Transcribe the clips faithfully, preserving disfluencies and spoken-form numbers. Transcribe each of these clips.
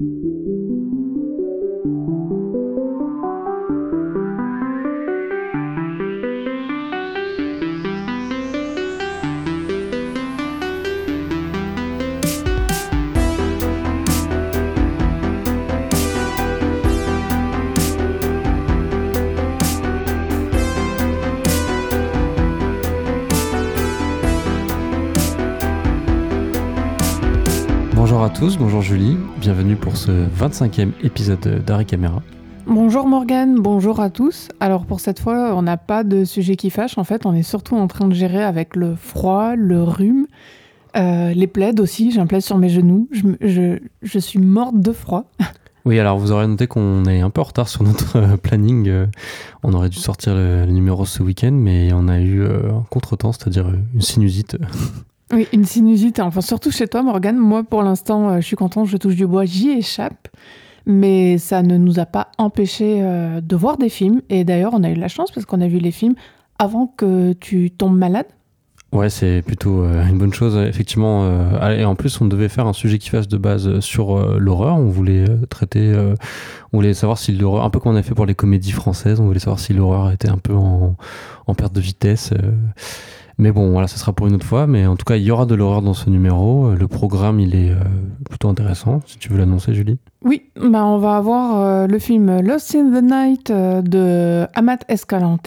Bonjour à tous, bonjour Julie, bienvenue pour ce vingt-cinquième épisode d'Arrêt Caméra. Bonjour Morgane, bonjour à tous. Alors pour cette fois, on n'a pas de sujet qui fâche, en fait on est surtout en train de gérer avec le froid, le rhume, euh, les plaids aussi, j'ai un plaid sur mes genoux, je, je, je suis morte de froid. Oui, alors vous aurez noté qu'on est un peu en retard sur notre euh, planning, euh, on aurait dû sortir le, le numéro ce week-end, mais on a eu euh, un contretemps, c'est-à-dire euh, une sinusite. Oui, une sinusite, enfin surtout chez toi Morgane, moi pour l'instant euh, je suis contente, je touche du bois, j'y échappe, mais ça ne nous a pas empêché euh, de voir des films, et d'ailleurs on a eu de la chance parce qu'on a vu les films avant que tu tombes malade. Ouais, c'est plutôt euh, une bonne chose, effectivement, euh, et en plus on devait faire un sujet qui fasse de base sur euh, l'horreur, on voulait euh, traiter, euh, on voulait savoir si l'horreur, un peu comme on a fait pour les comédies françaises, on voulait savoir si l'horreur était un peu en, en perte de vitesse, euh, mais bon, voilà, ça sera pour une autre fois. Mais en tout cas, il y aura de l'horreur dans ce numéro. Le programme, il est euh, plutôt intéressant. Si tu veux l'annoncer, Julie. Oui, bah on va avoir euh, le film Lost in the Night euh, de Amat Escalante.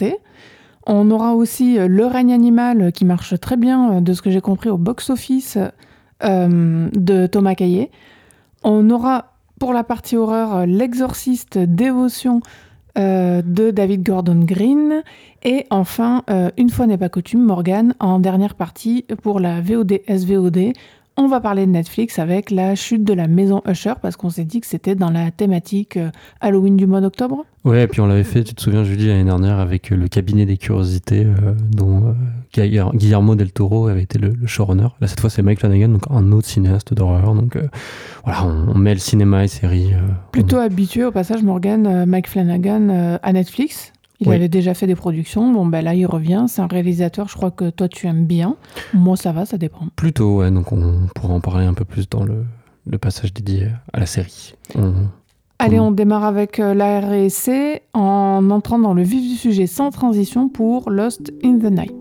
On aura aussi euh, Le règne animal qui marche très bien, euh, de ce que j'ai compris, au box-office euh, de Thomas Caillet. On aura, pour la partie horreur, euh, L'Exorciste Dévotion Euh, de David Gordon Green, et enfin euh, Une fois n'est pas coutume, Morgane, en dernière partie pour la V O D S V O D. On va parler de Netflix avec La chute de la maison Usher, parce qu'on s'est dit que c'était dans la thématique euh, Halloween du mois d'octobre. Ouais, et puis on l'avait fait, tu te souviens Julie, l'année dernière avec euh, le cabinet des curiosités euh, dont euh, Guillermo del Toro avait été le, le showrunner. Là cette fois c'est Mike Flanagan, donc un autre cinéaste d'horreur, donc euh, voilà, on, on met le cinéma et séries. Euh, Plutôt on... habitué au passage, Morgane, euh, Mike Flanagan euh, à Netflix. Il oui. avait déjà fait des productions, bon ben là il revient, c'est un réalisateur, je crois que toi tu aimes bien, moi ça va, ça dépend. Plutôt, ouais, donc on pourra en parler un peu plus dans le, le passage dédié à la série. On... Allez, on démarre avec euh, la R et C en entrant dans le vif du sujet sans transition pour Lost in the Night.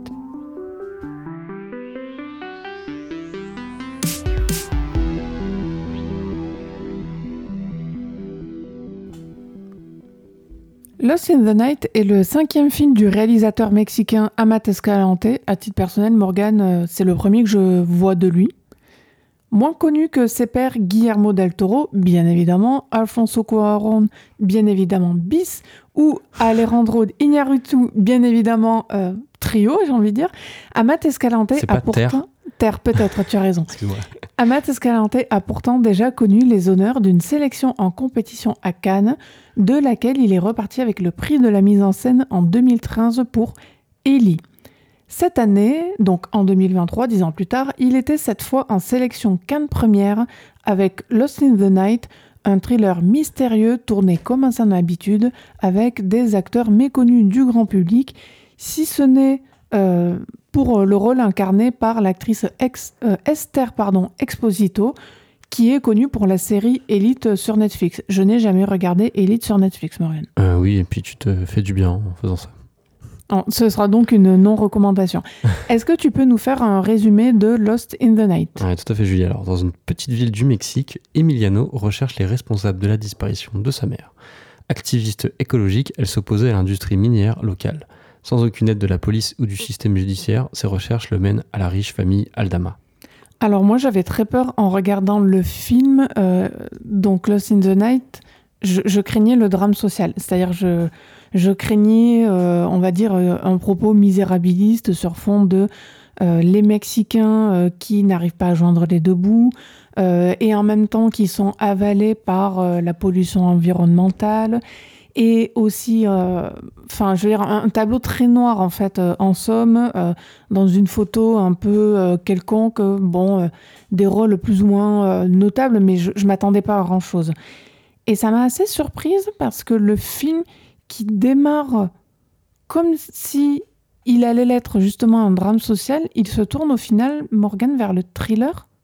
Lost in the Night est le cinquième film du réalisateur mexicain Amat Escalante. À titre personnel, Morgane, euh, c'est le premier que je vois de lui. Moins connu que ses pairs Guillermo del Toro, bien évidemment, Alfonso Cuarón, bien évidemment bis, ou Alejandro Iñárritu, bien évidemment euh, trio, j'ai envie de dire. Amat Escalante c'est a pas pourtant... terre. Terre, peut-être, tu as raison. Excuse-moi. Amat Escalante a pourtant déjà connu les honneurs d'une sélection en compétition à Cannes, de laquelle il est reparti avec le prix de la mise en scène en deux mille treize pour Ellie. Cette année, donc en deux mille vingt-trois, dix ans plus tard, il était cette fois en sélection Cannes Première avec Lost in the Night, un thriller mystérieux tourné comme à son habitude avec des acteurs méconnus du grand public, si ce n'est euh, pour le rôle incarné par l'actrice ex, euh, Esther pardon, Exposito, qui est connue pour la série Elite sur Netflix. Je n'ai jamais regardé Elite sur Netflix, Morgane. Euh, oui, et puis tu te fais du bien en faisant ça. Non, ce sera donc une non-recommandation. Est-ce que tu peux nous faire un résumé de Lost in the Night ? Ouais, tout à fait, Julie. Alors, dans une petite ville du Mexique, Emiliano recherche les responsables de la disparition de sa mère. Activiste écologique, elle s'opposait à l'industrie minière locale. Sans aucune aide de la police ou du système judiciaire, ses recherches le mènent à la riche famille Aldama. Alors moi, j'avais très peur en regardant le film, euh, donc Lost in the Night, je, je craignais le drame social. C'est-à-dire, je, je craignais, euh, on va dire, euh, un propos misérabiliste sur fond de euh, les Mexicains euh, qui n'arrivent pas à joindre les deux bouts, euh, et en même temps qui sont avalés par euh, la pollution environnementale, et aussi, enfin, euh, je veux dire, un, un tableau très noir, en fait, euh, en somme, euh, dans une photo un peu euh, quelconque, bon, euh, des rôles plus ou moins euh, notables, mais je ne m'attendais pas à grand-chose. Et ça m'a assez surprise parce que le film qui démarre comme si il allait l'être justement un drame social, il se tourne au final, Morgane, vers le thriller.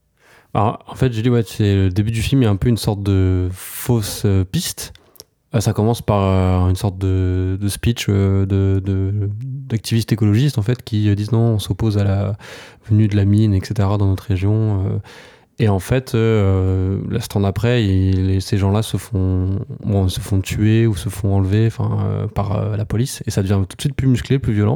Alors, en fait, j'ai dit, ouais, c'est le début du film, il y a un peu une sorte de fausse euh, piste. Euh, ça commence par euh, une sorte de, de speech euh, de, de, d'activistes écologistes, en fait, qui euh, disent non, on s'oppose à la venue de la mine, et cetera, dans notre région. euh. Et en fait, euh, l'instant d'après, il- ces gens-là se font, bon, se font tuer ou se font enlever enfin, euh, par euh, la police. Et ça devient tout de suite plus musclé, plus violent.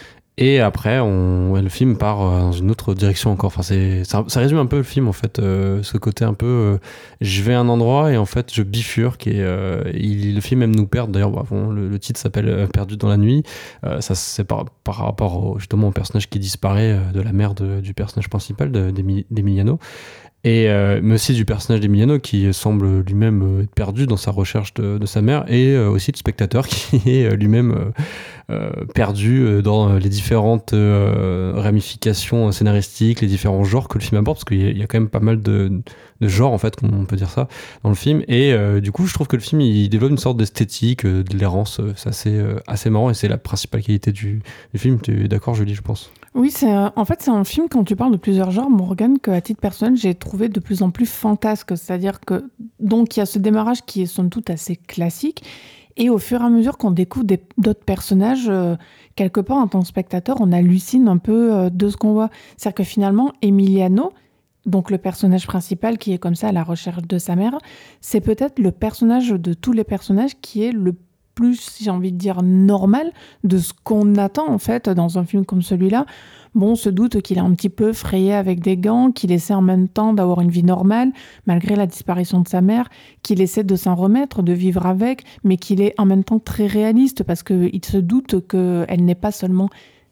Et après, on, ouais, le film part euh, dans une autre direction encore. Enfin, c'est, ça, ça résume un peu le film, en fait. euh, ce côté un peu. euh, je vais à un endroit et en fait, je bifurque. Et euh, il- le film aime nous perdre. D'ailleurs, bah, bon, le, le titre s'appelle euh, Perdu dans la nuit. Euh, ça, c'est par, par rapport au- justement au personnage qui disparaît euh, de la mère de- du personnage principal, de- d'Emi- d'Emiliano. Et, euh, mais aussi du personnage d'Emiliano qui semble lui-même euh, être perdu dans sa recherche de, de sa mère. Et euh, aussi du spectateur qui est euh, lui-même. euh, euh, perdu euh, dans euh, les différentes euh, ramifications scénaristiques, les différents genres que le film aborde, parce qu'il y, a- il y a quand même pas mal de, de genres, en fait, on peut dire ça, dans le film. Et euh, du coup, je trouve que le film, il développe une sorte d'esthétique, euh, de l'errance. euh, C'est assez, euh, assez marrant et c'est la principale qualité du, du film. Tu es d'accord, Julie, je pense? Oui, c'est un- en fait c'est un film, quand tu parles de plusieurs genres, Morgane, que à titre personnel j'ai trouvé de plus en plus fantasque. C'est-à-dire que donc il y a ce démarrage qui est somme toute assez classique, et au fur et à mesure qu'on découvre des- d'autres personnages, euh, quelque part en tant que spectateur, on hallucine un peu euh, de ce qu'on voit. C'est-à-dire que finalement, Emiliano, donc le personnage principal qui est comme ça à la recherche de sa mère, c'est peut-être le personnage de tous les personnages qui est le plus, j'ai envie de dire, normal de ce qu'on attend en fait dans un film comme celui-là. Bon, on se doute qu'il est un petit peu frayé avec des gants, qu'il essaie en même temps d'avoir une vie normale, malgré la disparition de sa mère, qu'il essaie de s'en remettre, de vivre avec, mais qu'il est en même temps très réaliste parce qu'il se doute qu'elle n'est pas seulement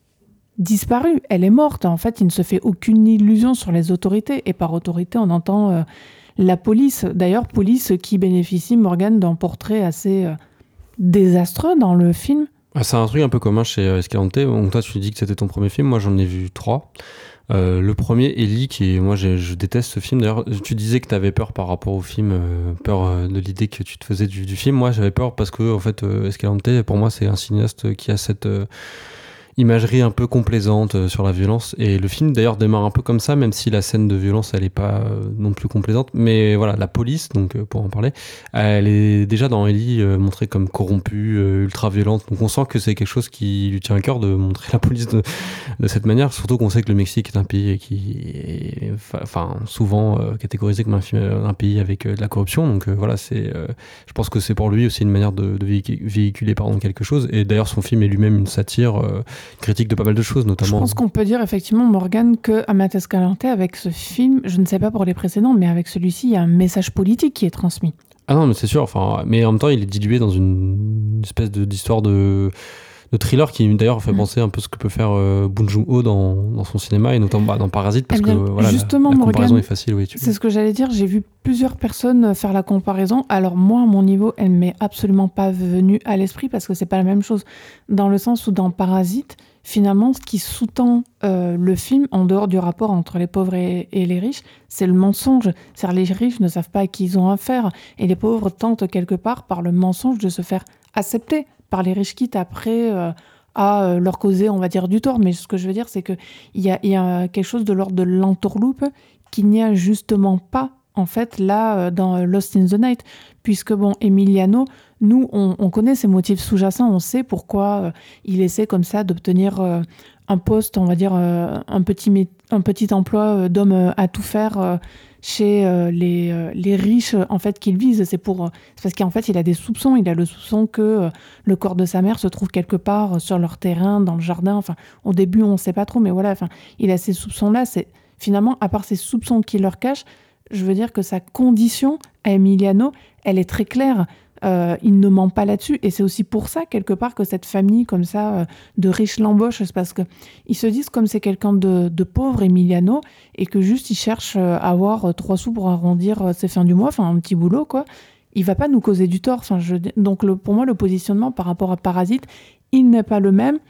disparue, elle est morte. En fait, il ne se fait aucune illusion sur les autorités. Et par autorité, on entend euh, la police. D'ailleurs, police qui bénéficie, Morgane, d'un portrait assez euh, désastreux dans le film. Ah, c'est un truc un peu commun chez euh, Escalante. Donc toi, tu dis que c'était ton premier film. Moi, j'en ai vu trois. Euh, le premier, Ellie, qui est, moi, j'ai- je déteste ce film. D'ailleurs, tu disais que tu avais peur par rapport au film, euh, peur euh, de l'idée que tu te faisais du, du film. Moi, j'avais peur parce que, en fait, euh, Escalante, pour moi, c'est un cinéaste qui a cette euh, imagerie un peu complaisante euh, sur la violence. Et le film, d'ailleurs, démarre un peu comme ça, même si la scène de violence, elle est pas euh, non plus complaisante. Mais voilà, la police, donc euh, pour en parler, elle est déjà dans Ellie euh, montrée comme corrompue, euh, ultra violente. Donc on sent que c'est quelque chose qui lui tient à cœur de montrer la police de, de cette manière. Surtout qu'on sait que le Mexique est un pays qui est enfin souvent euh, catégorisé comme un, film- un pays avec euh, de la corruption. Donc euh, voilà, c'est, euh, je pense que c'est pour lui aussi une manière de, de véhicu- véhiculer pardon, quelque chose. Et d'ailleurs, son film est lui-même une satire. Euh, critique de pas mal de choses, Je notamment. pense qu'on peut dire effectivement, Morgane, que Amat Escalante, avec ce film, je ne sais pas pour les précédents, mais avec celui-ci, il y a un message politique qui est transmis. Ah non, mais c'est sûr. Enfin, mais en même temps, il est dilué dans une espèce de, d'histoire de, de thriller qui d'ailleurs fait Mm. penser un peu ce que peut faire euh, Bong Joon-ho dans, dans son cinéma et notamment bah, dans Parasite parce Eh bien, que voilà, justement, la, la Morgane, comparaison est facile. Oui, tu... C'est ce que j'allais dire, j'ai vu plusieurs personnes faire la comparaison. Alors moi, à mon niveau, elle m'est absolument pas venue à l'esprit parce que c'est pas la même chose. Dans le sens où dans Parasite, finalement, ce qui sous-tend euh, le film, en dehors du rapport entre les pauvres et, et les riches, c'est le mensonge. C'est-à-dire les riches ne savent pas à qui ils ont affaire et les pauvres tentent quelque part par le mensonge de se faire accepter par les riches, quitte après euh, à euh, leur causer, on va dire, du tort. Mais ce que je veux dire, c'est qu'il y a, y a quelque chose de l'ordre de l'entourloupe qu'il n'y a justement pas, en fait, là, euh, dans Lost in the Night. Puisque, bon, Emiliano, nous, on, on connaît ses motifs sous-jacents, on sait pourquoi euh, il essaie comme ça d'obtenir euh, un poste, on va dire, euh, un, petit, mé- un petit emploi euh, d'homme euh, à tout faire euh, chez euh, les, euh, les riches, en fait, qu'il vise. C'est pour, euh, c'est parce qu'en fait, il a des soupçons. Il a le soupçon que euh, le corps de sa mère se trouve quelque part euh, sur leur terrain, dans le jardin. Enfin, au début, on ne sait pas trop, mais voilà, enfin, il a ces soupçons-là. C'est, finalement, à part ces soupçons qu'il leur cache, je veux dire que sa condition à Emiliano, elle est très claire. Euh, il ne ment pas là-dessus. Et c'est aussi pour ça, quelque part, que cette famille, comme ça, euh, de riches l'embauche. C'est parce qu'ils se disent, comme c'est quelqu'un de, de pauvre, Emiliano, et que juste il cherche euh, à avoir euh, trois sous pour arrondir euh, ses fins du mois, enfin, un petit boulot, quoi. Il va pas nous causer du tort. Enfin, je, donc, le, pour moi, le positionnement par rapport à Parasite, il n'est pas le même.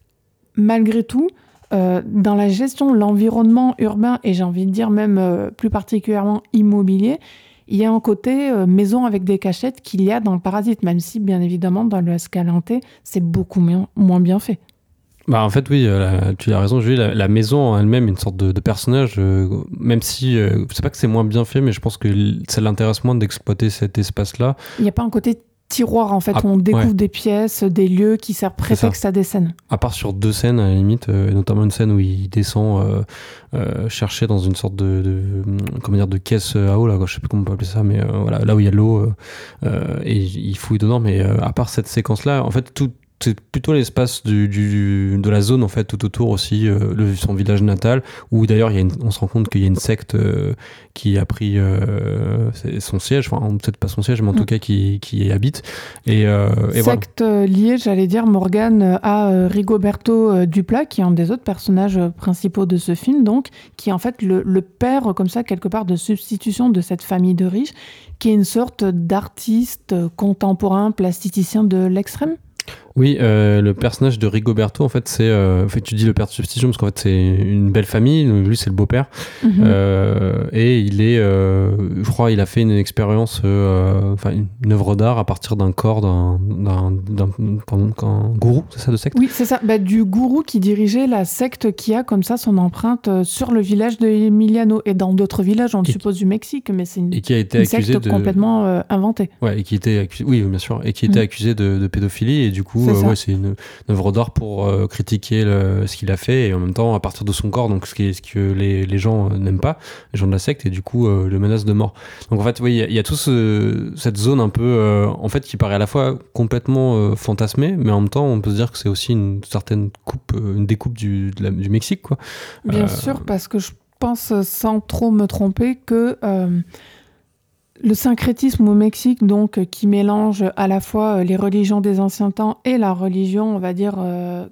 Malgré tout, Euh, dans la gestion de l'environnement urbain, et j'ai envie de dire même euh, plus particulièrement immobilier, il y a un côté euh, maison avec des cachettes qu'il y a dans le Parasite, même si bien évidemment dans le Escalante, c'est beaucoup moins, moins bien fait. Bah en fait oui, euh, tu as raison Julie, la, la maison en elle-même est une sorte de, de personnage, euh, même si euh, c'est pas que c'est moins bien fait, mais je pense que l- ça l'intéresse moins d'exploiter cet espace-là. Il n'y a pas un côté tiroir, en fait, Ah, où on découvre ouais, des pièces, des lieux qui servent c'est ça. prétexte à des scènes. À part sur deux scènes à la limite, euh, notamment une scène où il descend euh, euh, chercher dans une sorte de, de hum, comment dire de caisse à eau là, je sais plus comment on peut appeler ça, mais euh, voilà, là où il y a de l'eau euh, euh, et il fouille dedans. Mais euh, à part cette séquence-là, en fait tout c'est plutôt l'espace du, du, de la zone en fait tout autour aussi, euh, le, son village natal où d'ailleurs il y a une, on se rend compte qu'il y a une secte euh, qui a pris euh, son siège, enfin peut-être pas son siège mais en Mm. tout cas qui, qui y habite et, euh, et voilà. Secte euh, liée, j'allais dire, Morgane, à euh, Rigoberto euh, Duplat, qui est un des autres personnages euh, principaux de ce film, donc, qui est en fait le, le père, euh, comme ça, quelque part, de substitution de cette famille de riches, qui est une sorte d'artiste euh, contemporain, plasticien de l'extrême. Oui, euh, le personnage de Rigoberto, en fait, c'est. Euh, en fait, tu dis le père de substitution parce qu'en fait, c'est une belle famille. Lui, c'est le beau-père. Mhm. Euh, et il est. Euh, je crois il a fait une expérience, euh, enfin, une, une œuvre d'art à partir d'un corps d'un, d'un, d'un, d'un- d'un gourou, c'est ça, de secte. Oui, c'est ça, bah, du gourou qui dirigeait la secte qui a comme ça son empreinte euh, sur le village de Emiliano et dans d'autres villages, on le Et- suppose du Mexique, mais c'est une, Et qui a été une accusé secte de. complètement euh, inventée. Ouais, et qui était accusé, oui, bien sûr, et qui était Mm. accusé de, de pédophilie, et du coup, C'est euh, ça. ouais, c'est une, une œuvre d'art pour euh, critiquer le- ce qu'il a fait, et en même temps, à partir de son corps, donc ce, qui est, ce que les, les gens euh, n'aiment pas, les gens de la secte, et du coup, euh, le menace de mort. Donc en fait, oui, il y, a- il y a tout ce, cette zone un peu, euh, en fait, qui paraît à la fois complètement euh, fantasmée, mais en même temps, on peut se dire que c'est aussi une certaine coupe, euh, une découpe du, de la- du Mexique, quoi. Bien Euh, sûr, parce que je pense, euh, sans trop me tromper, que euh, le syncrétisme au Mexique, donc, euh, qui mélange à la fois euh, les religions des anciens temps et la religion, on va dire, euh,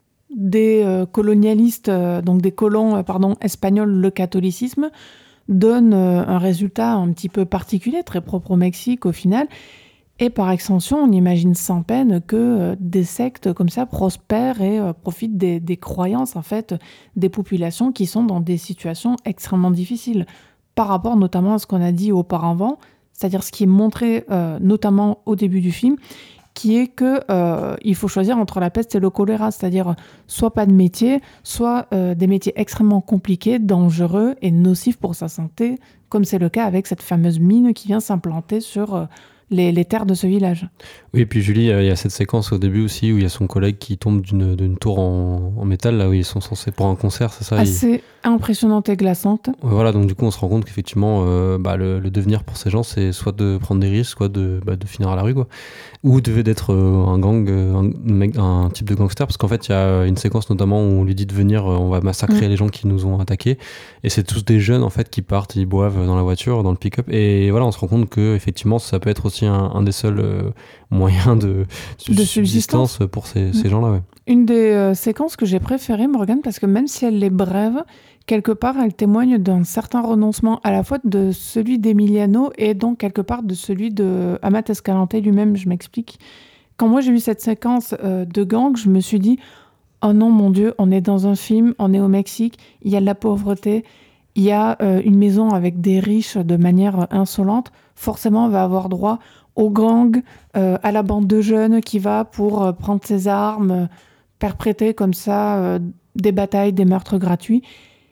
des euh, colonialistes, euh, donc des colons, euh, pardon, espagnols, le catholicisme, donne euh, un résultat un petit peu particulier, très propre au Mexique au final. Et par extension, on imagine sans peine que euh, des sectes comme ça prospèrent et euh, profitent des, des croyances en fait des populations qui sont dans des situations extrêmement difficiles par rapport notamment à ce qu'on a dit auparavant, c'est-à-dire ce qui est montré euh, notamment au début du film, qui est que euh, il faut choisir entre la peste et le choléra, c'est-à-dire soit pas de métier, soit euh, des métiers extrêmement compliqués, dangereux et nocifs pour sa santé, comme c'est le cas avec cette fameuse mine qui vient s'implanter sur euh, les, les terres de ce village. Oui, et puis Julie, il y a cette séquence au début aussi où il y a son collègue qui tombe d'une, d'une tour en, en métal, là où ils sont censés pour un concert, c'est ça il- Assez impressionnante et glaçante. Voilà, donc du coup, on se rend compte qu'effectivement, euh, bah, le, le devenir pour ces gens, c'est soit de prendre des risques, soit de, bah, de finir à la rue, quoi. Ou devait d'être euh, un gang, euh, un, mec- un type de gangster, parce qu'en fait, il y a une séquence notamment où on lui dit de venir, euh, on va massacrer Mm. les gens qui nous ont attaqués, et c'est tous des jeunes en fait qui partent, ils boivent dans la voiture, dans le pick-up, et voilà, on se rend compte que effectivement, ça peut être aussi un, un des seuls euh, moyens de, De subsistance. pour ces, Mm. ces gens-là, ouais. Une des euh, séquences que j'ai préférées, Morgane, parce que même si elle est brève, quelque part, elle témoigne d'un certain renoncement à la fois de celui d'Emiliano et donc quelque part de celui de Amat Escalante lui-même, je m'explique. Quand moi j'ai vu cette séquence euh, de gang, je me suis dit « Oh non, mon Dieu, on est dans un film, on est au Mexique, il y a de la pauvreté, il y a euh, une maison avec des riches de manière insolente, forcément on va avoir droit au gang, euh, à la bande de jeunes qui va pour euh, prendre ses armes, euh, perpréter comme ça euh, des batailles, des meurtres gratuits. »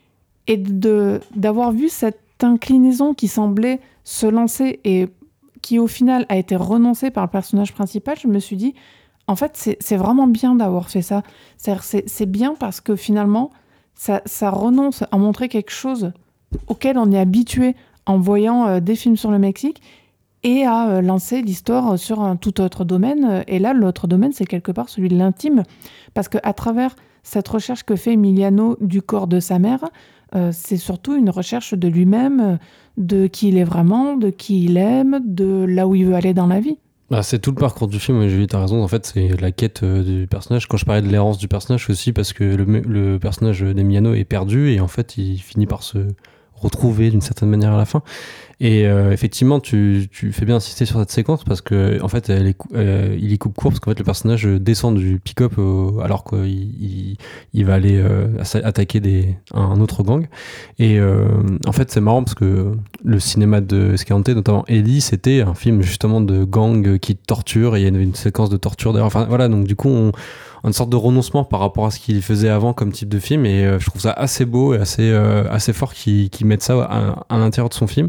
Et de, d'avoir vu cette inclinaison qui semblait se lancer et qui au final a été renoncée par le personnage principal, je me suis dit, en fait, c'est, c'est vraiment bien d'avoir fait ça. C'est-à-dire, c'est, c'est bien parce que finalement, ça, ça renonce à montrer quelque chose auquel on est habitué en voyant euh, des films sur le Mexique et à euh, lancer l'histoire sur un tout autre domaine. Et là, l'autre domaine, c'est quelque part celui de l'intime. Parce qu'à travers cette recherche que fait Emiliano du corps de sa mère, euh, c'est surtout une recherche de lui-même, de qui il est vraiment, de qui il aime, de là où il veut aller dans la vie. Bah, c'est tout le parcours du film, et Julie, t'as raison, en fait, c'est la quête euh, du personnage. Quand je parlais de l'errance du personnage, c'est aussi parce que le, me- le personnage d'Emiliano est perdu, et en fait, il finit par se retrouver d'une certaine manière à la fin. Et euh, effectivement, tu, tu fais bien insister sur cette séquence parce que en fait, elle est cou- euh, il y coupe court parce qu'en fait, le personnage descend du pick-up euh, alors qu'il il, il va aller euh, assa- attaquer des, un autre gang. Et euh, en fait, c'est marrant parce que le cinéma de Escalante, notamment Ellie, c'était un film justement de gang qui torture, et il y a une, une séquence de torture d'ailleurs. Enfin voilà, donc du coup, on, une sorte de renoncement par rapport à ce qu'il faisait avant comme type de film, et euh, je trouve ça assez beau et assez, euh, assez fort qu'il, qu'il mette ça à, à l'intérieur de son film.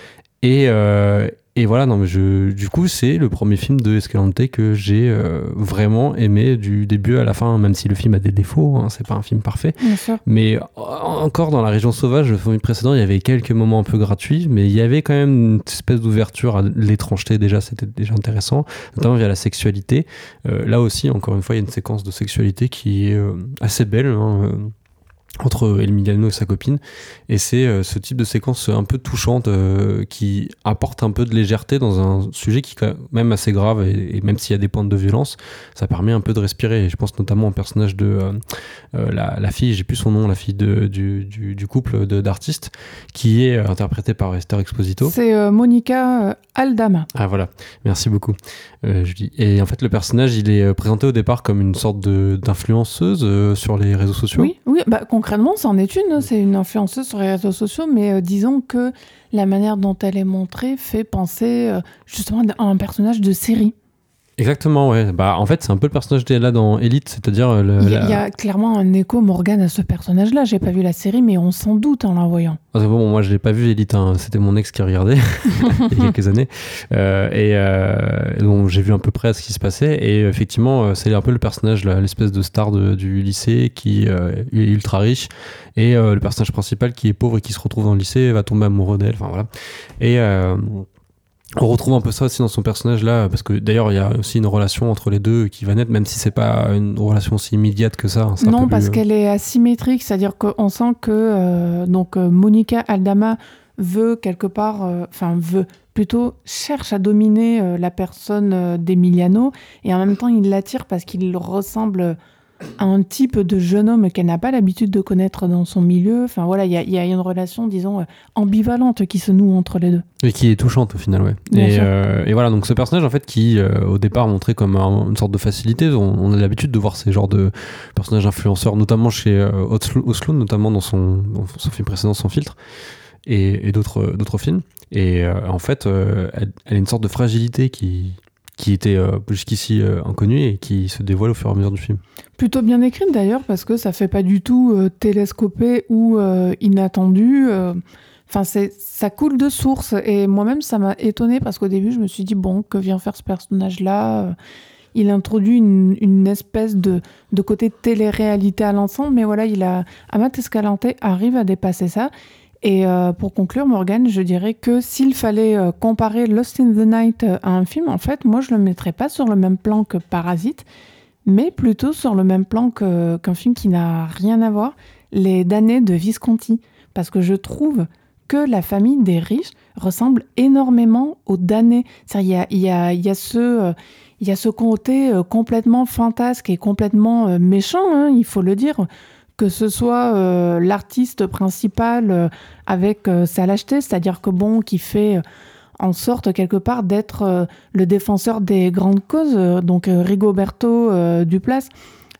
Et, euh, et voilà, non, mais je, du coup, c'est le premier film de Escalante que j'ai euh, vraiment aimé du début à la fin, même si le film a des défauts, hein, c'est pas un film parfait. Bien sûr. Mais encore dans La Région Sauvage, le film précédent, il y avait quelques moments un peu gratuits, mais il y avait quand même une espèce d'ouverture à l'étrangeté, déjà, c'était déjà intéressant, notamment via la sexualité. Euh, là aussi, encore une fois, il y a une séquence de sexualité qui est euh, assez belle, hein, euh, entre Emiliano et sa copine, et c'est euh, ce type de séquence un peu touchante euh, qui apporte un peu de légèreté dans un sujet qui est quand même assez grave, et, et même s'il y a des pointes de violence, ça permet un peu de respirer. Et je pense notamment au personnage de euh, euh, la, la fille, j'ai plus son nom, la fille de, du, du, du couple de, d'artistes, qui est euh, interprétée par Esther Exposito. C'est euh, Monica euh, Aldama. Ah voilà, merci beaucoup. Euh, je dis. Et en fait, le personnage, il est présenté au départ comme une sorte de, d'influenceuse euh, sur les réseaux sociaux. Oui, oui, bah, concrètement, c'en est une. C'est une influenceuse sur les réseaux sociaux, mais euh, disons que la manière dont elle est montrée fait penser euh, justement à un personnage de série. Exactement, ouais. Bah, en fait, c'est un peu le personnage là dans Elite, c'est-à-dire... Le, il, y a, la... il y a clairement un écho, Morgane, à ce personnage-là. J'ai pas vu la série, mais on s'en doute en la voyant. Ah, bon, moi, je l'ai pas vu Elite, hein. C'était mon ex qui regardait il y a quelques années. Euh, et euh, donc, j'ai vu à peu près ce qui se passait. Et effectivement, c'est un peu le personnage, là, l'espèce de star de, du lycée qui euh, est ultra riche. Et euh, le personnage principal qui est pauvre et qui se retrouve dans le lycée va tomber amoureux d'elle. Enfin, voilà. Et... Euh, on retrouve un peu ça aussi dans son personnage là, parce que d'ailleurs il y a aussi une relation entre les deux qui va naître, même si c'est pas une relation aussi immédiate que ça. Hein, non, parce plus... qu'elle est asymétrique, c'est-à-dire qu'on sent que euh, donc euh, Monica Aldama veut quelque part, enfin euh, veut plutôt cherche à dominer euh, la personne euh, d'Emiliano, et en même temps il l'attire parce qu'il ressemble à un type de jeune homme qu'elle n'a pas l'habitude de connaître dans son milieu. Enfin voilà, il y, y a une relation, disons, ambivalente qui se noue entre les deux. Et qui est touchante au final, ouais. Et, euh, et voilà, donc ce personnage en fait qui euh, au départ montré comme un, une sorte de facilité, on, on a l'habitude de voir ces genres de personnages influenceurs, notamment chez euh, Oslo, Oslo, notamment dans son, dans son film précédent, Sans filtre, et, et d'autres, d'autres films. Et euh, en fait, euh, elle, elle a une sorte de fragilité qui... qui était euh, jusqu'ici euh, inconnue et qui se dévoile au fur et à mesure du film. Plutôt bien écrite d'ailleurs, parce que ça fait pas du tout euh, télescopé ou euh, inattendu. Enfin, euh, ça coule de source. Et moi-même, ça m'a étonnée parce qu'au début, je me suis dit, bon, que vient faire ce personnage-là ? Il introduit une, une espèce de, de côté télé-réalité à l'ensemble, mais voilà, il a, Amat Escalante arrive à dépasser ça. Et euh, pour conclure, Morgane, je dirais que s'il fallait euh, comparer Lost in the Night à un film, en fait, moi, je le mettrais pas sur le même plan que Parasite, mais plutôt sur le même plan que, qu'un film qui n'a rien à voir, Les damnés de Visconti. Parce que je trouve que la famille des riches ressemble énormément aux damnés. C'est-à-dire, il y a, il y a, il y a ce... Euh, il y a ce côté euh, complètement fantasque et complètement euh, méchant, hein, il faut le dire, que ce soit euh, l'artiste principal euh, avec euh, sa lâcheté, c'est-à-dire que bon, qui fait euh, en sorte quelque part d'être euh, le défenseur des grandes causes, euh, donc euh, Rigoberto euh, Duplass,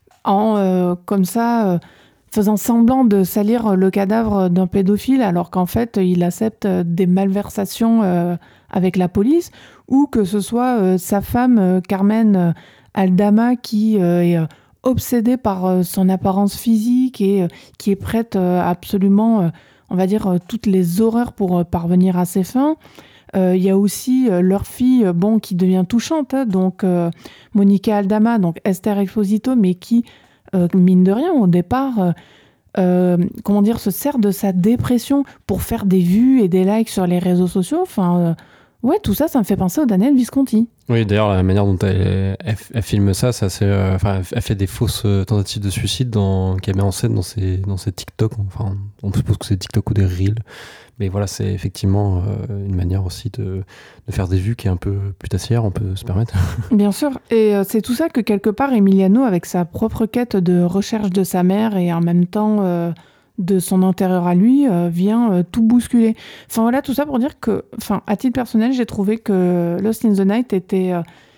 en euh, comme ça euh, faisant semblant de salir le cadavre d'un pédophile, alors qu'en fait il accepte des malversations euh, avec la police, ou que ce soit euh, sa femme euh, Carmen euh, Aldama qui euh, est euh, obsédée par euh, son apparence physique et euh, qui est prête euh, absolument, euh, on va dire, euh, toutes les horreurs pour euh, parvenir à ses fins. Il euh, y a aussi euh, leur fille, euh, bon, qui devient touchante, hein, donc euh, Monica Aldama, donc Esther Exposito, mais qui, euh, mine de rien, au départ, euh, euh, comment dire, se sert de sa dépression pour faire des vues et des likes sur les réseaux sociaux. Enfin, euh, ouais, tout ça, ça me fait penser au Daniel Visconti. Oui, d'ailleurs, la manière dont elle, elle, elle filme ça, ça c'est, euh, enfin, elle fait des fausses tentatives de suicide dans, qu'elle met en scène dans ses, dans ses TikTok. Enfin, on suppose que c'est TikTok ou des Reels. Mais voilà, c'est effectivement euh, une manière aussi de, de faire des vues qui est un peu putassière, on peut se permettre. Bien sûr. Et euh, c'est tout ça que, quelque part, Emiliano, avec sa propre quête de recherche de sa mère et en même temps euh, de son intérieur à lui, euh, vient euh, tout bousculer. Enfin voilà, tout ça pour dire que, enfin, à titre personnel, j'ai trouvé que Lost in the Night était euh,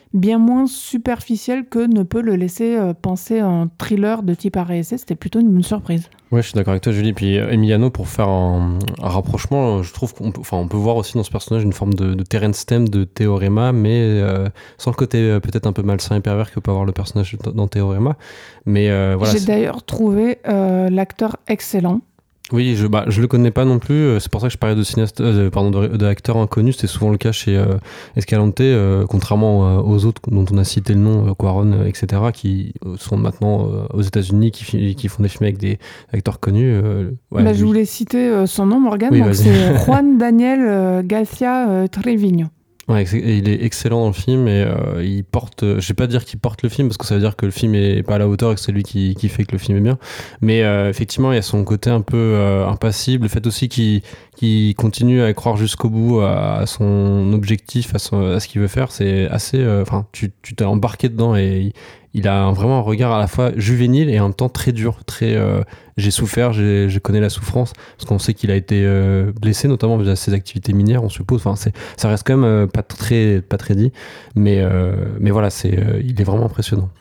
bien moins superficiel que ne peut le laisser euh, penser un thriller de type R S C. C'était plutôt une bonne surprise. Ouais, je suis d'accord avec toi, Julie. Puis euh, Emiliano, pour faire un, un rapprochement, euh, je trouve qu'on peut, enfin, on peut voir aussi dans ce personnage une forme de, de Terence Stamp de Théoréma, mais euh, sans le côté euh, peut-être un peu malsain et pervers que peut avoir le personnage dans Théoréma. Mais euh, voilà. J'ai c'est... d'ailleurs trouvé euh, l'acteur excellent. Oui, je bah, je le connais pas non plus. C'est pour ça que je parlais de cinéaste, euh, pardon, de, de acteurs inconnus. C'était souvent le cas chez euh, Escalante, euh, contrairement euh, aux autres dont on a cité le nom, euh, Cuarón, euh, et cetera, qui euh, sont maintenant euh, aux États-Unis, qui, fi- qui font des films avec des acteurs connus. Euh, ouais, bah, lui... Je voulais citer euh, son nom, Morgane. Oui, donc vas-y. c'est Juan Daniel euh, García euh, Trevino. Ouais, il est excellent dans le film et euh, il porte, je vais pas dire qu'il porte le film parce que ça veut dire que le film est pas à la hauteur et que c'est lui qui, qui fait que le film est bien, mais euh, effectivement il y a son côté un peu euh, impassible, le fait aussi qu'il, qu'il continue à croire jusqu'au bout à, à son objectif, à, son, à ce qu'il veut faire, c'est assez, enfin euh, tu, tu t'es embarqué dedans et il, il a un, vraiment un regard à la fois juvénile et en même temps très dur, très euh, j'ai souffert, j'ai, je connais la souffrance, parce qu'on sait qu'il a été euh, blessé, notamment via ses activités minières, on suppose. Enfin, c'est, ça reste quand même euh, pas très, pas très dit, mais, euh, mais voilà, c'est, euh, il est vraiment impressionnant.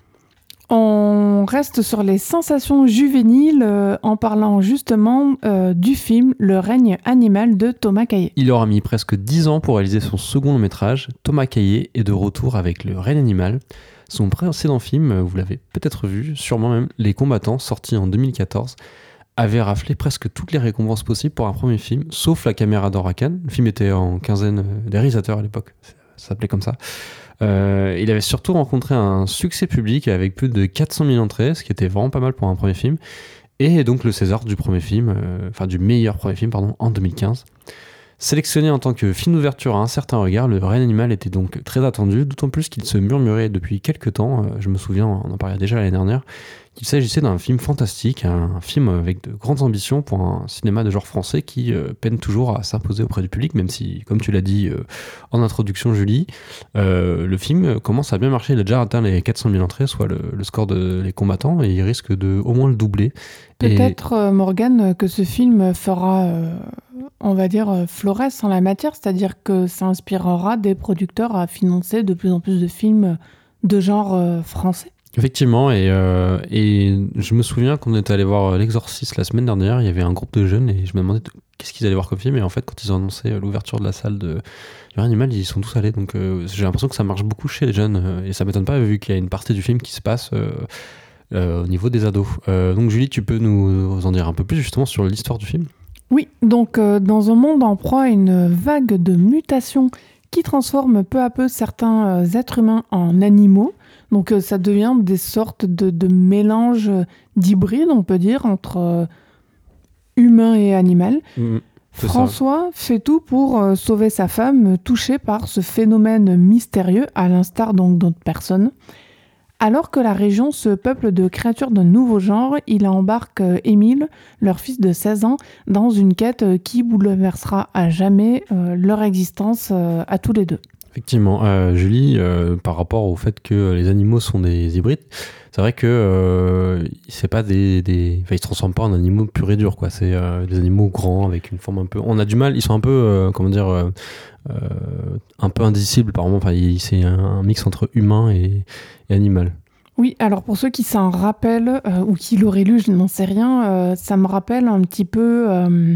On reste sur les sensations juvéniles euh, en parlant justement euh, du film Le règne animal de Thomas Caillet. Il aura mis presque dix ans pour réaliser son second long métrage. Thomas Caillet est de retour avec Le règne animal. Son précédent film, vous l'avez peut-être vu, sûrement même Les Combattants, sorti en deux mille quatorze, avait raflé presque toutes les récompenses possibles pour un premier film, sauf la caméra d'or à Cannes. Le film était en quinzaine des réalisateurs à l'époque, ça s'appelait comme ça. Euh, il avait surtout rencontré un succès public avec plus de quatre cent mille entrées, ce qui était vraiment pas mal pour un premier film, et donc le César du premier film, euh, enfin du meilleur premier film, pardon, en deux mille quinze. Sélectionné en tant que film d'ouverture à un certain regard, Le règne animal était donc très attendu, d'autant plus qu'il se murmurait depuis quelques temps, euh, je me souviens, on en parlait déjà l'année dernière, qu'il s'agissait d'un film fantastique, un, un film avec de grandes ambitions pour un cinéma de genre français qui euh, peine toujours à s'imposer auprès du public, même si, comme tu l'as dit euh, en introduction, Julie, euh, le film commence à bien marcher, il a déjà atteint les quatre cent mille entrées, soit le, le score de Les Combattants, et il risque de au moins le doubler. Peut-être, et... euh, Morgane, que ce film fera, euh, on va dire, euh, florès en la matière, c'est-à-dire que ça inspirera des producteurs à financer de plus en plus de films de genre euh, français. Effectivement, et, euh, et je me souviens qu'on était allé voir L'Exorciste la semaine dernière, il y avait un groupe de jeunes et je me demandais qu'est-ce qu'ils allaient voir comme film, et en fait quand ils ont annoncé l'ouverture de la salle de du Animal, ils y sont tous allés, donc euh, j'ai l'impression que ça marche beaucoup chez les jeunes, et ça m'étonne pas vu qu'il y a une partie du film qui se passe euh, euh, au niveau des ados. Euh, donc Julie, tu peux nous en dire un peu plus justement sur l'histoire du film ? Oui, donc euh, dans un monde en proie à une vague de mutations qui transforme peu à peu certains euh, êtres humains en animaux. Donc euh, ça devient des sortes de, de mélanges d'hybrides, on peut dire, entre euh, humain et animal. Mmh, François ça. fait tout pour euh, sauver sa femme, touchée par ce phénomène mystérieux, à l'instar donc d'autres personnes. Alors que la région se peuple de créatures d'un nouveau genre, il embarque euh, Émile, leur fils de seize ans, dans une quête euh, qui bouleversera à jamais euh, leur existence euh, à tous les deux. Effectivement, euh, Julie, euh, par rapport au fait que les animaux sont des hybrides, c'est vrai que euh, c'est pas des, des... Enfin, ils se transforment pas en animaux purs et durs, quoi. C'est euh, des animaux grands avec une forme un peu. On a du mal. Ils sont un peu, euh, comment dire, euh, euh, un peu indicibles par moment. Enfin, il, c'est un, un mix entre humain et, et animal. Oui, alors pour ceux qui s'en rappellent euh, ou qui l'auraient lu, je n'en sais rien. Euh, ça me rappelle un petit peu. Euh,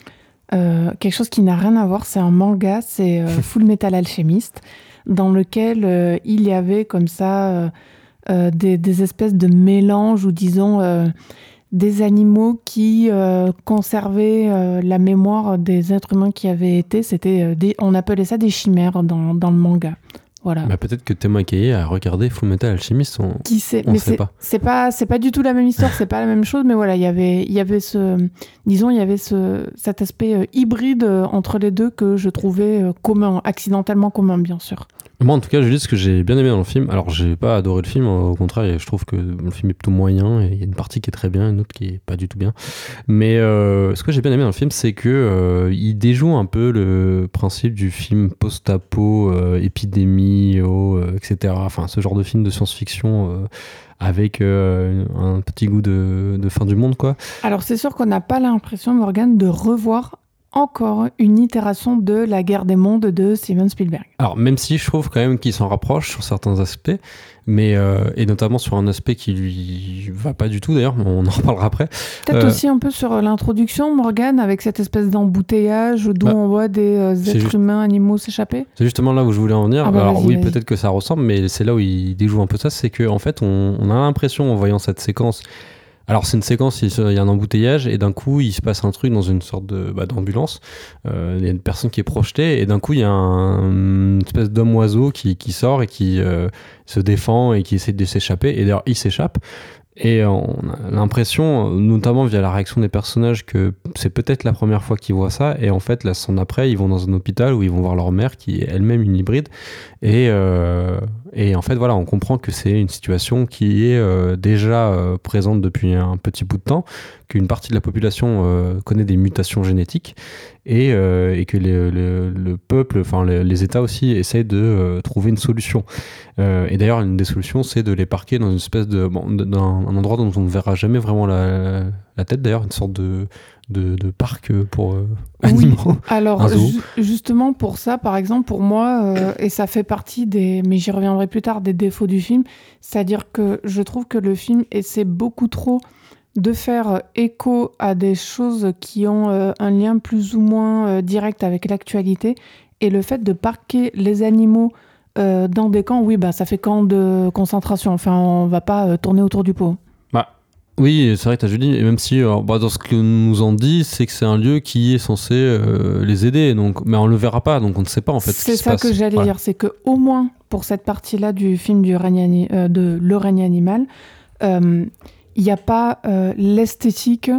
Euh, quelque chose qui n'a rien à voir, c'est un manga, c'est euh, Full Metal Alchemist, dans lequel euh, il y avait comme ça euh, euh, des, des espèces de mélanges, ou disons euh, des animaux qui euh, conservaient euh, la mémoire des êtres humains qui avaient été. C'était euh, des, on appelait ça des chimères dans, dans le manga. Voilà. Bah peut-être que Thomas Caillet a regardé Full Metal Alchemist, on, Qui sait, on mais sait c'est, pas. C'est pas, c'est pas du tout la même histoire, c'est pas la même chose, mais voilà, il y avait, il y avait ce, disons, il y avait ce, cet aspect euh, hybride euh, entre les deux que je trouvais euh, commun, accidentellement commun, bien sûr. Moi, en tout cas, je dis ce que j'ai bien aimé dans le film. Alors, j'ai pas adoré le film, au contraire, je trouve que le film est plutôt moyen, et il y a une partie qui est très bien, une autre qui est pas du tout bien. Mais euh, ce que j'ai bien aimé dans le film, c'est que euh, il déjoue un peu le principe du film post-apo, euh, épidémie, oh, euh, et cetera. Enfin, ce genre de film de science-fiction euh, avec euh, un petit goût de, de fin du monde, quoi. Alors, c'est sûr qu'on n'a pas l'impression, Morgane, de revoir encore une itération de La Guerre des mondes de Steven Spielberg. Alors, même si je trouve quand même qu'il s'en rapproche sur certains aspects, mais euh, et notamment sur un aspect qui lui va pas du tout d'ailleurs, on en reparlera après. Peut-être Euh, aussi un peu sur l'introduction, Morgane, avec cette espèce d'embouteillage d'où bah, on voit des euh, êtres juste, humains, animaux s'échapper. C'est justement là où je voulais en venir. Ah bah, Alors vas-y, oui, vas-y. peut-être que ça ressemble, mais c'est là où il déjoue un peu ça, c'est qu'en en fait, on, on a l'impression en voyant cette séquence. Alors c'est une séquence, il y a un embouteillage et d'un coup il se passe un truc dans une sorte de bah, d'ambulance. Euh, il y a une personne qui est projetée et d'un coup il y a un, une espèce d'homme oiseau qui, qui sort et qui euh, se défend et qui essaie de s'échapper. Et d'ailleurs il s'échappe. Et on a l'impression, notamment via la réaction des personnages, que c'est peut-être la première fois qu'ils voient ça. Et en fait, la scène après, ils vont dans un hôpital où ils vont voir leur mère, qui est elle-même une hybride. Et, euh, et en fait, voilà, on comprend que c'est une situation qui est euh, déjà euh, présente depuis un petit bout de temps, qu'une partie de la population euh, connaît des mutations génétiques. Et, euh, et que les, le, le peuple, enfin les, les États aussi, essayent de euh, trouver une solution. Euh, et d'ailleurs, une des solutions, c'est de les parquer dans une espèce de, bon, d'un un endroit dont on ne verra jamais vraiment la, la tête, d'ailleurs, une sorte de, de, de parc pour euh, animaux. Oui, alors Un zoo. ju- justement pour ça, par exemple, pour moi, euh, et ça fait partie des, mais j'y reviendrai plus tard, des défauts du film, c'est-à-dire que je trouve que le film essaie beaucoup trop de faire écho à des choses qui ont euh, un lien plus ou moins euh, direct avec l'actualité. Et le fait de parquer les animaux euh, dans des camps, oui, bah, ça fait camp de concentration. Enfin, on va pas euh, tourner autour du pot. Bah, oui, c'est vrai que t'as Julie, et même si, alors, bah, dans ce que nous en dit, c'est que c'est un lieu qui est censé euh, les aider, donc, mais on le verra pas, donc on ne sait pas en fait ce C'est qui se ça passe. que j'allais Voilà. dire, c'est que au moins pour cette partie-là du film du règne ani- euh, de Le règne animal, euh, il n'y a pas euh, l'esthétique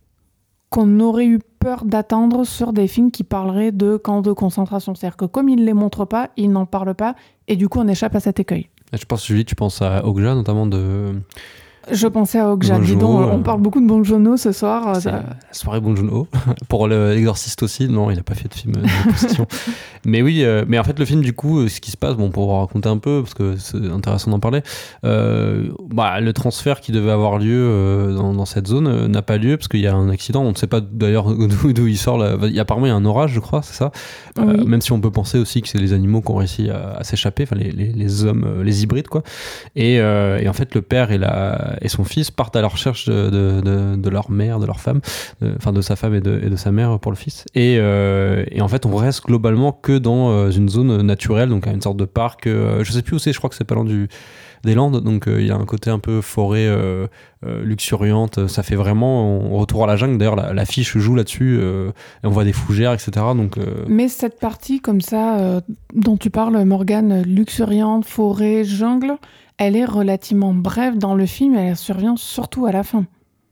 qu'on aurait eu peur d'attendre sur des films qui parleraient de camps de concentration. C'est-à-dire que comme ils ne les montrent pas, ils n'en parlent pas, et du coup on échappe à cet écueil. Et je pense, Julie, tu penses à Okja, notamment de... Je pensais à Okja. Bong Dis donc, Joon-ho, on euh, parle beaucoup de Bong Joon-ho ce soir. C'est ça- euh, la soirée Bong Joon-ho. Pour le- l'exorciste aussi, non, il n'a pas fait de film euh, de possession. Mais oui, euh, mais en fait, le film, du coup, euh, ce qui se passe, bon, pour vous raconter un peu, parce que c'est intéressant d'en parler, euh, bah, le transfert qui devait avoir lieu euh, dans, dans cette zone euh, n'a pas lieu, parce qu'il y a un accident. On ne sait pas d'ailleurs d'où, d'où il sort. Là. Il y a, apparemment, il y a un orage, je crois, c'est ça. Euh, Oui. Même si on peut penser aussi que c'est les animaux qui ont réussi à, à s'échapper, enfin, les, les, les hommes, euh, les hybrides, quoi. Et, euh, et en fait, le père et, la, et son fils partent à la recherche de, de, de, de leur mère, de leur femme, de- enfin de sa femme et de, et de sa mère pour le fils. Et, euh, et en fait, on reste globalement que dans euh, une zone naturelle, donc à une sorte de parc. Euh, je sais plus où c'est, je crois que c'est pas loin du, des Landes, donc il euh, y a un côté un peu forêt euh, euh, luxuriante. Ça fait vraiment on retour à la jungle. D'ailleurs, la- l'affiche joue là-dessus. Euh, et on voit des fougères, et cetera. Donc, euh, Mais cette partie comme ça euh, dont tu parles, Morgane, luxuriante, forêt, jungle, elle est relativement brève dans le film, elle survient surtout à la fin.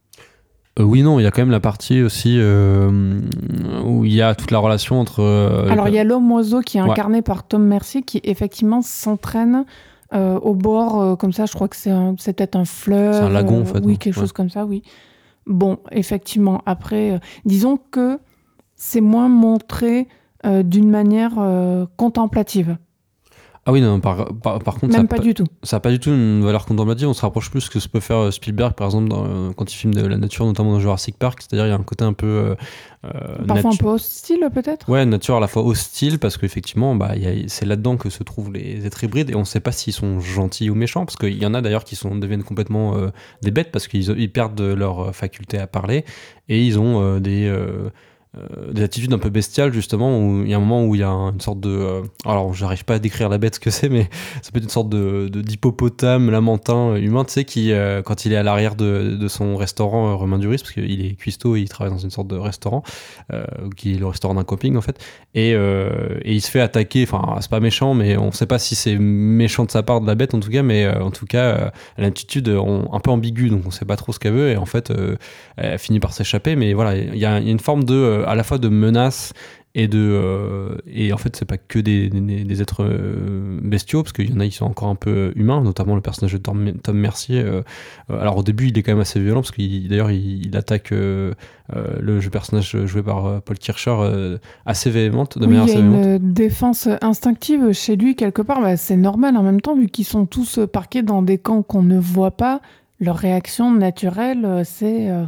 Euh, oui, non, il y a quand même la partie aussi euh, où il y a toute la relation entre. euh, Alors il y a l'homme oiseau qui est Ouais. incarné par Tom Mercy qui effectivement s'entraîne euh, au bord, euh, comme ça, je crois que c'est, un- c'est peut-être un fleuve. C'est un lagon, euh, en fait, Oui, non quelque Ouais. chose comme ça, oui. Bon, effectivement, après, euh, disons que c'est moins montré euh, d'une manière euh, contemplative. Ah oui, non, par, par, par contre, ça Même a pas du tout. ça n'a pas du tout une valeur contemplative. On se rapproche plus que ce que peut faire euh, Spielberg, par exemple, dans, euh, quand il filme de la nature, notamment dans Jurassic Park. C'est-à-dire, il y a un côté un peu. euh, euh, Parfois un natu- peu hostile, peut-être. Ouais, nature à la fois hostile, parce qu'effectivement, bah, il y a- c'est là-dedans que se trouvent les êtres hybrides, et on ne sait pas s'ils sont gentils ou méchants, parce qu'il y en a d'ailleurs qui sont, deviennent complètement euh, des bêtes, parce qu'ils ils perdent de leur euh, faculté à parler, et ils ont euh, des. euh, euh, des attitudes un peu bestiales justement où il y a un moment où il y a un- une sorte de euh, alors j'arrive pas à décrire la bête ce que c'est mais ça peut être une sorte de, de- d'hippopotame lamentin euh, humain tu sais qui euh, quand il est à l'arrière de, de son restaurant euh, Romain Duris parce qu'il est cuistot et il travaille dans une sorte de restaurant euh, qui est le restaurant d'un camping en fait et, euh, et il se fait attaquer enfin c'est pas méchant mais on sait pas si c'est méchant de sa part de la bête en tout cas mais euh, en tout cas euh, elle a une attitude euh, on- un peu ambiguë donc on sait pas trop ce qu'elle veut et en fait euh, elle finit par s'échapper mais voilà il y, a il y a une forme de euh, à la fois de menace et de euh, et en fait c'est pas que des, des, des êtres euh, bestiaux parce qu'il y en a qui sont encore un peu humains notamment le personnage de Tom, Tom Mercier euh, euh, alors au début il est quand même assez violent parce qu'il d'ailleurs il, il attaque euh, euh, le jeu personnage joué par euh, Paul Kircher euh, assez véhémente de Oui, manière il y a assez véhémente. une défense instinctive chez lui, quelque part. Bah, c'est normal en même temps, vu qu'ils sont tous parqués dans des camps qu'on ne voit pas. Leur réaction naturelle, euh, c'est euh,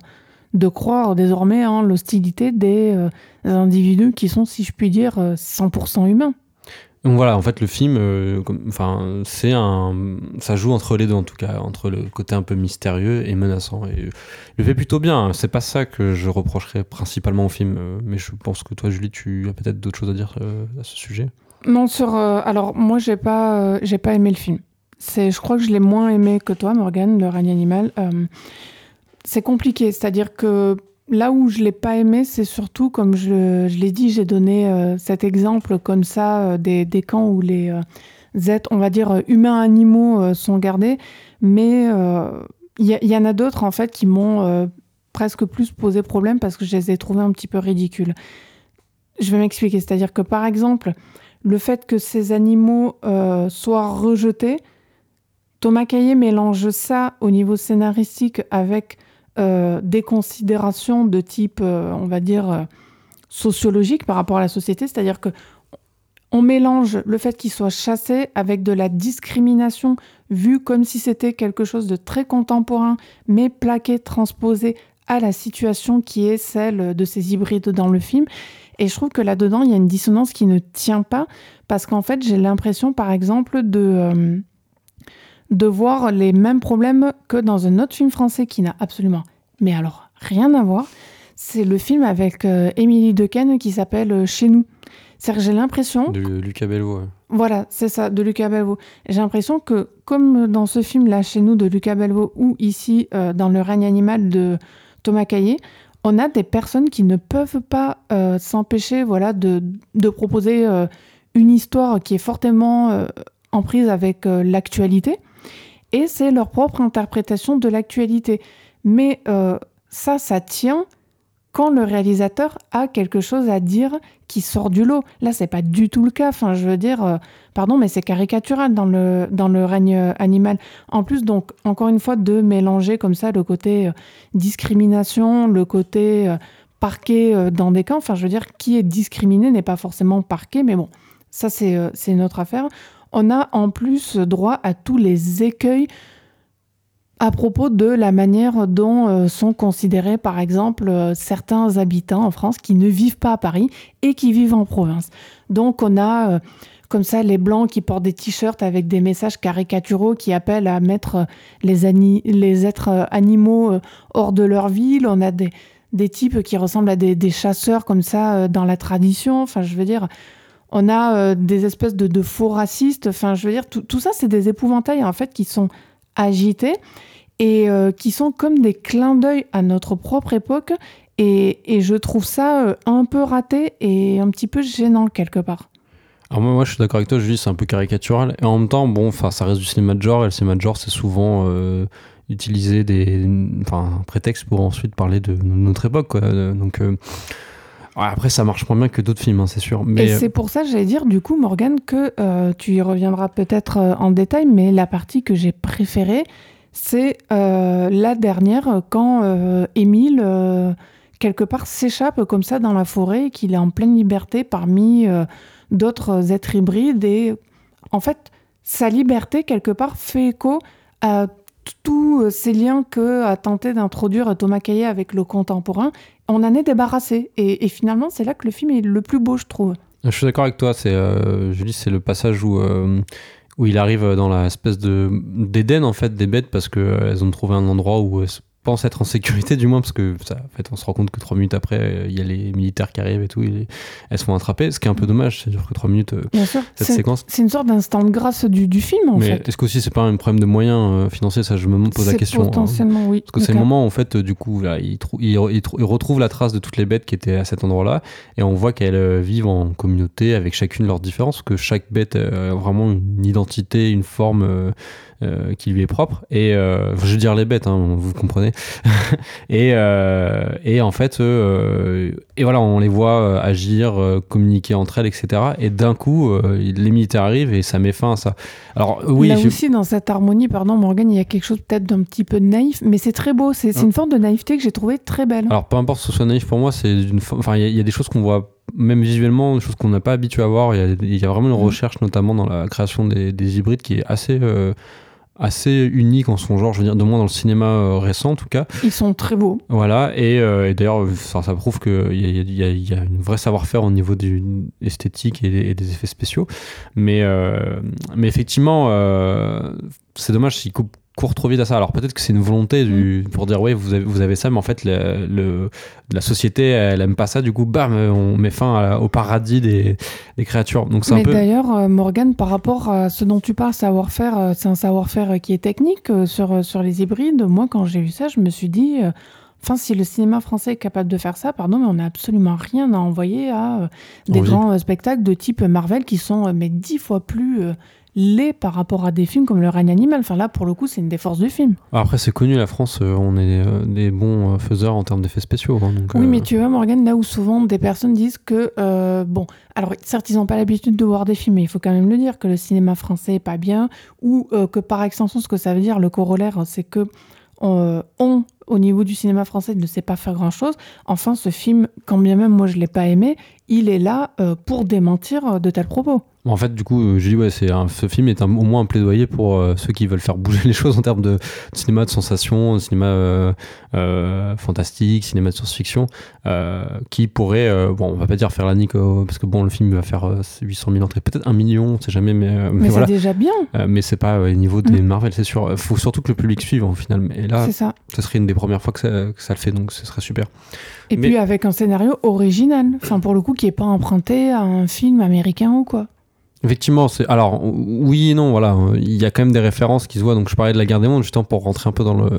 de croire désormais en l'hostilité des euh, individus qui sont, si je puis dire, euh, cent pour cent humains. Donc voilà, en fait, le film, euh, comme, enfin, c'est un, ça joue entre les deux en tout cas, entre le côté un peu mystérieux et menaçant. Et euh, il le fait plutôt bien. C'est pas ça que je reprocherais principalement au film, euh, mais je pense que toi, Julie, tu as peut-être d'autres choses à dire euh, à ce sujet. Non, sur. euh, alors, moi, j'ai pas, euh, j'ai pas aimé le film. C'est, je crois que je l'ai moins aimé que toi, Morgane, Le règne animal. Euh, c'est compliqué, c'est-à-dire que là où je l'ai pas aimé, c'est surtout, comme je, je l'ai dit, j'ai donné euh, cet exemple comme ça euh, des, des camps où les euh, êtres, on va dire, euh, humains-animaux euh, sont gardés, mais il euh, y, y en a d'autres, en fait, qui m'ont euh, presque plus posé problème parce que je les ai trouvés un petit peu ridicules. Je vais m'expliquer, c'est-à-dire que, par exemple, le fait que ces animaux euh, soient rejetés, Thomas Caillet mélange ça au niveau scénaristique avec euh, des considérations de type, euh, on va dire, euh, sociologique par rapport à la société. C'est-à-dire que on mélange le fait qu'ils soient chassés avec de la discrimination, vue comme si c'était quelque chose de très contemporain, mais plaqué, transposé à la situation qui est celle de ces hybrides dans le film. Et je trouve que là-dedans, il y a une dissonance qui ne tient pas, parce qu'en fait, j'ai l'impression, par exemple, de... Euh, de voir les mêmes problèmes que dans un autre film français qui n'a absolument, mais alors, rien à voir. C'est le film avec euh, Émilie Dequesne qui s'appelle euh, Chez nous. C'est-à-dire que j'ai l'impression... De Lucas Bellevaux. Ouais. Voilà, c'est ça, de Lucas Bellevaux. J'ai l'impression que, comme dans ce film-là, Chez nous, de Lucas Bellevaux, ou ici, euh, dans Le règne animal de Thomas Caillet, on a des personnes qui ne peuvent pas euh, s'empêcher voilà, de, de proposer euh, une histoire qui est fortement euh, en prise avec euh, l'actualité. Et c'est leur propre interprétation de l'actualité. Mais euh, ça, ça tient quand le réalisateur a quelque chose à dire qui sort du lot. Là, c'est pas du tout le cas. Enfin, je veux dire, euh, pardon, mais c'est caricatural dans le, dans le règne animal. En plus, donc, encore une fois, de mélanger comme ça le côté euh, discrimination, le côté euh, parqué euh, dans des camps. Enfin, je veux dire, qui est discriminé n'est pas forcément parqué, mais bon, ça, c'est, euh, c'est une autre affaire. On a en plus droit à tous les écueils à propos de la manière dont euh, sont considérés, par exemple, euh, certains habitants en France qui ne vivent pas à Paris et qui vivent en province. Donc, on a euh, comme ça les Blancs qui portent des t-shirts avec des messages caricaturaux qui appellent à mettre euh, les, ani- les êtres euh, animaux euh, hors de leur ville. On a des, des types qui ressemblent à des, des chasseurs comme ça euh, dans la tradition. Enfin, je veux dire... On a euh, des espèces de, de faux racistes. Enfin, je veux dire, tout, tout ça, c'est des épouvantails, en fait, qui sont agités et euh, qui sont comme des clins d'œil à notre propre époque. Et, et je trouve ça euh, un peu raté et un petit peu gênant, quelque part. Alors moi, moi, je suis d'accord avec toi, Julie, c'est un peu caricatural. Et en même temps, bon, ça reste du cinéma de genre, et le cinéma de genre, c'est souvent euh, utiliser des, enfin, un prétexte pour ensuite parler de notre époque, quoi. Donc... Euh, Après, ça marche moins bien que d'autres films, hein, c'est sûr. Mais... Et c'est pour ça, j'allais dire, du coup, Morgane, que euh, tu y reviendras peut-être euh, en détail, mais la partie que j'ai préférée, c'est euh, la dernière, quand euh, Émile, euh, quelque part, s'échappe comme ça dans la forêt, et qu'il est en pleine liberté parmi euh, d'autres êtres hybrides. Et en fait, sa liberté, quelque part, fait écho à tous ces liens qu'a tenté d'introduire Thomas Caillet avec le contemporain. On en est débarrassé. Et, et finalement, c'est là que le film est le plus beau, je trouve. Je suis d'accord avec toi. C'est, euh, Julie, c'est le passage où, euh, où il arrive dans la espèce de, d'Éden, en fait, des bêtes, parce qu'elles euh, ont trouvé un endroit où elles pensent être en sécurité, du moins, parce que ça, en fait, on se rend compte que trois minutes après, il y a les militaires qui arrivent et tout, et elles se font attraper, ce qui est un peu dommage, ça dure que trois minutes, euh, Bien sûr. cette c'est, séquence. C'est une sorte d'instant de grâce du, du film, en Mais fait. est-ce qu'aussi c'est pas un problème de moyens euh, financiers, ça je me pose c'est la question. Potentiellement, hein. oui. Parce que c'est le moment où, en fait, euh, du coup, là, il, trou- il, il, il retrouve la trace de toutes les bêtes qui étaient à cet endroit-là, et on voit qu'elles euh, vivent en communauté avec chacune leurs différences, que chaque bête euh, a vraiment une identité, une forme euh, euh, qui lui est propre. Et euh, je veux dire les bêtes, hein, vous comprenez. et, euh, et en fait, euh, et voilà, on les voit euh, agir, euh, communiquer entre elles, et cetera. Et d'un coup, euh, les militaires arrivent et ça met fin à ça. Alors oui, Là je... aussi, dans cette harmonie, pardon Morgane, il y a quelque chose peut-être d'un petit peu naïf, mais c'est très beau. C'est, c'est une forme de naïveté que j'ai trouvée très belle. Alors peu importe que ce soit naïf pour moi, c'est une... enfin, il y, y a des choses qu'on voit même visuellement, des choses qu'on n'a pas habitué à voir. Il y, y a vraiment une recherche, notamment dans la création des, des hybrides, qui est assez... Euh... assez unique en son genre, je veux dire, de moins dans le cinéma euh, récent en tout cas. Ils sont très beaux. Voilà, et, euh, et d'ailleurs, ça, ça prouve qu'il y a, y, a, y a une vraie savoir-faire au niveau du esthétique et, et des effets spéciaux. Mais, euh, mais effectivement, euh, c'est dommage s'il coupe court trop vite à ça. Alors peut-être que c'est une volonté du, pour dire oui, vous avez, vous avez ça, mais en fait le, le, la société elle aime pas ça, du coup bam, on met fin à, au paradis des, des créatures. Donc c'est mais un peu... d'ailleurs euh, Morgane, par rapport à ce dont tu parles, savoir-faire, euh, c'est un savoir-faire qui est technique euh, sur, sur les hybrides. Moi quand j'ai vu ça, je me suis dit euh, enfin si le cinéma français est capable de faire ça, pardon, mais on n'a absolument rien à envoyer à euh, des Oui. grands euh, spectacles de type Marvel qui sont euh, mais dix fois plus euh, laids par rapport à des films comme Le règne animal. Enfin là pour le coup c'est une des forces du film. Après c'est connu, la France, euh, on est euh, des bons euh, faiseurs en termes d'effets spéciaux. Hein, donc, oui euh... mais tu vois Morgane, là où souvent des personnes disent que euh, bon, alors certes ils n'ont pas l'habitude de voir des films, mais il faut quand même le dire que le cinéma français est pas bien, ou euh, que par extension ce que ça veut dire, le corollaire, c'est que euh, on au niveau du cinéma français ne sait pas faire grand chose. Enfin ce film, quand bien même moi je l'ai pas aimé, il est là euh, pour démentir de tels propos. En fait, du coup, je dis ouais, c'est un, ce film est un, au moins un plaidoyer pour euh, ceux qui veulent faire bouger les choses en termes de, de cinéma de sensation, de cinéma euh, euh, fantastique, cinéma de science-fiction, euh, qui pourrait, euh, bon, on va pas dire faire la nique, euh, parce que bon, le film va faire euh, huit cent mille entrées, peut-être un million, on sait jamais, mais, euh, mais, mais voilà. c'est déjà bien. Euh, mais c'est pas au euh, niveau des mmh. Marvel, c'est sûr. Il faut surtout que le public suive en final. Et là, c'est ça. Ce serait une des premières fois que ça, que ça le fait, donc ce serait super. Et mais... puis avec un scénario original, enfin pour le coup qui est pas emprunté à un film américain ou quoi. Effectivement, c'est alors oui et non, voilà, il y a quand même des références qui se voient. Donc je parlais de la Guerre des Mondes justement pour rentrer un peu dans le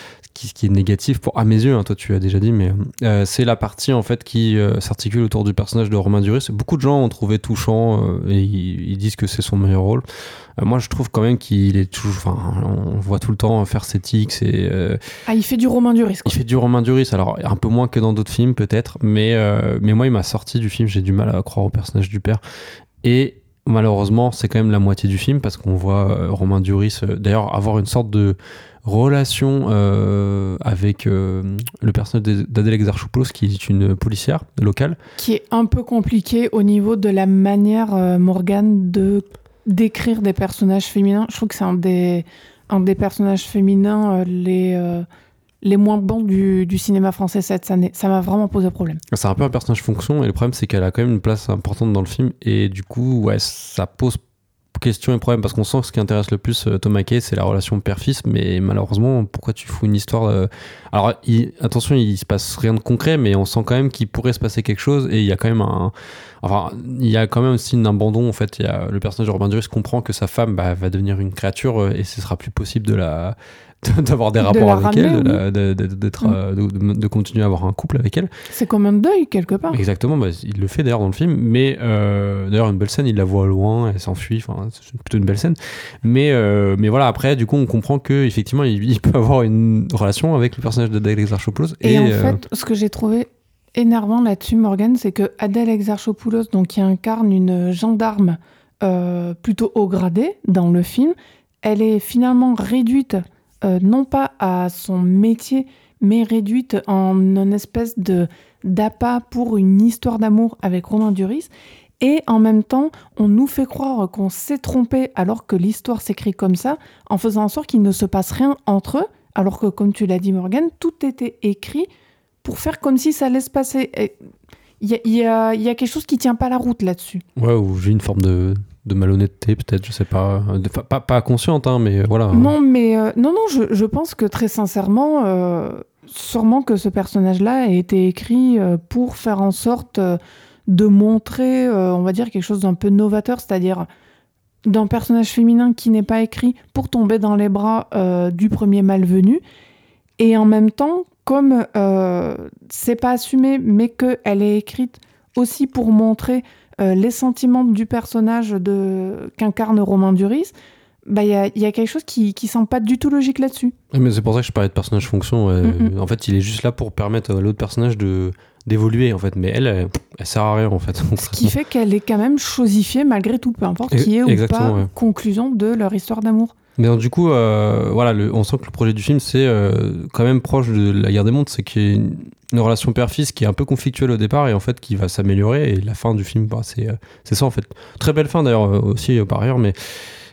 ce qui est négatif pour à mes yeux, hein, toi tu as déjà dit, mais euh, c'est la partie en fait qui euh, s'articule autour du personnage de Romain Duris. Beaucoup de gens ont trouvé touchant euh, et ils, ils disent que c'est son meilleur rôle. Euh, moi je trouve quand même qu'il est toujours, enfin on voit tout le temps faire ses tics et euh, ah il fait du Romain Duris. Quoi. Il fait du Romain Duris, alors un peu moins que dans d'autres films peut-être, mais euh, mais moi il m'a sorti du film, j'ai du mal à croire au personnage du père et malheureusement, c'est quand même la moitié du film parce qu'on voit euh, Romain Duris euh, d'ailleurs avoir une sorte de relation euh, avec euh, le personnage d'Adèle Exarchopoulos qui est une policière locale. Qui est un peu compliqué au niveau de la manière, euh, Morgane, de d'écrire des personnages féminins. Je trouve que c'est un des, un des personnages féminins euh, les... Euh, les moins bons du, du cinéma français cette année. Ça m'a vraiment posé problème. C'est un peu un personnage fonction et le problème c'est qu'elle a quand même une place importante dans le film et du coup ouais, ça pose question et problème parce qu'on sent que ce qui intéresse le plus euh, Thomas Kay c'est la relation père-fils, mais malheureusement pourquoi tu fous une histoire euh... alors il, attention il se passe rien de concret mais on sent quand même qu'il pourrait se passer quelque chose et il y a quand même un enfin il y a quand même aussi un abandon en fait. Il y a le personnage de Romain Duris comprend que sa femme bah, va devenir une créature et ce sera plus possible de la d'avoir des rapports de avec ramener, elle, oui. de, la, de, de, d'être, mmh. euh, de, de, de continuer à avoir un couple avec elle. C'est comme un deuil, quelque part. Exactement, bah, il le fait d'ailleurs dans le film, mais euh, d'ailleurs une belle scène, il la voit au loin, elle s'enfuit, enfin, c'est plutôt une belle scène. Mais, euh, mais voilà, après, du coup, on comprend qu'effectivement, il, il peut avoir une relation avec le personnage d'Adèle Exarchopoulos. Et, et en euh... fait, ce que j'ai trouvé énervant là-dessus, Morgane, c'est que Adèle Exarchopoulos, donc, qui incarne une gendarme euh, plutôt haut gradé dans le film, elle est finalement réduite Euh, non pas à son métier, mais réduite en une espèce de, d'appât pour une histoire d'amour avec Romain Duris. Et en même temps, on nous fait croire qu'on s'est trompé alors que l'histoire s'écrit comme ça, en faisant en sorte qu'il ne se passe rien entre eux, alors que, comme tu l'as dit Morgane, tout était écrit pour faire comme si ça allait se passer. Il y a, y, a, y a quelque chose qui tient pas la route là-dessus. Ouais, ou j'ai une forme de... de malhonnêteté peut-être, je sais pas, de, pas, pas consciente, hein, mais voilà. Non, mais euh, non, non, je, je pense que très sincèrement, euh, sûrement que ce personnage-là a été écrit euh, pour faire en sorte euh, de montrer, euh, on va dire, quelque chose d'un peu novateur, c'est-à-dire d'un personnage féminin qui n'est pas écrit pour tomber dans les bras euh, du premier malvenu, et en même temps, comme euh, c'est pas assumé, mais qu'elle est écrite aussi pour montrer Euh, les sentiments du personnage de... qu'incarne Romain Duris, bah, y a, y a quelque chose qui qui semble pas du tout logique là-dessus. Mais c'est pour ça que je parlais de personnage fonction. Euh, mm-hmm. En fait, il est juste là pour permettre à l'autre personnage de, d'évoluer, en fait. Mais elle, elle, elle sert à rien, en fait. Ce qui fait qu'elle est quand même chosifiée malgré tout, peu importe qui est ou pas ouais. conclusion de leur histoire d'amour. Mais donc, du coup, euh, voilà, le, on sent que le projet du film, c'est euh, quand même proche de la Guerre des Mondes, c'est qu'il y a une, une relation père-fils qui est un peu conflictuelle au départ et en fait qui va s'améliorer. Et la fin du film, bah, c'est, c'est ça en fait. Très belle fin d'ailleurs aussi euh, par ailleurs, mais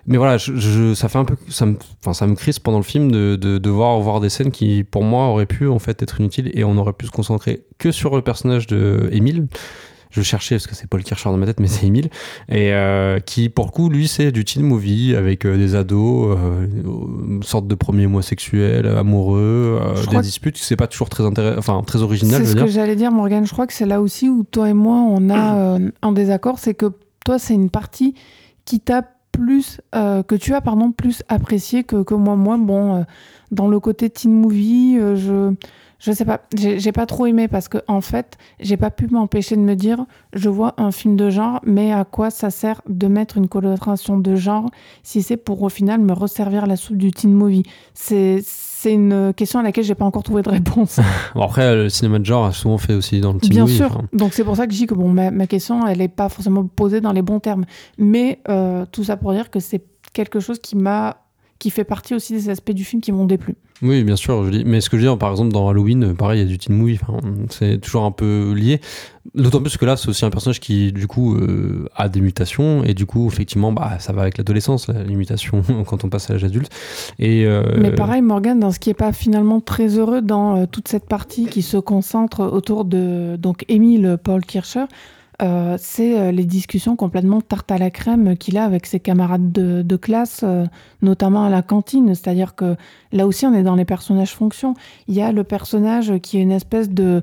mais voilà, je, je, ça fait un peu, ça me, enfin, ça me crispe pendant le film de, de, de voir, voir des scènes qui, pour moi, auraient pu en fait être inutiles et on aurait pu se concentrer que sur le personnage de Émile. Je cherchais parce que c'est Paul Kircher dans ma tête, mais c'est Émile, et euh, qui pour le coup, lui, c'est du teen movie avec euh, des ados, euh, une sorte de premier mois sexuel, amoureux, euh, des disputes. Que c'est pas toujours très intéressant, enfin très original. C'est je ce veux que dire. j'allais dire, Morgane. Je crois que c'est là aussi où toi et moi on a euh, un désaccord, c'est que toi c'est une partie qui t'a plus euh, que tu as pardon plus apprécié que que moi. Moi, bon, euh, dans le côté teen movie, euh, je Je sais pas, j'ai, j'ai pas trop aimé parce que en fait, j'ai pas pu m'empêcher de me dire, je vois un film de genre, mais à quoi ça sert de mettre une coloration de genre si c'est pour au final me resservir la soupe du teen movie? C'est c'est une question à laquelle j'ai pas encore trouvé de réponse. Bon, après, le cinéma de genre a souvent fait aussi dans le teen Bien movie. sûr, Enfin. donc c'est pour ça que je dis que bon, ma, ma question, elle est pas forcément posée dans les bons termes, mais euh, tout ça pour dire que c'est quelque chose qui m'a qui fait partie aussi des aspects du film qui m'ont déplu. Oui, bien sûr, je dis. Mais ce que je veux dire, par exemple, dans Halloween, pareil, il y a du teen movie, enfin, c'est toujours un peu lié. D'autant plus que là, c'est aussi un personnage qui, du coup, euh, a des mutations, et du coup, effectivement, bah, ça va avec l'adolescence, là, les mutations, quand on passe à l'âge adulte. Et, euh... Mais pareil, Morgane, dans ce qui n'est pas finalement très heureux dans euh, toute cette partie qui se concentre autour de donc Émile Paul Kircher, Euh, c'est euh, les discussions complètement tarte à la crème qu'il a avec ses camarades de, de classe, euh, notamment à la cantine. C'est-à-dire que là aussi, on est dans les personnages fonctions. Il y a le personnage qui est une espèce de...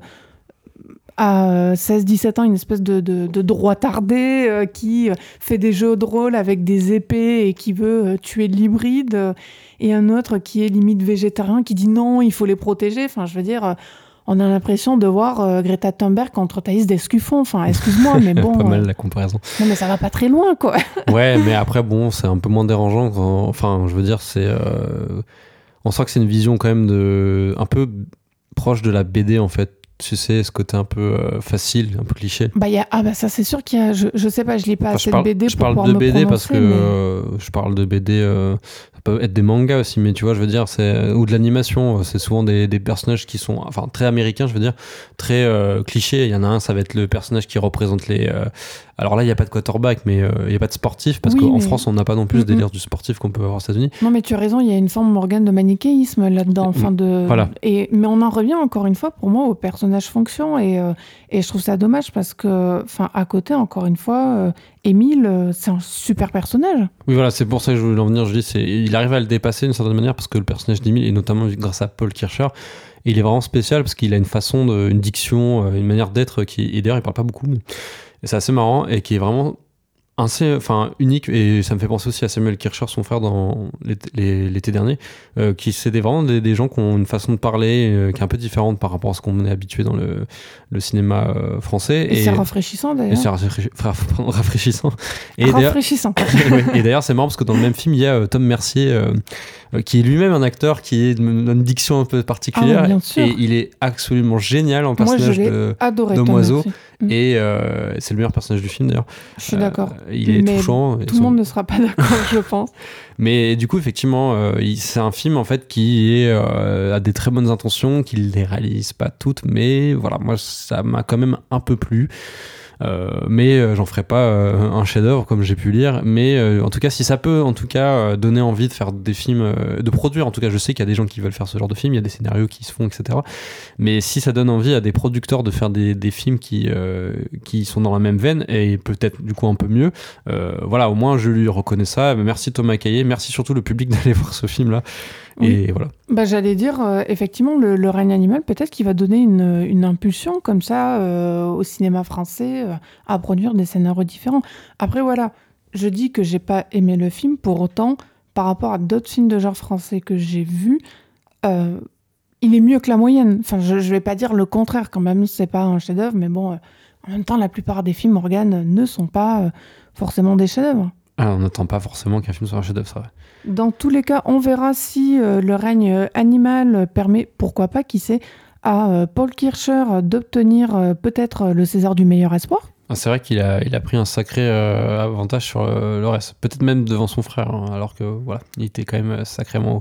à seize dix-sept ans, une espèce de, de, de droitardé euh, qui fait des jeux de rôle avec des épées et qui veut euh, tuer l'hybride. Euh, et un autre qui est limite végétarien, qui dit non, il faut les protéger. Enfin, je veux dire... Euh, on a l'impression de voir euh, Greta Thunberg contre Thaïs d'Escuffon. Enfin, excuse-moi, mais bon... pas mal euh... la comparaison. Non, mais ça va pas très loin, quoi. Ouais, mais après, bon, c'est un peu moins dérangeant. Quand... Enfin, je veux dire, c'est... Euh... On sent que c'est une vision quand même de... un peu proche de la B D, en fait. Tu sais, ce côté un peu euh, facile, un peu cliché. Bah, y a... Ah bah ça, c'est sûr qu'il y a... Je, je sais pas, je lis pas enfin, assez parle, de B D je pour parle pouvoir de me B D parce que mais... euh, je parle de B D... Euh... Ça peut être des mangas aussi, mais tu vois, je veux dire, c'est... ou de l'animation. C'est souvent des, des personnages qui sont enfin, très américains, je veux dire, très euh, clichés. Il y en a un, ça va être le personnage qui représente les... Euh... Alors là, il n'y a pas de quarterback, mais il euh, n'y a pas de sportif, parce oui, qu'en mais... France, on n'a pas non plus mm-hmm. ce délire du sportif qu'on peut avoir aux États-Unis. Non, mais tu as raison, il y a une forme, Morgane, de manichéisme là-dedans. Enfin, de... Voilà. Et... Mais on en revient encore une fois, pour moi, au personnage fonction, et, euh, et je trouve ça dommage, parce que, enfin, à côté, encore une fois, euh, Émile, euh, c'est un super personnage. Oui, voilà, c'est pour ça que je voulais en venir. Je dis, c'est... il arrive à le dépasser d'une certaine manière, parce que le personnage d'Émile, et notamment grâce à Paul Kircher, il est vraiment spécial, parce qu'il a une façon, de... une diction, une manière d'être, qui... et d'ailleurs, il parle pas beaucoup, mais... et c'est assez marrant, et qui est vraiment... assez, enfin, unique, et ça me fait penser aussi à Samuel Kircher, son frère, dans l'été, l'été dernier, euh, qui c'est des, vraiment des, des gens qui ont une façon de parler euh, qui est un peu différente par rapport à ce qu'on est habitué dans le, le cinéma euh, français. Et, et c'est rafraîchissant d'ailleurs. Et c'est rafraîchi- rafraîchissant. Et rafraîchissant. D'ailleurs, et d'ailleurs, c'est marrant parce que dans le même film, il y a euh, Tom Mercier, euh, euh, qui est lui-même un acteur qui est d'une diction un peu particulière. Ah, bien sûr. Et il est absolument génial en personnage Moi, je de adoré, d'Omoiseau. Et euh, c'est le meilleur personnage du film d'ailleurs. Je suis euh, d'accord. Il est mais touchant. Tout le monde ne sera pas d'accord, je pense. Mais du coup, effectivement, euh, il, c'est un film en fait qui est, euh, a des très bonnes intentions, qui ne les réalise pas toutes, mais voilà, moi ça m'a quand même un peu plu. Euh, mais euh, j'en ferai pas euh, un chef-d'œuvre comme j'ai pu lire, mais euh, en tout cas si ça peut en tout cas euh, donner envie de faire des films, euh, de produire, en tout cas je sais qu'il y a des gens qui veulent faire ce genre de films, il y a des scénarios qui se font, etc. Mais si ça donne envie à des producteurs de faire des, des films qui, euh, qui sont dans la même veine et peut-être du coup un peu mieux, euh, voilà, au moins je lui reconnais ça. Merci Thomas Caillet, merci surtout le public d'aller voir ce film là. Oui. Et voilà. Bah, j'allais dire, euh, effectivement, le, le règne animal, peut-être qu'il va donner une, une impulsion comme ça euh, au cinéma français euh, à produire des scénarios différents. Après, voilà, je dis que j'ai pas aimé le film, pour autant, par rapport à d'autres films de genre français que j'ai vus, euh, il est mieux que la moyenne. Enfin, je, je vais pas dire le contraire, quand même, c'est pas un chef-d'œuvre, mais bon, euh, en même temps, la plupart des films, Morgane, ne sont pas euh, forcément des chefs-d'œuvre. Ah, on n'attend pas forcément qu'un film soit un chef-d'œuvre, c'est vrai. Dans tous les cas, on verra si euh, le règne animal permet, pourquoi pas, qui sait, à euh, Paul Kircher d'obtenir euh, peut-être le César du meilleur espoir. Ah, c'est vrai qu'il a, il a pris un sacré euh, avantage sur euh, le reste, peut-être même devant son frère, hein, alors que voilà, il était quand même sacrément haut.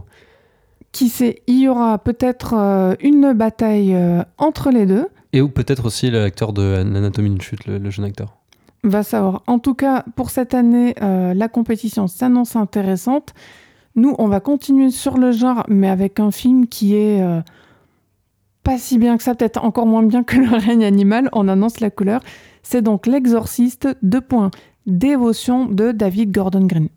Qui sait, il y aura peut-être euh, une bataille euh, entre les deux. Et ou peut-être aussi l'acteur de L'Anatomie d'une chute, le, le jeune acteur. Va savoir. En tout cas, pour cette année, euh, la compétition s'annonce intéressante. Nous, on va continuer sur le genre, mais avec un film qui est euh, pas si bien que ça, peut-être encore moins bien que Le règne animal. On annonce la couleur. C'est donc L'Exorciste, deux points, Dévotion de David Gordon Green.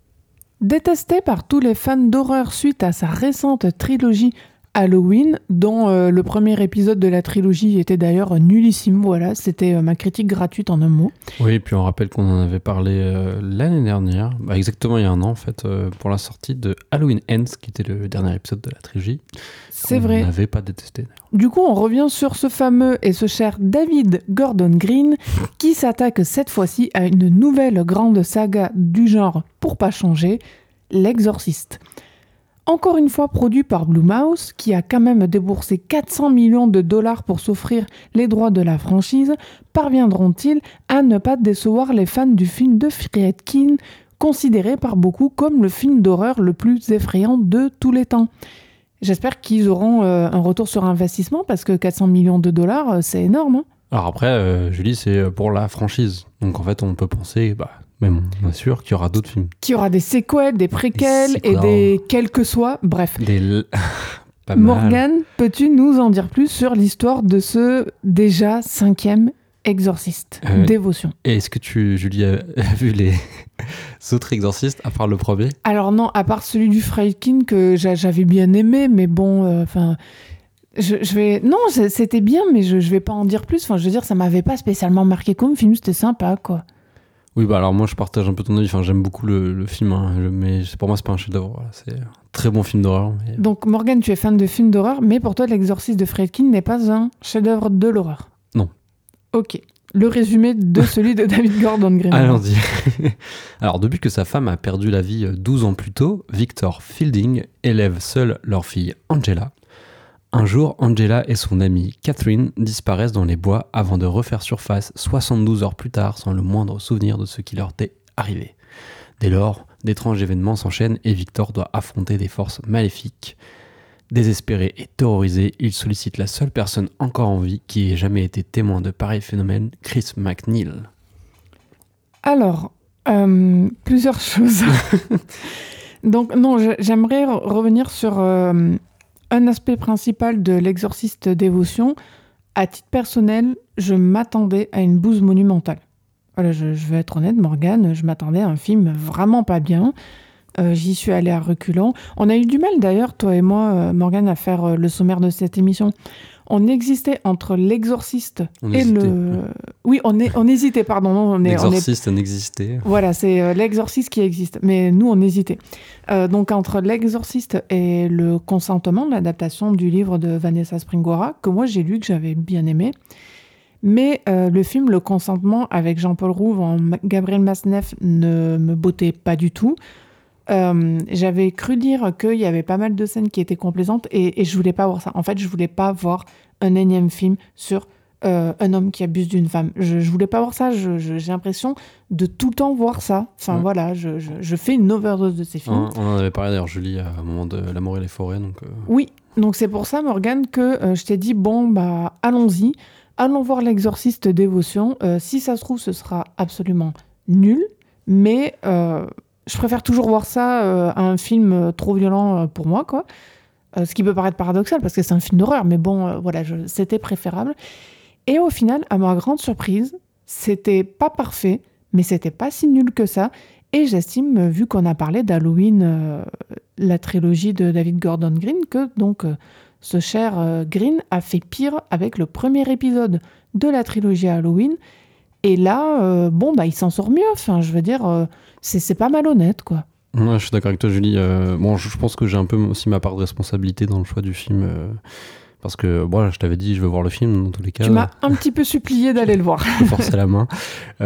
Détesté par tous les fans d'horreur suite à sa récente trilogie Halloween, dont euh, le premier épisode de la trilogie était d'ailleurs nullissime, voilà, c'était euh, ma critique gratuite en un mot. Oui, et puis on rappelle qu'on en avait parlé euh, l'année dernière, bah exactement il y a un an en fait, euh, pour la sortie de Halloween Ends, qui était le dernier épisode de la trilogie. C'est on vrai. On n'avait pas détesté d'ailleurs. Du coup, on revient sur ce fameux et ce cher David Gordon Green, qui s'attaque cette fois-ci à une nouvelle grande saga du genre, pour pas changer, L'Exorciste. Encore une fois produit par Blumhouse, qui a quand même déboursé quatre cents millions de dollars pour s'offrir les droits de la franchise, parviendront-ils à ne pas décevoir les fans du film de Friedkin, considéré par beaucoup comme le film d'horreur le plus effrayant de tous les temps? J'espère qu'ils auront euh, un retour sur investissement, parce que quatre cents millions de dollars, euh, c'est énorme. Hein. Alors après, euh, Julie, c'est pour la franchise. Donc en fait, on peut penser, bah, même on est sûr qu'il y aura d'autres films. Qu'il y aura des séquelles, des préquels Des et des quels que soit, bref. Des l... Pas Morgane, peux-tu nous en dire plus sur l'histoire de ce déjà cinquième Exorciste, euh, Dévotion? Et est-ce que tu, Julie, as, as vu les autres exorcistes, à part le premier? Alors non, à part celui du Friedkin que j'a- j'avais bien aimé, mais bon, enfin... Euh, je, je vais... Non, c'était bien, mais je, je vais pas en dire plus. Enfin, je veux dire, ça m'avait pas spécialement marqué comme film, c'était sympa, quoi. Oui, bah alors moi je partage un peu ton avis, enfin, j'aime beaucoup le, le film, hein, je, mais pour moi c'est pas un chef-d'œuvre, voilà. C'est un très bon film d'horreur. Mais... Donc Morgane, tu es fan de films d'horreur, mais pour toi L'Exorciste de Friedkin n'est pas un chef-d'œuvre de l'horreur. Non. Ok. Le résumé de celui de David Gordon Green. Allons-y. Alors depuis que sa femme a perdu la vie douze ans plus tôt, Victor Fielding élève seul leur fille Angela. Un jour, Angela et son amie Catherine disparaissent dans les bois avant de refaire surface soixante-douze heures plus tard sans le moindre souvenir de ce qui leur était arrivé. Dès lors, d'étranges événements s'enchaînent et Victor doit affronter des forces maléfiques. Désespéré et terrorisé, il sollicite la seule personne encore en vie qui ait jamais été témoin de pareil phénomène, Chris MacNeil. Alors, euh, plusieurs choses. Donc non, je, j'aimerais re- revenir sur... Euh, un aspect principal de L'Exorciste Dévotion. À titre personnel, je m'attendais à une bouse monumentale. Voilà, je, je vais être honnête, Morgane, je m'attendais à un film vraiment pas bien. Euh, j'y suis allée à reculons. On a eu du mal d'ailleurs, toi et moi, euh, Morgane, à faire euh, le sommaire de cette émission. On existait entre L'Exorciste on et hésitait. le... Oui, on, est, on hésitait, pardon. Non, on est, L'Exorciste on est... n'existait. Voilà, c'est euh, L'Exorciste qui existe. Mais nous, on hésitait. Euh, donc, entre L'Exorciste et Le Consentement, l'adaptation du livre de Vanessa Springora, que moi, j'ai lu, que j'avais bien aimé. Mais euh, le film Le Consentement, avec Jean-Paul Rouve en Gabriel Masneff, ne me bottait pas du tout. Euh, j'avais cru dire qu'il y avait pas mal de scènes qui étaient complaisantes et, et je voulais pas voir ça. En fait, je voulais pas voir un énième film sur euh, un homme qui abuse d'une femme. Je, je voulais pas voir ça. Je, je, j'ai l'impression de tout le temps voir ça. Enfin ouais. voilà, je, je, je fais une overdose de ces films. Hein, on en avait parlé d'ailleurs, Julie, à un moment de L'amour et les forêts. Donc, euh... Oui, donc c'est pour ça, Morgane, que euh, je t'ai dit bon bah allons-y, allons voir L'Exorciste Dévotion. Euh, si ça se trouve, ce sera absolument nul, mais euh, je préfère toujours voir ça euh, à un film euh, trop violent euh, pour moi, quoi. Euh, ce qui peut paraître paradoxal parce que c'est un film d'horreur, mais bon, euh, voilà, je, c'était préférable. Et au final, à ma grande surprise, c'était pas parfait, mais c'était pas si nul que ça. Et j'estime, vu qu'on a parlé d'Halloween, euh, la trilogie de David Gordon Green, que donc euh, ce cher euh, Green a fait pire avec le premier épisode de la trilogie Halloween. Et là, euh, bon, bah, il s'en sort mieux. Enfin, je veux dire, euh, c'est, c'est pas malhonnête, quoi. Ouais, je suis d'accord avec toi, Julie. Euh, bon, je, je pense que j'ai un peu aussi ma part de responsabilité dans le choix du film. Euh, parce que, bon, je t'avais dit, je veux voir le film, dans tous les cas. Tu m'as un petit peu supplié d'aller le voir. Je me forçais la main.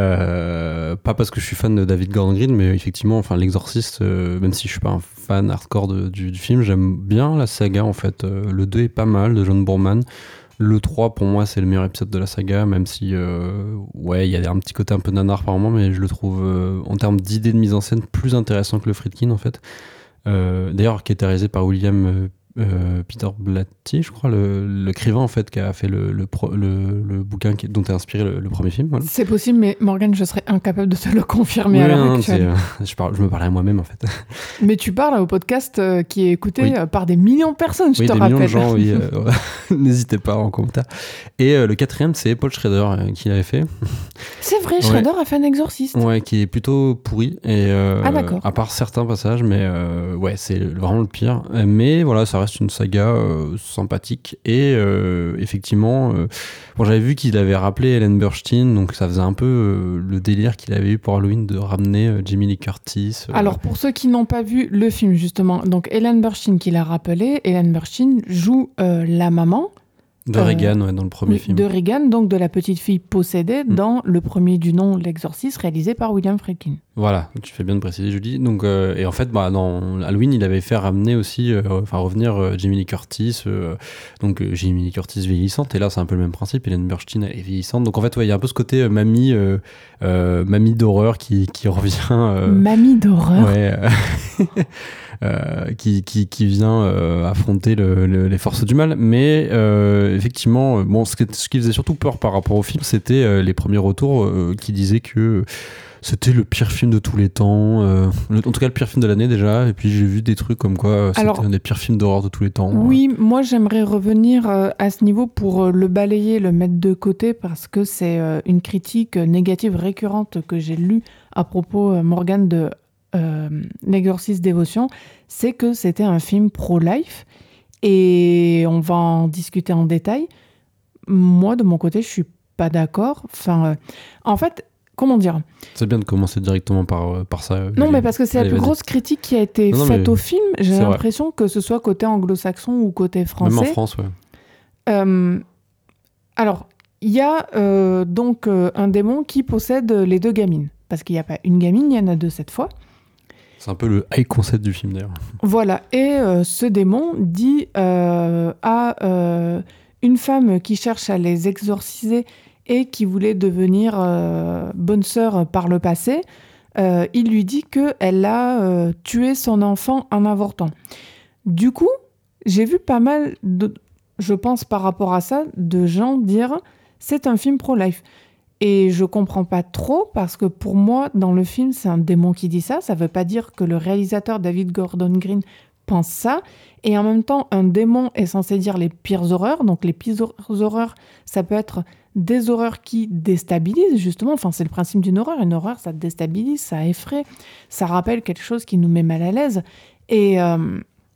Euh, pas parce que je suis fan de David Gordon Green, mais effectivement, enfin, L'Exorciste, euh, même si je suis pas un fan hardcore de, du, du film, j'aime bien la saga, en fait. Euh, le deux est pas mal, de John Boorman. Le trois, pour moi, c'est le meilleur épisode de la saga, même si, euh, ouais, il y a un petit côté un peu nanar par moment, mais je le trouve, euh, en termes d'idées de mise en scène, plus intéressant que le Friedkin, en fait. Euh, d'ailleurs, qui était réalisé par William euh, Peter Blatty, je crois, le, l'écrivain en fait qui a fait le, le, pro, le, le bouquin qui, dont est inspiré le, le premier film. Voilà. C'est possible, mais Morgane, je serais incapable de te le confirmer oui, à l'heure non, actuelle. euh, je, parle, je me parlais à moi-même en fait. Mais tu parles au podcast euh, qui est écouté oui. euh, par des millions de personnes, je oui, te des rappelle. millions de gens, oui. Euh, n'hésitez pas en commentaire. Et euh, le quatrième, c'est Paul Schrader euh, qui l'avait fait. C'est vrai, Schrader ouais. a fait un exorciste. Ouais, qui est plutôt pourri. Et, euh, ah d'accord. À part certains passages, mais euh, ouais, c'est vraiment le pire. Mais voilà, ça reste une saga euh, sympathique. Et euh, effectivement, euh, bon, j'avais vu qu'il avait rappelé Ellen Burstyn, donc ça faisait un peu euh, le délire qu'il avait eu pour Halloween de ramener euh, Jamie Lee Curtis. Euh. Alors pour ceux qui n'ont pas vu le film justement, donc Ellen Burstyn qui l'a rappelé, Ellen Burstyn joue euh, la maman. De Regan, euh, ouais, dans le premier film. De Regan, donc de la petite fille possédée mm. dans le premier du nom, L'Exorciste, réalisé par William Friedkin. Voilà, tu fais bien de préciser, Julie. Donc, euh, et en fait, bah, dans Halloween, il avait fait ramener aussi, euh, enfin revenir euh, Jamie Lee Curtis, euh, donc euh, Jamie Lee Curtis vieillissante, et là c'est un peu le même principe, Ellen Burstyn est vieillissante. Donc en fait, il ouais, y a un peu ce côté euh, mamie, euh, euh, mamie d'horreur qui, qui revient. Euh, mamie d'horreur Ouais. Euh, qui, qui, qui vient euh, affronter le, le, les forces du mal. Mais euh, effectivement, bon, ce, que, ce qui faisait surtout peur par rapport au film, c'était euh, les premiers retours euh, qui disaient que c'était le pire film de tous les temps, euh, en tout cas le pire film de l'année déjà, et puis j'ai vu des trucs comme quoi c'était Alors, un des pires films d'horreur de tous les temps. Oui, euh. moi j'aimerais revenir euh, à ce niveau pour euh, le balayer, le mettre de côté, parce que c'est euh, une critique négative récurrente que j'ai lue à propos, euh, Morgane, de Euh, L'Exorciste Dévotion, c'est que c'était un film pro-life et on va en discuter en détail. Moi, de mon côté, je suis pas d'accord. Enfin, euh, en fait, comment dire ? C'est bien de commencer directement par, par ça. Non, Julie. Mais parce que c'est Allez, la plus vas-y. grosse critique qui a été non, non, faite au film. J'ai l'impression vrai. que ce soit côté anglo-saxon ou côté français. Même en France, ouais. Euh, alors, il y a euh, donc euh, un démon qui possède les deux gamines. Parce qu'il n'y a pas une gamine, il y en a deux cette fois. C'est un peu le high concept du film d'ailleurs. Voilà, et euh, ce démon dit euh, à euh, une femme qui cherche à les exorciser et qui voulait devenir euh, bonne sœur par le passé, euh, il lui dit qu'elle a euh, tué son enfant en avortant. Du coup, j'ai vu pas mal, de, je pense par rapport à ça, de gens dire « c'est un film pro-life ». Et je comprends pas trop parce que pour moi, dans le film, c'est un démon qui dit ça. Ça veut pas dire que le réalisateur David Gordon Green pense ça. Et en même temps, un démon est censé dire les pires horreurs. Donc les pires horreurs, ça peut être des horreurs qui déstabilisent justement. Enfin, c'est le principe d'une horreur. Une horreur, ça déstabilise, ça effraie. Ça rappelle quelque chose qui nous met mal à l'aise. Et, euh,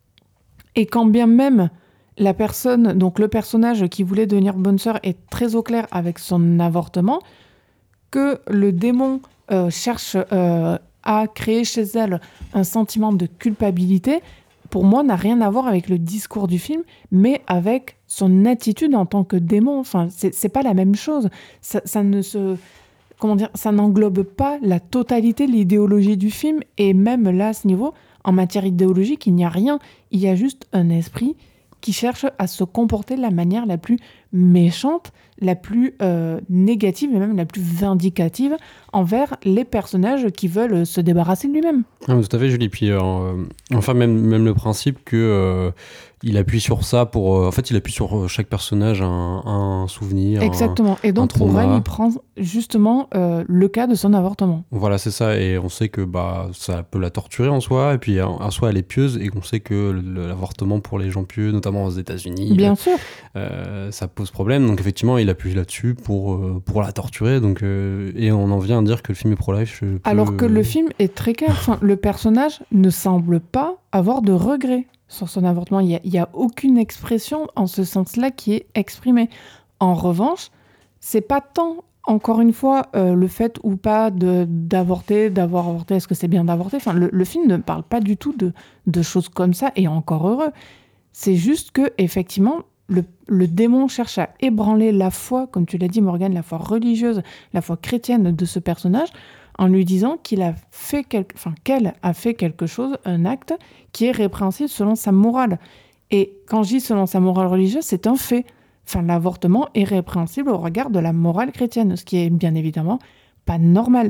et quand bien même la personne, donc le personnage qui voulait devenir bonne sœur est très au clair avec son avortement, que le démon euh, cherche euh, à créer chez elle un sentiment de culpabilité, pour moi, n'a rien à voir avec le discours du film, mais avec son attitude en tant que démon. Enfin, c'est, c'est pas la même chose. Ça, ça ne se... Comment dire, ça n'englobe pas la totalité de l'idéologie du film, et même là, à ce niveau, en matière idéologique, il n'y a rien. Il y a juste un esprit qui cherche à se comporter de la manière la plus méchante, la plus euh, négative et même la plus vindicative envers les personnages qui veulent se débarrasser de lui-même. Ah, tout à fait, Julie. Puis, euh, enfin, même, même le principe que euh, il appuie sur ça pour... Euh, en fait, il appuie sur chaque personnage un, un souvenir. Exactement. Un, et donc, pour elle, il prend justement euh, le cas de son avortement. Voilà, c'est ça. Et on sait que bah, ça peut la torturer en soi. Et puis, en, en soi, elle est pieuse. Et qu'on sait que le, l'avortement pour les gens pieux, notamment aux États-Unis, bien euh, sûr, euh, ça pose problème. Donc, effectivement, il appuie là-dessus pour, euh, pour la torturer. Donc, euh, et on en vient à dire que le film est pro-life. Je peux... Alors que le film est très clair. Enfin, le personnage ne semble pas avoir de regrets sur son avortement. Il n'y a, a aucune expression en ce sens-là qui est exprimée. En revanche, c'est pas tant, encore une fois, euh, le fait ou pas de, d'avorter, d'avoir avorté, est-ce que c'est bien d'avorter ? Enfin, le, le film ne parle pas du tout de, de choses comme ça, et encore heureux. C'est juste que, effectivement, le, le démon cherche à ébranler la foi, comme tu l'as dit, Morgane, la foi religieuse, la foi chrétienne de ce personnage, en lui disant qu'il a fait quelque, enfin, qu'elle a fait quelque chose, un acte qui est répréhensible selon sa morale. Et quand je dis selon sa morale religieuse, c'est un fait. Enfin, l'avortement est répréhensible au regard de la morale chrétienne, ce qui est bien évidemment pas normal.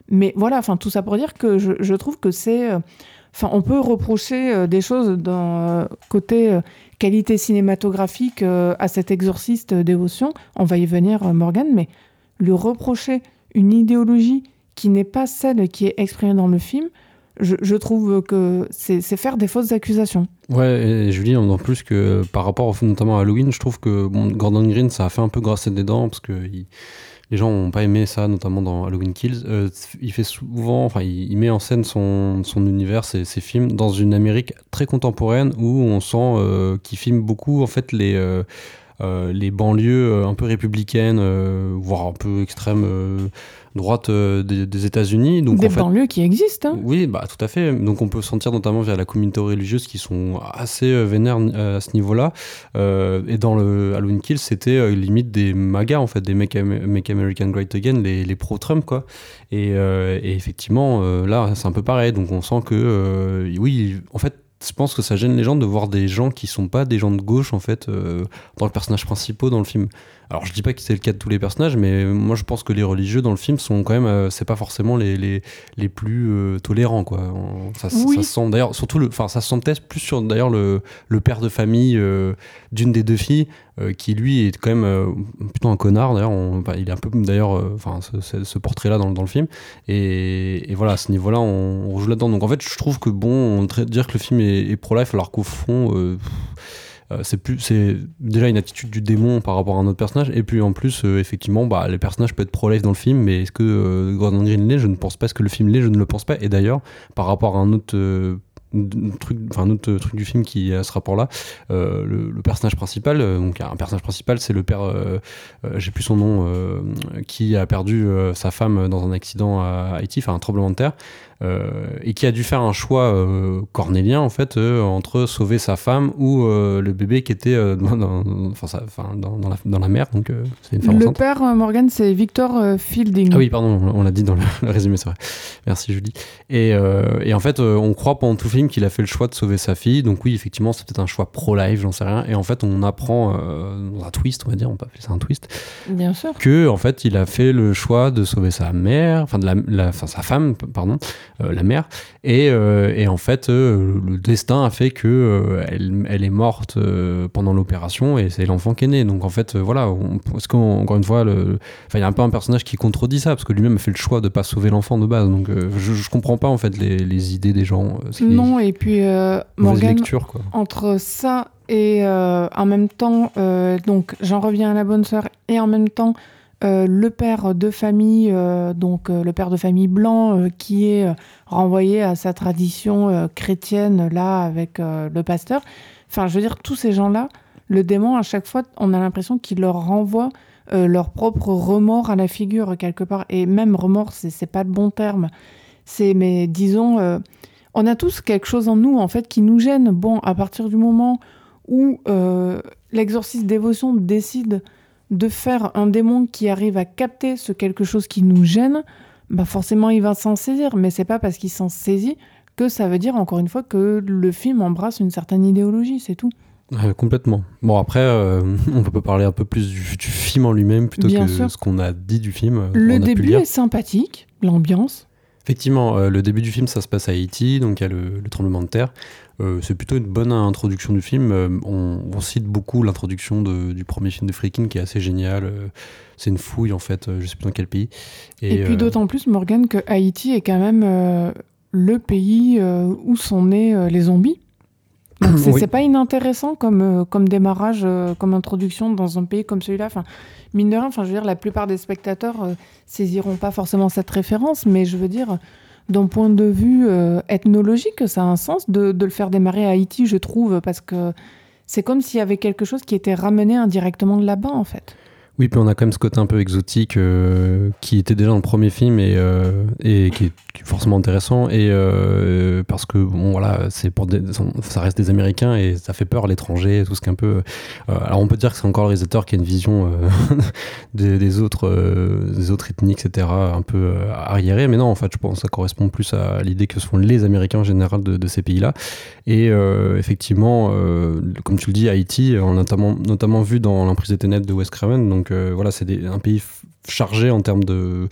Mais voilà, enfin, tout ça pour dire que je, je trouve que c'est... euh, Enfin, on peut reprocher euh, des choses dans euh, côté euh, qualité cinématographique euh, à cet exorciste euh, dévotion. On va y venir, euh, Morgane, mais lui reprocher une idéologie qui n'est pas celle qui est exprimée dans le film, je, je trouve que c'est, c'est faire des fausses accusations. Ouais, et Julie, en plus que par rapport au- notamment à Halloween, je trouve que bon, Gordon Green, ça a fait un peu grasser des dents parce que il- les gens n'ont pas aimé ça, notamment dans Halloween Kills. Euh, il fait souvent, enfin, il, il met en scène son, son univers, ses, ses films, dans une Amérique très contemporaine où on sent euh, qu'il filme beaucoup en fait les euh, euh, les banlieues euh, un peu républicaines, euh, voire un peu extrême euh, droite euh, des, des États-Unis. Donc Des en fait, banlieues qui existent, hein. oui, bah tout à fait. Donc on peut sentir notamment via la communauté religieuse qui sont assez euh, vénères euh, à ce niveau-là. Euh, et dans le Halloween Kills, c'était euh, limite des MAGA en fait, des Make, Am- Make American Great Again, les, les pro-Trump quoi. Et, euh, et effectivement, euh, là c'est un peu pareil. Donc on sent que euh, oui, en fait. Je pense que ça gêne les gens de voir des gens qui sont pas des gens de gauche en fait euh, dans le personnage principal dans le film. Alors je dis pas que c'est le cas de tous les personnages, mais moi je pense que les religieux dans le film sont quand même, euh, c'est pas forcément les, les, les plus euh, tolérants quoi. On- ça, Oui. ça se sent d'ailleurs, surtout le, enfin ça se sent peut-être plus sur d'ailleurs le, le père de famille euh, d'une des deux filles euh, qui lui est quand même euh, plutôt un connard d'ailleurs. On- enfin, il est un peu d'ailleurs, euh, enfin ce, ce- ce portrait-là dans, dans le film. Et, et voilà, à ce niveau-là, on, on joue là-dedans. Donc en fait, je trouve que bon, on traite- dire que le film est, est pro-life alors qu'au fond. euh, euh, c'est plus c'est déjà une attitude du démon par rapport à un autre personnage et puis en plus euh, effectivement bah les personnages peuvent être pro-life dans le film mais est-ce que euh, Gordon Green l'est? Je ne pense pas. Est-ce que le film l'est? Je ne le pense pas. Et d'ailleurs par rapport à un autre euh, un truc enfin un autre truc du film qui a ce rapport là, euh, le, le personnage principal euh, donc un personnage principal c'est le père euh, euh, j'ai plus son nom euh, qui a perdu euh, sa femme dans un accident à Haïti, enfin un tremblement de terre. Euh, et qui a dû faire un choix euh, cornélien en fait euh, entre sauver sa femme ou euh, le bébé qui était euh, dans, dans, enfin, ça- enfin, dans, dans la, dans la mer, donc euh, c'est une femme Le enceinte. père, euh, Morgan, c'est Victor euh, Fielding. Ah oui, pardon, on, on l'a dit dans le, le résumé, c'est vrai. Merci Julie. Et, euh, et en fait, euh, on croit pendant tout le film qu'il a fait le choix de sauver sa fille. Donc oui, effectivement, c'est peut-être un choix pro-life, j'en sais rien. Et en fait, on apprend euh, dans un twist, on va dire, on peut appeler ça un twist, Bien sûr. que en fait, il a fait le choix de sauver sa mère, enfin de la, la- enfin sa femme, p- pardon, euh, la mère. Et, euh, et en fait, euh, le destin a fait que euh, elle, elle est morte euh, pendant l'opération et c'est l'enfant qui est né. Donc en fait, euh, voilà, on, est-ce qu'encore une fois, le, enfin, il y a un peu un personnage qui contredit ça parce que lui-même a fait le choix de pas sauver l'enfant de base. Donc euh, je, je comprends pas en fait les, les idées des gens. euh, c'est Non, et puis euh, une mauvaise Morgan, lecture quoi. entre ça et euh, en même temps, euh, donc j'en reviens à la bonne sœur, et en même temps, euh, le père de famille, euh, donc euh, le père de famille blanc, euh, qui est euh, renvoyé à sa tradition euh, chrétienne, là, avec euh, le pasteur. Enfin, je veux dire, tous ces gens-là, le démon, à chaque fois, on a l'impression qu'il leur renvoie euh, leur propre remords à la figure, quelque part. Et même remords, c'est, c'est pas le bon terme. C'est, mais disons, euh, on a tous quelque chose en nous, en fait, qui nous gêne. Bon, à partir du moment où euh, l'exorciste dévotion décide de faire un démon qui arrive à capter ce quelque chose qui nous gêne, bah forcément il va s'en saisir. Mais c'est pas parce qu'il s'en saisit que ça veut dire, encore une fois, que le film embrasse une certaine idéologie, c'est tout. Ouais, complètement. Bon après, euh, on peut parler un peu plus du, du film en lui-même plutôt Bien que sûr. ce qu'on a dit du film. euh, Le on a pu début lire. est sympathique, l'ambiance. Effectivement, euh, le début du film, ça se passe à Haïti, donc il y a le, le tremblement de terre. Euh, c'est plutôt une bonne introduction du film. Euh, on, on cite beaucoup l'introduction de- du premier film de Friedkin qui est assez génial. Euh, c'est une fouille en fait, euh, je sais plus dans quel pays. Et, puis euh, d'autant plus, Morgane, que Haïti est quand même euh, le pays euh, où sont nés euh, les zombies. Donc c'est, Oui. c'est pas inintéressant comme, euh, comme démarrage, euh, comme introduction dans un pays comme celui-là. Enfin, mine de rien, enfin, je veux dire, la plupart des spectateurs euh, saisiront pas forcément cette référence, mais je veux dire, d'un point de vue euh, ethnologique, ça a un sens de, de le faire démarrer à Haïti, je trouve, parce que c'est comme s'il y avait quelque chose qui était ramené indirectement de là-bas, en fait. Oui, puis on a quand même ce côté un peu exotique euh, qui était déjà dans le premier film et, euh, et qui, est, qui est forcément intéressant. Et euh, parce que bon, voilà, c'est pour des, ça reste des Américains et ça fait peur l'étranger, tout ce qui est un peu. Euh, alors on peut dire que c'est encore le réalisateur qui a une vision euh, des, des autres, euh, des autres ethnies, et cetera, un peu euh, arriérée. Mais non, en fait, je pense que ça correspond plus à l'idée que se font les Américains en général de, de ces pays-là. Et euh, effectivement, euh, comme tu le dis, Haïti, on l'a notamment, notamment vu dans L'Emprise des Ténèbres de Wes Craven. Donc euh, voilà, c'est des, un pays f- chargé en termes de,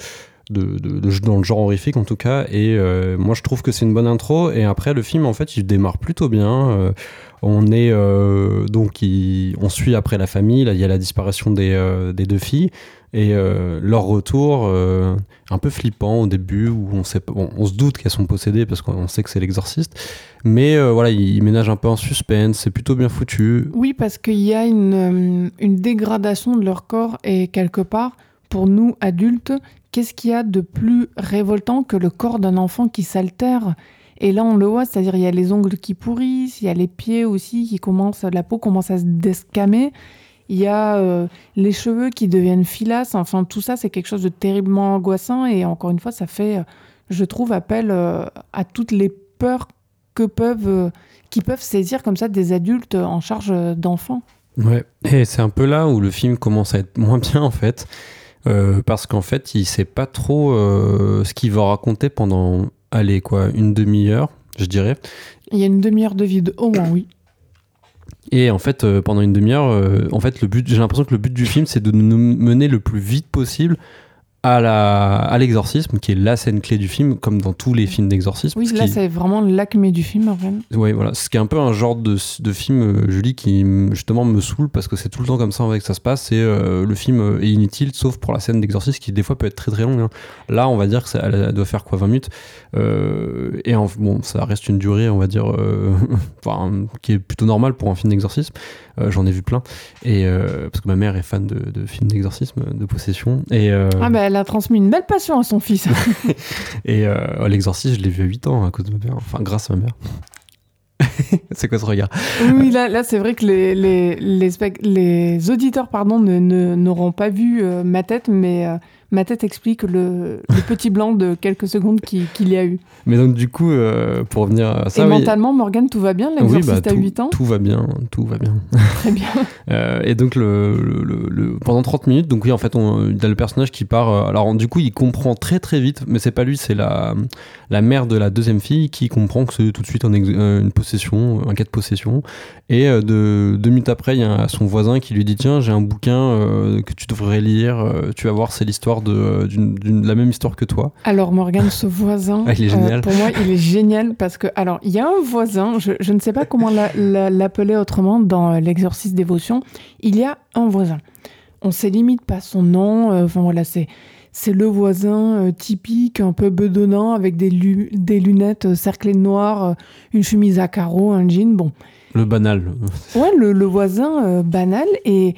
de, de, de, dans le genre horrifique en tout cas. Et euh, moi je trouve que c'est une bonne intro. Et après le film en fait il démarre plutôt bien. Euh, on est euh, donc il, on suit après la famille. Là il y a la disparition des, euh, des deux filles et euh, leur retour euh, un peu flippant au début où on sait bon, on se doute qu'elles sont possédées parce qu'on sait que c'est l'exorciste. Mais euh, voilà il, il ménage un peu en suspense. C'est plutôt bien foutu. Oui, parce qu'il y a une, une dégradation de leur corps et quelque part pour nous adultes, qu'est-ce qu'il y a de plus révoltant que le corps d'un enfant qui s'altère ? Et là, on le voit, c'est-à-dire il y a les ongles qui pourrissent, il y a les pieds aussi qui commencent, la peau commence à se descamer, il y a euh, les cheveux qui deviennent filasses, enfin tout ça, c'est quelque chose de terriblement angoissant et encore une fois, ça fait, je trouve, appel euh, à toutes les peurs que peuvent, euh, qui peuvent saisir comme ça des adultes en charge d'enfants. Ouais, et c'est un peu là où le film commence à être moins bien en fait. Euh, parce qu'en fait, il sait pas trop euh, ce qu'il va raconter pendant, allez, quoi, une demi-heure, je dirais. Il y a une demi-heure de vide, au moins, oui. Et en fait, euh, pendant une demi-heure, euh, en fait, le but, j'ai l'impression que le but du film, c'est de nous mener le plus vite possible à, la, à l'exorcisme, qui est la scène clé du film, comme dans tous les films d'exorcisme. Oui, là, qui... c'est vraiment l'acmé du film, en fait. Oui, voilà. Ce qui est un peu un genre de, de film, euh, Julie, qui justement me saoule, parce que c'est tout le temps comme ça avec que ça se passe, et euh, le film est inutile, sauf pour la scène d'exorcisme, qui des fois peut être très très longue. Hein. Là, on va dire que ça, elle doit faire quoi, vingt minutes. Euh, et en, bon, ça reste une durée, on va dire, euh, enfin, qui est plutôt normale pour un film d'exorcisme. Euh, j'en ai vu plein. Et, euh, parce que ma mère est fan de, de films d'exorcisme, de possession. Et, euh, ah bah elle a transmis une belle passion à son fils. et euh, l'exorcisme, je l'ai vu à huit ans à cause de ma mère, enfin grâce à ma mère. C'est quoi ce regard ? Oui, là, là c'est vrai que les, les, les, spec- les auditeurs pardon, ne, ne, n'auront pas vu euh, ma tête, mais euh, ma tête explique le, le petit blanc de quelques secondes qui, qu'il y a eu. Mais donc du coup, euh, pour revenir à ça... Et oui, mentalement, Morgane, tout va bien, l'exorciste oui, bah, à tout, huit ans ? Tout va bien, tout va bien. Très bien. euh, et donc, le, le, le, pendant trente minutes, donc oui, en fait, on, il y a le personnage qui part... Euh, alors, du coup, il comprend très très vite, mais c'est pas lui, c'est la, la mère de la deuxième fille qui comprend que c'est tout de suite un ex, une possession, un cas de possession. Et euh, de, deux minutes après, il y a son voisin qui lui dit « Tiens, j'ai un bouquin euh, que tu devrais lire, euh, tu vas voir, c'est l'histoire de, d'une, d'une, de la même histoire que toi. » Alors, Morgane, ce voisin, ah, il est génial. Euh, pour moi, il est génial parce que, alors, il y a un voisin, je, je ne sais pas comment la, la, l'appeler autrement dans euh, l'exorcisme dévotion, il y a un voisin. On ne sait limite pas son nom, enfin euh, voilà, c'est, c'est le voisin euh, typique, un peu bedonnant, avec des, lu- des lunettes euh, cerclées de noir, euh, une chemise à carreaux, un jean, bon. Le banal. Ouais, le, le voisin euh, banal et,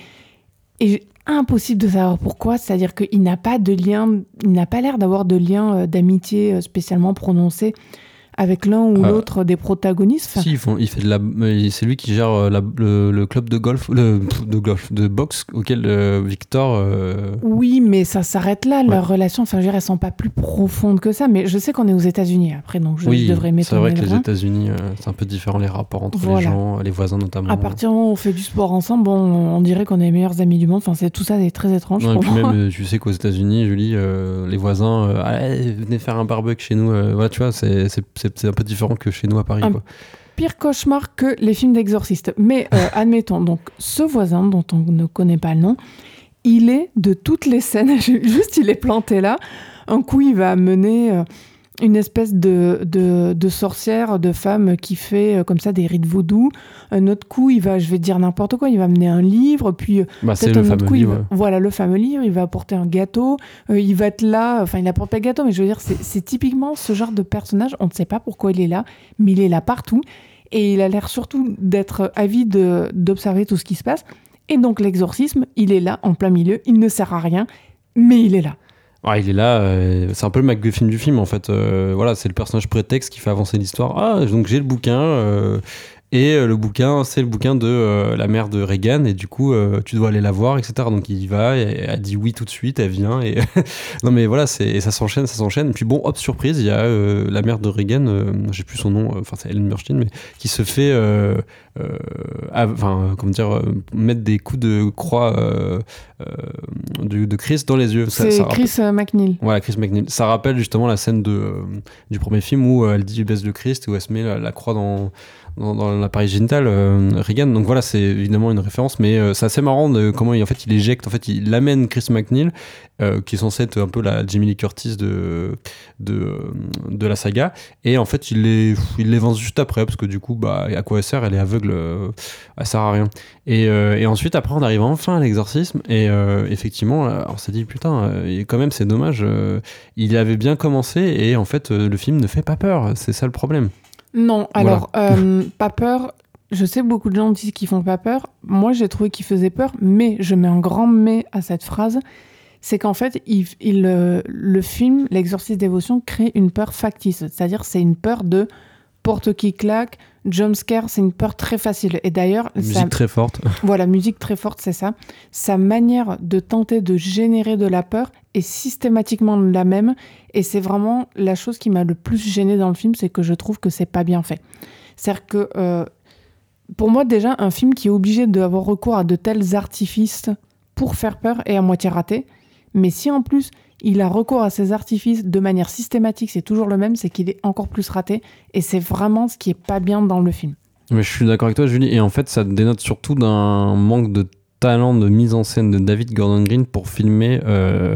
et impossible de savoir pourquoi, c'est-à-dire qu'il n'a pas de lien, il n'a pas l'air d'avoir de lien euh, d'amitié euh, spécialement prononcé avec l'un ou euh, l'autre des protagonistes. Enfin, si, ils font, il fait de la, c'est lui qui gère la, le, le club de golf, le, de golf, de boxe auquel euh, Victor. Euh... Oui, mais ça s'arrête là. Ouais. Leur relation, enfin, je dirais, elles sont pas plus profondes que ça. Mais je sais qu'on est aux États-Unis après, donc je, oui, je devrais m'étonner. C'est vrai que les États-Unis, euh, c'est un peu différent les rapports entre voilà. les gens, les voisins notamment. À partir du moment où on fait du sport ensemble, bon, on dirait qu'on est les meilleurs amis du monde. Enfin, c'est tout ça, c'est très étrange. Non, pour et puis moi. même, tu sais qu'aux États-Unis, Julie, euh, les voisins, euh, allez, venez faire un barbecue chez nous. Euh, voilà, tu vois, c'est, c'est, c'est un peu différent que chez nous à Paris. Un quoi. Pire cauchemar que les films d'exorcistes. Mais euh, admettons, donc, ce voisin dont on ne connaît pas le nom, il est de toutes les scènes, juste il est planté là. Un coup, il va mener euh, une espèce de, de, de sorcière, de femme qui fait euh, comme ça des rites vaudou. Un autre coup, il va, je vais dire n'importe quoi, il va mener un livre, puis bah, peut-être un un autre coup, livre, il va, ouais. voilà le fameux livre, il va apporter un gâteau, euh, il va être là, enfin il apporte pas de gâteau, mais je veux dire, c'est, c'est typiquement ce genre de personnage, on ne sait pas pourquoi il est là, mais il est là partout, et il a l'air surtout d'être avide de, d'observer tout ce qui se passe, et donc l'exorcisme, il est là, en plein milieu, il ne sert à rien, mais il est là. Ah, il est là, euh, c'est un peu le MacGuffin du film en fait. Euh, voilà, c'est le personnage prétexte qui fait avancer l'histoire. Ah, donc j'ai le bouquin, euh, et euh, le bouquin, c'est le bouquin de euh, la mère de Regan, et du coup, euh, tu dois aller la voir, et cetera. Donc il y va, et elle dit oui tout de suite, elle vient, et non mais voilà, c'est, et ça s'enchaîne, ça s'enchaîne. Et puis bon, hop, surprise, il y a euh, la mère de Regan, euh, j'ai plus son nom, enfin c'est Ellen Burstyn, mais qui se fait euh, euh, enfin, comment dire, euh, mettre des coups de croix euh, euh, de, de Chris dans les yeux. C'est ça, ça Chris rappelle... McNeil. Voilà, Chris McNeil. Ça rappelle justement la scène de, euh, du premier film où euh, elle dit baisse le Christ, où elle se met la, la croix dans, dans, dans l'appareil génital, euh, Reagan. Donc voilà, c'est évidemment une référence, mais euh, c'est assez marrant de comment il, en fait, il éjecte, en fait, il amène Chris McNeil, euh, qui est censé être un peu la Jamie Lee Curtis de, de, de la saga, et en fait, il les, il les vance juste après, parce que du coup, bah, à quoi elle sert? Elle est aveugle, euh, elle sert à rien. Et, euh, et ensuite, après, on arrive enfin à l'exorcisme, et euh, effectivement, on s'est dit, putain, euh, quand même, c'est dommage, euh, il avait bien commencé, et en fait, euh, le film ne fait pas peur, c'est ça le problème. Non, alors, voilà. euh, pas peur, je sais beaucoup de gens disent qu'ils font pas peur, moi j'ai trouvé qu'ils faisaient peur, mais je mets un grand mais à cette phrase, c'est qu'en fait, il, il, euh, le film, L'Exorciste Dévotion, crée une peur factice, c'est-à-dire c'est une peur de porte qui claque, jumpscare, c'est une peur très facile. Et d'ailleurs... Musique ça... très forte. Voilà, musique très forte, c'est ça. Sa manière de tenter de générer de la peur est systématiquement la même. Et c'est vraiment la chose qui m'a le plus gênée dans le film, c'est que je trouve que c'est pas bien fait. C'est-à-dire que, euh, pour moi, déjà, un film qui est obligé d'avoir recours à de tels artifices pour faire peur est à moitié raté. Mais si en plus... il a recours à ces artifices de manière systématique, c'est toujours le même, c'est qu'il est encore plus raté. Et c'est vraiment ce qui est pas bien dans le film. Mais je suis d'accord avec toi, Julie. Et en fait, ça dénote surtout d'un manque de talent de mise en scène de David Gordon Green pour filmer euh,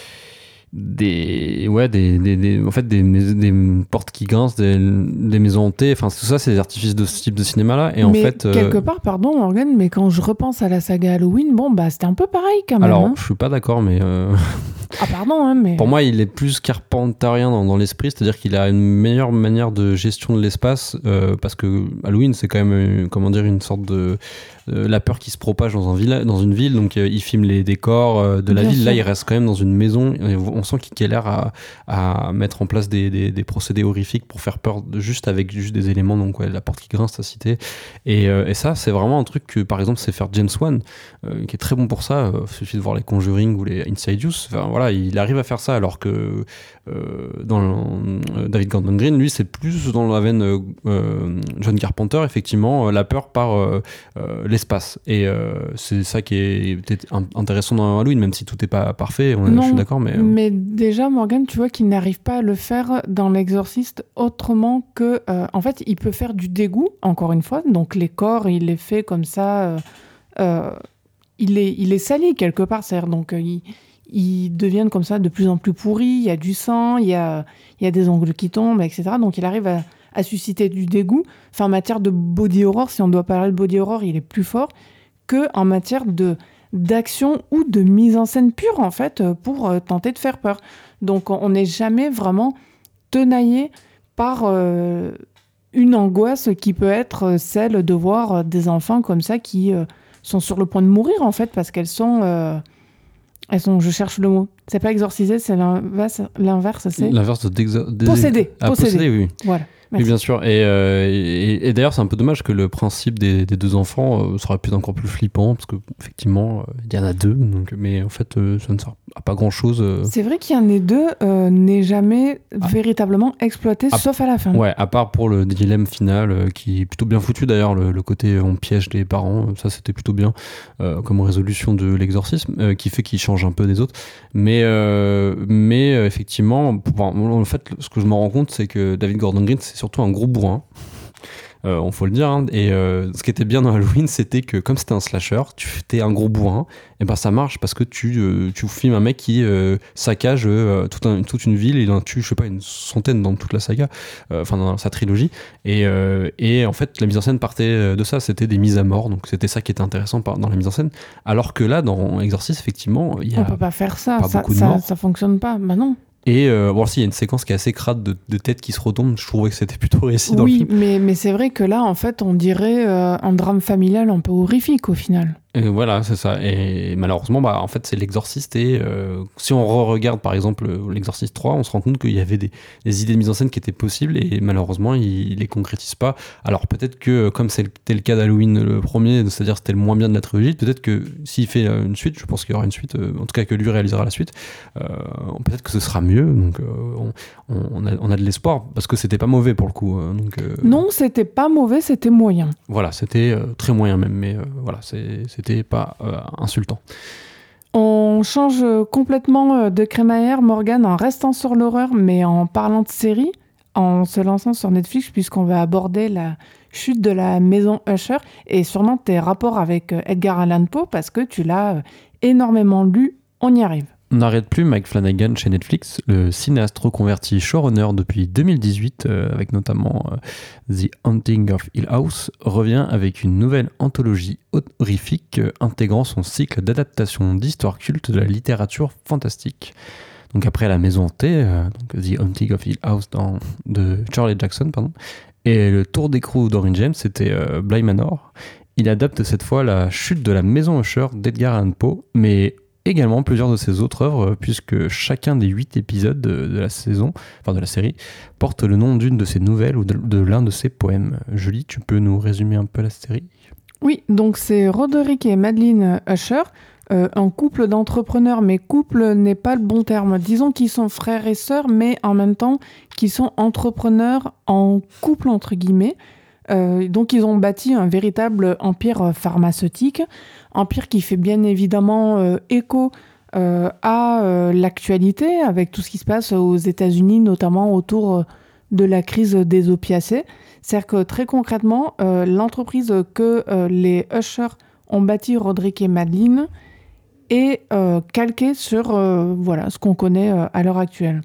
des, ouais, des, des, des, en fait, des, des portes qui grincent, des, des maisons hantées. Enfin, tout ça, c'est des artifices de ce type de cinéma-là. Et en mais fait, quelque euh... part, pardon, Morgan, mais quand je repense à la saga Halloween, bon, bah, c'était un peu pareil quand même. Alors, hein. je suis pas d'accord, mais. Euh... Ah, pardon, hein, mais. Pour moi, il est plus carpentarien dans, dans l'esprit, c'est-à-dire qu'il a une meilleure manière de gestion de l'espace, euh, parce que Halloween, c'est quand même, euh, comment dire, une sorte de. Euh, la peur qui se propage dans, un villa, dans une ville, donc euh, il filme les décors euh, de la Bien ville. sûr. Là, il reste quand même dans une maison. Et on sent qu'il a l'air à, à mettre en place des, des, des procédés horrifiques pour faire peur de, juste avec juste des éléments, donc ouais, la porte qui grince, t'as cité. Et, euh, et ça, c'est vraiment un truc que, par exemple, c'est faire James Wan, euh, qui est très bon pour ça. Euh, il suffit de voir les Conjuring ou les Insidious. Enfin, voilà, il arrive à faire ça, alors que euh, dans le, euh, David Gordon Green, lui, c'est plus dans la veine euh, John Carpenter, effectivement, euh, la peur par euh, euh, l'espace. Et euh, c'est ça qui est peut-être intéressant dans Halloween, même si tout n'est pas parfait, on, non, je suis d'accord. Mais, euh... mais déjà, Morgan, tu vois qu'il n'arrive pas à le faire dans L'Exorciste autrement que... Euh, en fait, il peut faire du dégoût, encore une fois. Donc les corps, il les fait comme ça... Euh, euh, il, est, il est sali quelque part, c'est-à-dire donc... Euh, il, ils deviennent comme ça de plus en plus pourris, il y a du sang, il y a, il y a des ongles qui tombent, et cetera. Donc il arrive à, à susciter du dégoût. Enfin, en matière de body horror, si on doit parler de body horror, il est plus fort qu'en matière de, d'action ou de mise en scène pure, en fait, pour tenter de faire peur. Donc on n'est jamais vraiment tenaillé par euh, une angoisse qui peut être celle de voir des enfants comme ça qui euh, sont sur le point de mourir, en fait, parce qu'elles sont... Euh, Elles sont, je cherche le mot. C'est pas exorcisé, c'est l'inverse, l'inverse c'est... L'inverse de... Possédé. Ah, possédé. Possédé, oui. Voilà. Merci. Oui, bien sûr. Et, euh, et, et d'ailleurs, c'est un peu dommage que le principe des, des deux enfants euh, serait peut-être encore plus flippant, parce qu'effectivement, euh, il y en a deux, donc, mais en fait, euh, ça ne sert à pas grand-chose. Euh... C'est vrai qu'il y en ait deux, euh, n'est jamais ah. véritablement exploité, ah. sauf à la fin. Ouais, à part pour le dilemme final, euh, qui est plutôt bien foutu d'ailleurs, le, le côté on piège les parents, ça c'était plutôt bien, euh, comme résolution de l'exorcisme, euh, qui fait qu'il change un peu des autres. Mais, euh, mais euh, effectivement, pour, en fait, ce que je me rends compte, c'est que David Gordon Green, c'est surtout un gros bourrin. Euh, on faut le dire, hein. Et euh, ce qui était bien dans Halloween, c'était que comme c'était un slasher, tu étais un gros bourrin, et ben ça marche parce que tu, euh, tu filmes un mec qui euh, saccage euh, toute, un, toute une ville, il en tue, je sais pas, une centaine dans toute la saga, enfin euh, dans sa trilogie, et, euh, et en fait la mise en scène partait de ça, c'était des mises à mort, donc c'était ça qui était intéressant par, dans la mise en scène, alors que là dans Exorcist, effectivement, il y a on peut pas faire ça, pas ça, beaucoup de ça, morts. ça fonctionne pas, bah non. Et euh, bon, si, il y a une séquence qui est assez crade de, de têtes qui se retombent, je trouvais que c'était plutôt réussi oui, dans le film. Oui, mais, mais c'est vrai que là, en fait, on dirait euh, un drame familial un peu horrifique au final. Et voilà, c'est ça. Et malheureusement, bah, en fait, c'est l'exorciste. Et euh, si on re-regarde, par exemple, l'exorciste trois, on se rend compte qu'il y avait des, des idées de mise en scène qui étaient possibles et malheureusement, il, il les concrétise pas. Alors peut-être que, comme c'était le cas d'Halloween le premier, c'est-à-dire c'était le moins bien de la trilogie, peut-être que s'il fait une suite, je pense qu'il y aura une suite, euh, en tout cas que lui réalisera la suite, euh, peut-être que ce sera mieux. Donc euh, on, on, a, on a de l'espoir parce que c'était pas mauvais pour le coup. Euh, donc, euh, non, c'était pas mauvais, c'était moyen. Voilà, c'était euh, très moyen même, mais euh, voilà, c'est, c'était pas euh, insultant. On change complètement de crémaillère, Morgane, en restant sur l'horreur, mais en parlant de série, en se lançant sur Netflix, puisqu'on va aborder la chute de la maison Usher et sûrement tes rapports avec Edgar Allan Poe, parce que tu l'as énormément lu. On y arrive. On n'arrête plus Mike Flanagan chez Netflix, le cinéaste reconverti showrunner depuis deux mille dix-huit, euh, avec notamment euh, The Haunting of Hill House, revient avec une nouvelle anthologie horrifique euh, intégrant son cycle d'adaptation d'histoires cultes de la littérature fantastique. Donc après La Maison Hantée, euh, donc The Haunting of Hill House dans, de Shirley Jackson, pardon, et Le Tour d'écrou d'Orrin James, c'était euh, Bly Manor. Il adapte cette fois la chute de la maison Usher d'Edgar Allan Poe, mais également plusieurs de ses autres œuvres, puisque chacun des huit épisodes de, de la saison, enfin de la série, porte le nom d'une de ses nouvelles ou de, de l'un de ses poèmes. Julie, tu peux nous résumer un peu la série ? Oui, donc c'est Roderick et Madeline Usher, euh, un couple d'entrepreneurs, mais couple n'est pas le bon terme. Disons qu'ils sont frères et sœurs, mais en même temps qu'ils sont entrepreneurs en couple, entre guillemets. Euh, donc ils ont bâti un véritable empire pharmaceutique, empire qui fait bien évidemment euh, écho euh, à euh, l'actualité avec tout ce qui se passe aux États-Unis, notamment autour de la crise des opiacés. C'est-à-dire que très concrètement, euh, l'entreprise que euh, les Usher ont bâti, Roderick et Madeline, est euh, calquée sur euh, voilà, ce qu'on connaît euh, à l'heure actuelle.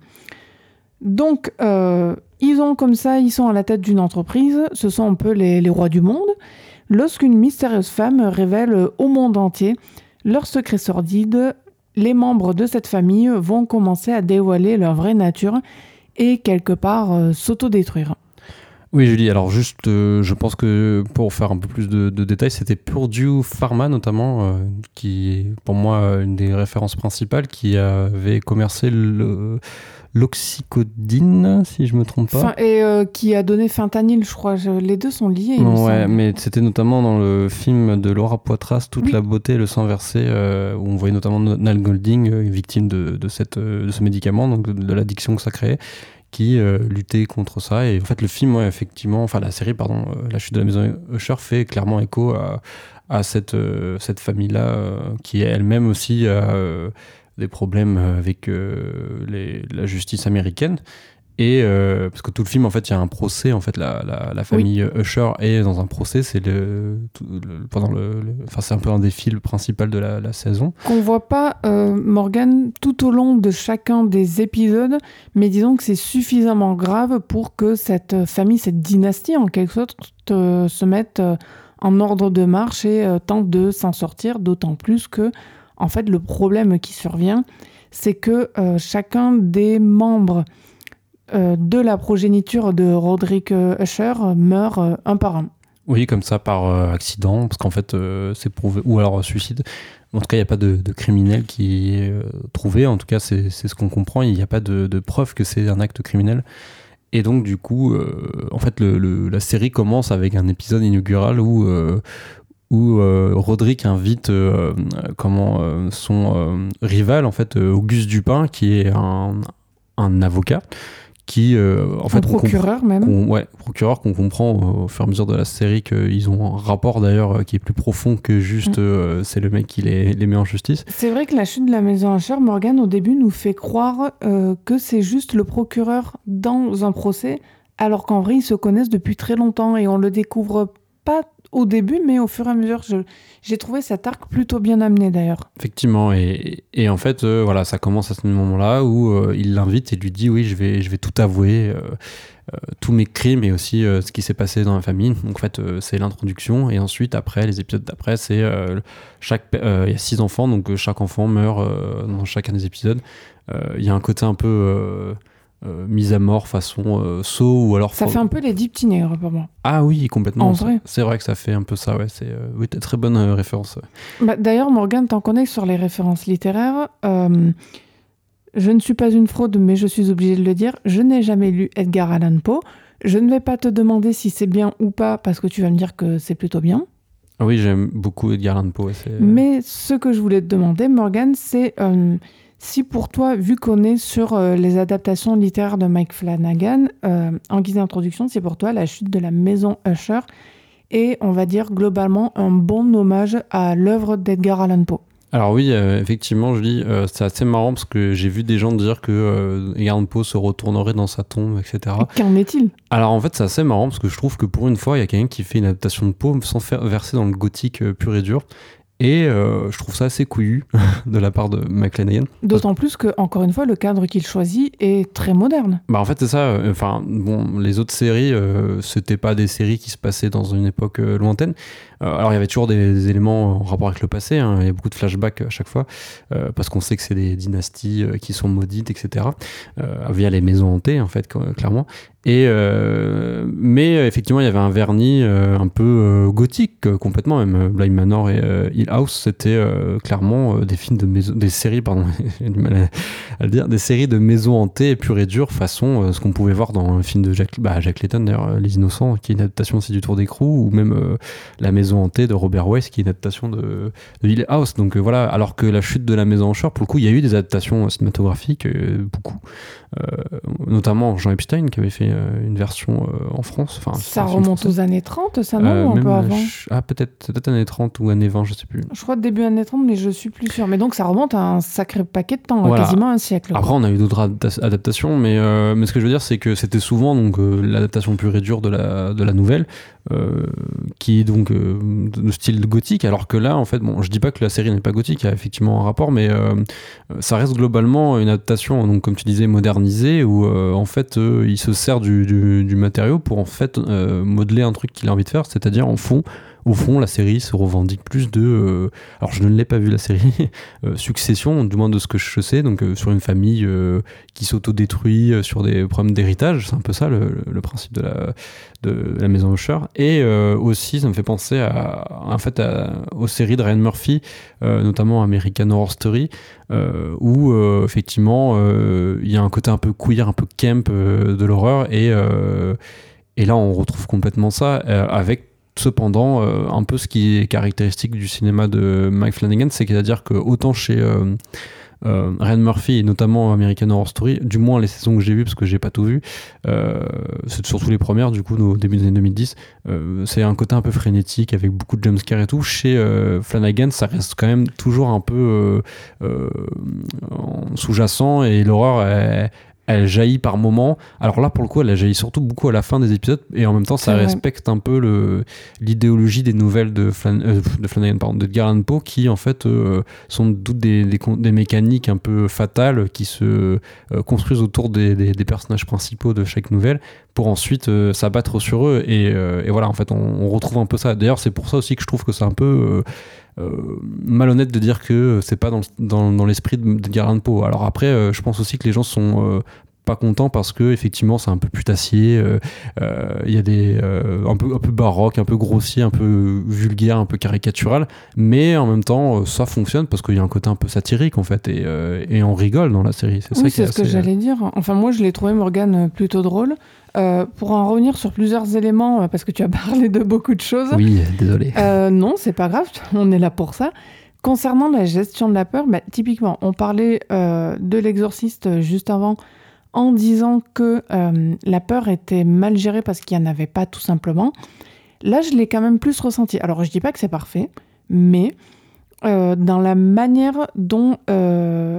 Donc, euh, ils ont comme ça, ils sont à la tête d'une entreprise, ce sont un peu les, les rois du monde, lorsqu'une mystérieuse femme révèle au monde entier leurs secrets sordides, les membres de cette famille vont commencer à dévoiler leur vraie nature et quelque part euh, s'autodétruire. Oui, Julie, alors juste, euh, je pense que pour faire un peu plus de, de détails, c'était Purdue Pharma notamment, euh, qui est pour moi une des références principales, qui avait commercé le... l'oxycodine, si je me trompe pas. Enfin, et euh, qui a donné fentanyl, je crois. Je, les deux sont liés, il me Ouais, semble. mais c'était notamment dans le film de Laura Poitras, Toute Oui. la beauté et le sang versé, euh, où on voyait notamment Nal Golding, euh, victime de, de, cette, de ce médicament, donc de, de l'addiction que ça créait, qui euh, luttait contre ça. Et en fait, le film, ouais, effectivement, enfin la série, pardon, euh, La chute de la maison Usher fait clairement écho à, à cette, euh, cette famille-là, euh, qui elle-même aussi a euh, des problèmes avec euh, les, la justice américaine. Et euh, parce que tout le film, en fait, il y a un procès, en fait, la, la, la famille oui. Usher est dans un procès, c'est le, le pendant le, le, enfin, c'est un peu un des fils principaux de la, la saison. Qu'on voit pas, euh, Morgane, tout au long de chacun des épisodes, mais disons que c'est suffisamment grave pour que cette famille, cette dynastie, en quelque sorte, euh, se mette euh, en ordre de marche et euh, tente de s'en sortir, d'autant plus que, en fait, le problème qui survient, c'est que euh, chacun des membres Euh, de la progéniture de Roderick euh, Usher euh, meurt euh, un par un. Oui, comme ça, par euh, accident, parce qu'en fait, euh, c'est prouvé, ou alors suicide. En tout cas, il n'y a pas de, de criminel qui est euh, trouvé. En tout cas, c'est, c'est ce qu'on comprend. Il n'y a pas de, de preuve que c'est un acte criminel. Et donc, du coup, euh, en fait, le, le, la série commence avec un épisode inaugural où, euh, où euh, Roderick invite euh, comment, euh, son euh, rival, en fait, euh, Auguste Dupin, qui est un, un avocat, qui euh, en fait un procureur on, même qu'on, ouais procureur qu'on comprend au, au fur et à mesure de la série qu'ils ont un rapport d'ailleurs qui est plus profond que juste mmh. euh, c'est le mec qui les, les met en justice. C'est vrai que la chute de la maison Usher, Morgane au début nous fait croire euh, que c'est juste le procureur dans un procès, alors qu'en vrai ils se connaissent depuis très longtemps et on le découvre pas au début, mais au fur et à mesure, je, j'ai trouvé cet arc plutôt bien amené d'ailleurs. Effectivement, et, et en fait, euh, voilà, ça commence à ce moment-là où euh, il l'invite et lui dit oui, je vais, je vais tout avouer, euh, euh, tous mes crimes et aussi euh, ce qui s'est passé dans la famille. Donc en fait, euh, c'est l'introduction et ensuite après, les épisodes d'après, c'est euh, chaque, euh, il y a six enfants, donc chaque enfant meurt euh, dans chacun des épisodes. Il euh, y a un côté un peu euh, euh, mise à mort façon euh, Saw ou alors... Ça faut... fait un peu les dix petits nègres pour moi. Ah oui, complètement. En c'est, vrai. c'est vrai que ça fait un peu ça, ouais. C'est, euh, oui, t'as très bonne euh, référence. Ouais. Bah, d'ailleurs, Morgane, t'en connais sur les références littéraires. Euh, je ne suis pas une fraude, mais je suis obligée de le dire. Je n'ai jamais lu Edgar Allan Poe. Je ne vais pas te demander si c'est bien ou pas, parce que tu vas me dire que c'est plutôt bien. Ah oui, j'aime beaucoup Edgar Allan Poe. C'est... Mais ce que je voulais te demander, Morgane, c'est euh, si pour toi, vu qu'on est sur euh, les adaptations littéraires de Mike Flanagan, euh, en guise d'introduction, c'est pour toi La chute de la maison Usher et, on va dire, globalement, un bon hommage à l'œuvre d'Edgar Allan Poe. Alors oui, euh, effectivement, je dis, euh, c'est assez marrant parce que j'ai vu des gens dire que euh, Edgar Allan Poe se retournerait dans sa tombe, et cetera. Qu'en est-il ? Alors en fait, c'est assez marrant parce que je trouve que pour une fois, il y a quelqu'un qui fait une adaptation de Poe sans faire verser dans le gothique euh, pur et dur. Et euh, je trouve ça assez couillu de la part de Mike Flanagan. D'autant plus que, encore une fois, le cadre qu'il choisit est très moderne. Bah en fait c'est ça. Enfin euh, bon, les autres séries, euh, c'était pas des séries qui se passaient dans une époque euh, lointaine. Euh, alors il y avait toujours des, des éléments en rapport avec le passé. Hein. Il y a beaucoup de flashbacks à chaque fois euh, parce qu'on sait que c'est des dynasties euh, qui sont maudites, et cetera. Euh, via les maisons hantées en fait, clairement. Et euh, mais effectivement, il y avait un vernis euh, un peu euh, gothique, euh, complètement même. Bly Manor et euh, Hill House, c'était euh, clairement euh, des films de maison, des séries, pardon, j'ai du mal à, à le dire, des séries de maisons hantées pure et dure, façon euh, ce qu'on pouvait voir dans un film de Jack, bah, Jack Layton, d'ailleurs, euh, Les Innocents, qui est une adaptation aussi du Tour d'écrou, ou même euh, La Maison hantée de Robert Wise, qui est une adaptation de, de Hill House. Donc euh, voilà, alors que La chute de la maison Usher, pour le coup, il y a eu des adaptations cinématographiques, euh, beaucoup. Euh, notamment Jean Epstein qui avait fait euh, une version euh, en France. Enfin, ça remonte aux années trente, ça, non? euh, Ou un peu avant ch- Ah, peut-être, peut-être années trente ou années vingt, je sais plus. Je crois début années trente, mais je suis plus sûre. Mais donc ça remonte à un sacré paquet de temps, Voilà. quasiment un siècle. Après, on a eu d'autres adapta- adaptations, mais, euh, mais ce que je veux dire, c'est que c'était souvent donc, euh, l'adaptation pure et dure de la, de la nouvelle, euh, qui est donc euh, de style gothique, alors que là, en fait, bon, je dis pas que la série n'est pas gothique, il y a effectivement un rapport, mais euh, ça reste globalement une adaptation, donc, comme tu disais, modernisée, où euh, en fait, euh, il se sert du, du, du matériau pour en fait euh, modeler un truc qu'il a envie de faire, c'est-à-dire en fond. Au fond, la série se revendique plus de... Euh, alors, je ne l'ai pas vu, la série, euh, Succession, du moins de ce que je sais, donc euh, sur une famille euh, qui s'autodétruit, euh, sur des problèmes d'héritage, c'est un peu ça le, le principe de la, de la maison Usher. Et euh, aussi, ça me fait penser à, en fait, à, aux séries de Ryan Murphy, euh, notamment American Horror Story, euh, où euh, effectivement, euh, il y a un côté un peu queer, un peu camp euh, de l'horreur, et, euh, et là, on retrouve complètement ça, euh, avec cependant, euh, un peu ce qui est caractéristique du cinéma de Mike Flanagan, c'est qu'à-dire que autant chez euh, euh, Ryan Murphy et notamment American Horror Story, du moins les saisons que j'ai vues, parce que j'ai pas tout vu, euh, c'est surtout les premières, du coup, au début des années deux mille dix, euh, c'est un côté un peu frénétique, avec beaucoup de jumpscares et tout. Chez euh, Flanagan, ça reste quand même toujours un peu euh, euh, sous-jacent, et l'horreur est... elle jaillit par moments. Alors là, pour le coup, elle jaillit surtout beaucoup à la fin des épisodes, et en même temps, ça C'est vrai. respecte un peu le, l'idéologie des nouvelles de, Flan, euh, de Flanagan, pardon, d'Edgar Allan Poe, qui en fait euh, sont toutes des, des, des mécaniques un peu fatales qui se euh, construisent autour des, des, des personnages principaux de chaque nouvelle, pour ensuite euh, s'abattre sur eux. Et, euh, et voilà, en fait, on, on retrouve un peu ça. D'ailleurs, c'est pour ça aussi que je trouve que c'est un peu... Euh, Euh, malhonnête de dire que c'est pas dans, dans, dans l'esprit de, de Edgar Allan Poe. Alors après, euh, je pense aussi que les gens sont euh, pas contents parce que effectivement c'est un peu putassier. Il euh, euh, y a des euh, un peu un peu baroque, un peu grossier, un peu vulgaire, un peu caricatural, mais en même temps ça fonctionne parce qu'il y a un côté un peu satirique en fait, et, euh, et on rigole dans la série. C'est oui, ça qui c'est est ce assez... que j'allais dire. Enfin, moi, je l'ai trouvé, Morgane, plutôt drôle. Euh, pour en revenir sur plusieurs éléments, euh, parce que tu as parlé de beaucoup de choses. Oui, désolé. Euh, non, c'est pas grave, on est là pour ça. Concernant la gestion de la peur, bah, typiquement, on parlait euh, de l'exorciste juste avant, en disant que euh, la peur était mal gérée parce qu'il n'y en avait pas tout simplement. Là, je l'ai quand même plus ressenti. Alors, je dis pas que c'est parfait, mais euh, dans la manière dont euh,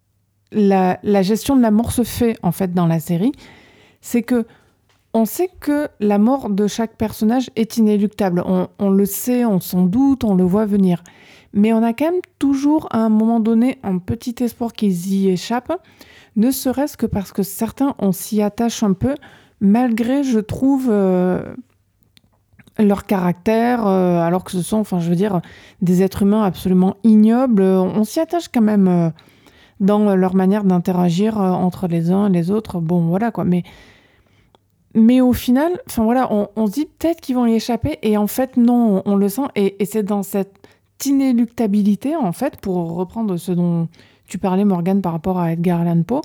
la, la gestion de la mort se fait en fait dans la série, c'est que on sait que la mort de chaque personnage est inéluctable. On, on le sait, on s'en doute, on le voit venir. Mais on a quand même toujours, à un moment donné, un petit espoir qu'ils y échappent, ne serait-ce que parce que certains, on s'y attache un peu, malgré, je trouve, euh, leur caractère, euh, alors que ce sont, enfin, je veux dire, des êtres humains absolument ignobles. On s'y attache quand même... Euh, dans leur manière d'interagir euh, entre les uns et les autres. Bon, voilà quoi. Mais, mais au final, enfin voilà, on, on se dit peut-être qu'ils vont y échapper, et en fait, non, on, on le sent. Et, et c'est dans cette inéluctabilité, en fait, pour reprendre ce dont tu parlais, Morgane, par rapport à Edgar Allan Poe,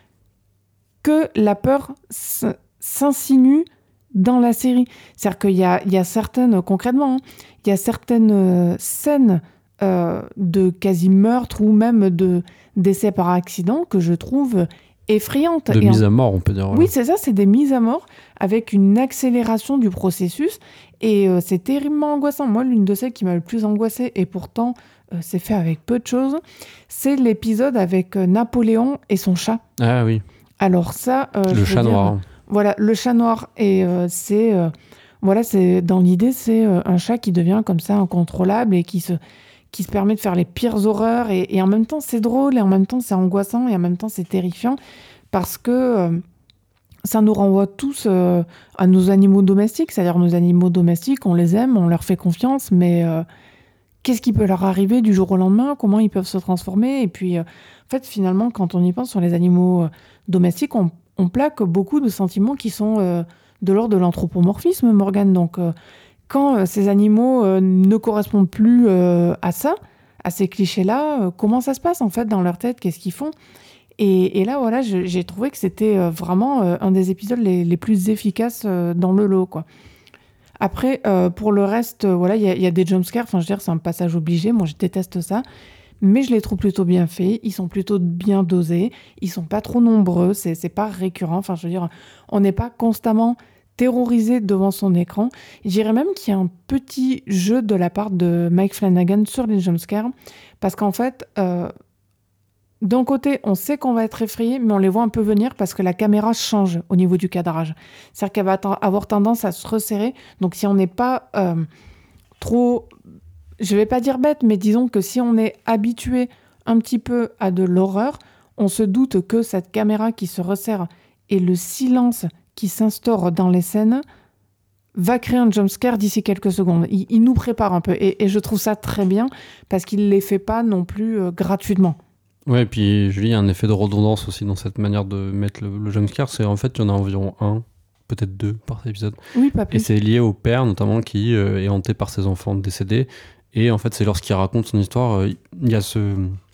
que la peur s- s'insinue dans la série. C'est-à-dire qu'il y a, il y a certaines, concrètement, hein, il y a certaines euh, scènes euh, de quasi-meurtre ou même de décès par accident que je trouve effrayantes. De Et en- mise à mort, on peut dire. Oui, Voilà. c'est ça, c'est des mises à mort avec une accélération du processus, et euh, c'est terriblement angoissant. Moi, l'une de celles qui m'a le plus angoissée, et pourtant euh, c'est fait avec peu de choses, c'est l'épisode avec euh, Napoléon et son chat. Ah oui, Alors ça, euh, je le veux chat dire, noir. voilà, le chat noir, et euh, c'est, euh, voilà, c'est dans l'idée, c'est euh, un chat qui devient comme ça incontrôlable et qui se, qui se permet de faire les pires horreurs, et, et en même temps c'est drôle, et en même temps c'est angoissant, et en même temps c'est terrifiant, parce que euh, ça nous renvoie tous euh, à nos animaux domestiques, c'est-à-dire nos animaux domestiques, on les aime, on leur fait confiance, mais euh, qu'est-ce qui peut leur arriver du jour au lendemain? Comment ils peuvent se transformer? Et puis, euh, en fait, finalement, quand on y pense sur les animaux euh, domestiques, on, on plaque beaucoup de sentiments qui sont euh, de l'ordre de l'anthropomorphisme, Morgane. Donc, euh, quand euh, ces animaux euh, ne correspondent plus euh, à ça, à ces clichés-là, euh, comment ça se passe en fait dans leur tête? Qu'est-ce qu'ils font? Et, et là, voilà, je- j'ai trouvé que c'était euh, vraiment euh, un des épisodes les, les plus efficaces euh, dans le lot, quoi. Après, euh, pour le reste, euh, voilà, il y, a- il y a des jumpscares. Enfin, je veux dire, c'est un passage obligé. Moi, je déteste ça. Mais je les trouve plutôt bien faits. Ils sont plutôt bien dosés. Ils sont pas trop nombreux. C'est, c'est pas récurrent. Enfin, je veux dire, on n'est pas constamment terrorisé devant son écran. Je dirais même qu'il y a un petit jeu de la part de Mike Flanagan sur les jumpscares. Parce qu'en fait, euh, d'un côté, on sait qu'on va être effrayé, mais on les voit un peu venir parce que la caméra change au niveau du cadrage. C'est-à-dire qu'elle va ten- avoir tendance à se resserrer. Donc, si on n'est pas euh, trop, je vais pas dire bête, mais disons que si on est habitué un petit peu à de l'horreur, on se doute que cette caméra qui se resserre et le silence qui s'instaure dans les scènes va créer un jumpscare d'ici quelques secondes. Il, il nous prépare un peu. Et, et je trouve ça très bien parce qu'il ne les fait pas non plus euh, gratuitement. Ouais, et puis Julie, il y a un effet de redondance aussi dans cette manière de mettre le, le jumpscare. C'est en fait, il y en a environ un, peut-être deux par épisode. Oui, pas Et plus. c'est lié au père, notamment, qui euh, est hanté par ses enfants décédés. Et en fait, c'est lorsqu'il raconte son histoire, euh, il y a ce,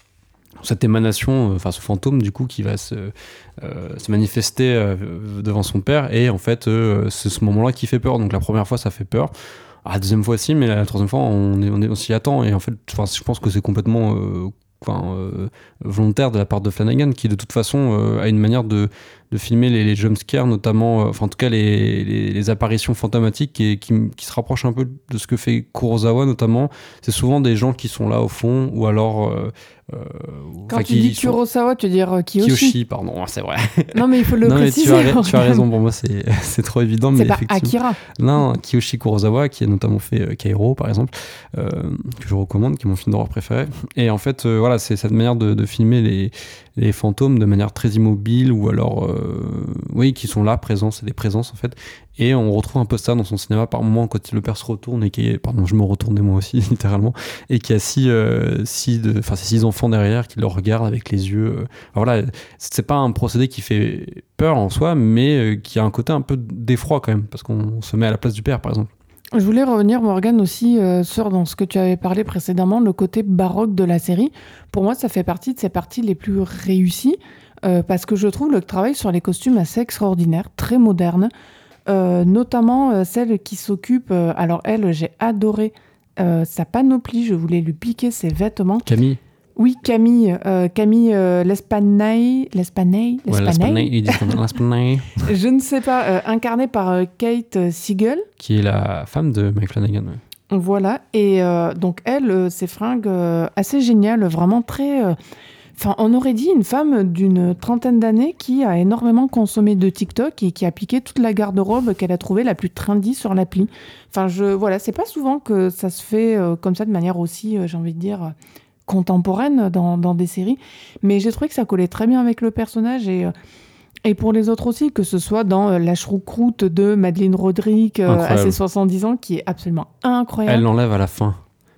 cette émanation, enfin ce fantôme, du coup, qui va se, euh, se manifester euh, devant son père. Et en fait, euh, c'est ce moment-là qui fait peur. Donc la première fois, ça fait peur. Ah, la deuxième fois aussi, mais la troisième fois, on, est, on, est, on s'y attend. Et en fait, je pense que c'est complètement euh, enfin, euh, volontaire de la part de Flanagan, qui de toute façon euh, a une manière de, de filmer les, les jumpscares, notamment, euh, enfin en tout cas les, les, les apparitions fantomatiques, et qui, qui se rapprochent un peu de ce que fait Kurosawa, notamment. C'est souvent des gens qui sont là au fond, ou alors... Euh, euh, Quand tu dis sont... Kurosawa, tu veux dire Kiyoshi. Kiyoshi, pardon, c'est vrai. Non, mais il faut le non, préciser. Mais tu, as, tu as raison, pour moi c'est, c'est trop évident. C'est mais pas effectivement... Akira. Non, Kiyoshi Kurosawa, qui a notamment fait euh, Kairo, par exemple, euh, que je recommande, qui est mon film d'horreur préféré. Et en fait, euh, voilà, c'est cette manière de, de filmer les, les fantômes de manière très immobile, ou alors, euh, oui, qui sont là, présents, c'est des présences en fait. Et on retrouve un peu ça dans son cinéma par moments, quand le père se retourne et qui est, pardon, je me retournais moi aussi, littéralement, et qui a six, euh, six, de, enfin, six enfants derrière qui le regardent avec les yeux. Euh, voilà, c'est pas un procédé qui fait peur en soi, mais euh, qui a un côté un peu d'effroi quand même, parce qu'on se met à la place du père, par exemple. Je voulais revenir, Morgane, aussi euh, sur dans ce que tu avais parlé précédemment, le côté baroque de la série. Pour moi, ça fait partie de ces parties les plus réussies, euh, parce que je trouve le travail sur les costumes assez extraordinaire, très moderne. Euh, notamment euh, celle qui s'occupe, euh, alors elle, j'ai adoré euh, sa panoplie, je voulais lui piquer ses vêtements. Camille. Oui, Camille, euh, Camille euh, L'Espanay, L'Espanay, Ouais, l'Espanay, ils disent comme l'Espanay. Je ne sais pas, euh, incarnée par euh, Kate Siegel. Qui est la femme de Mike Flanagan, ouais. Voilà, et euh, donc elle, euh, ses fringues euh, assez géniales, vraiment très... euh, Enfin, on aurait dit une femme d'une trentaine d'années qui a énormément consommé de TikTok et qui a piqué toute la garde-robe qu'elle a trouvée la plus trendy sur l'appli. Enfin, je, voilà, c'est pas souvent que ça se fait euh, comme ça de manière aussi, euh, j'ai envie de dire, euh, contemporaine dans, dans des séries. Mais j'ai trouvé que ça collait très bien avec le personnage, et, euh, et pour les autres aussi, que ce soit dans euh, La choucroute de Madeleine Rodrigue euh, à ses soixante-dix ans, qui est absolument incroyable. Elle l'enlève à la fin.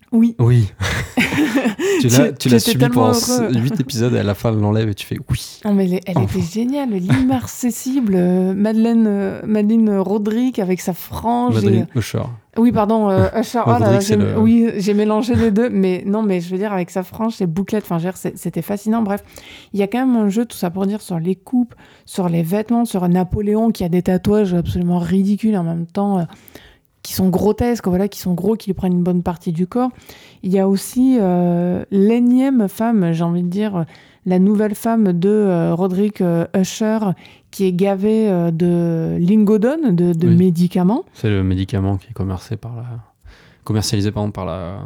Oui. Oui. tu l'as, tu l'as subi pendant heureux. huit épisodes et à la fin, elle l'enlève et tu fais oui. Non, mais elle, elle Enfin. était géniale, l'immarcessible euh, Madeleine, euh, Madeleine Rodrigue avec sa frange. Madeleine et... Usher. Oui, pardon, euh, Usher. Oh là là, Rodrigue, j'ai... c'est le- Oui, j'ai mélangé les deux, mais non, mais je veux dire, avec sa frange, ses bouclettes, enfin, je veux dire, c'est- c'était fascinant. Bref, il y a quand même un jeu, tout ça pour dire, sur les coupes, sur les vêtements, sur Napoléon qui a des tatouages absolument ridicules en même temps. euh, qui sont grotesques, voilà, qui sont gros, qui lui prennent une bonne partie du corps. Il y a aussi euh, l'énième femme, j'ai envie de dire, la nouvelle femme de euh, Roderick euh, Usher, qui est gavée euh, de lingodone, de, de Oui. médicaments. C'est le médicament qui est commercé par la... commercialisé pardon, par la, euh,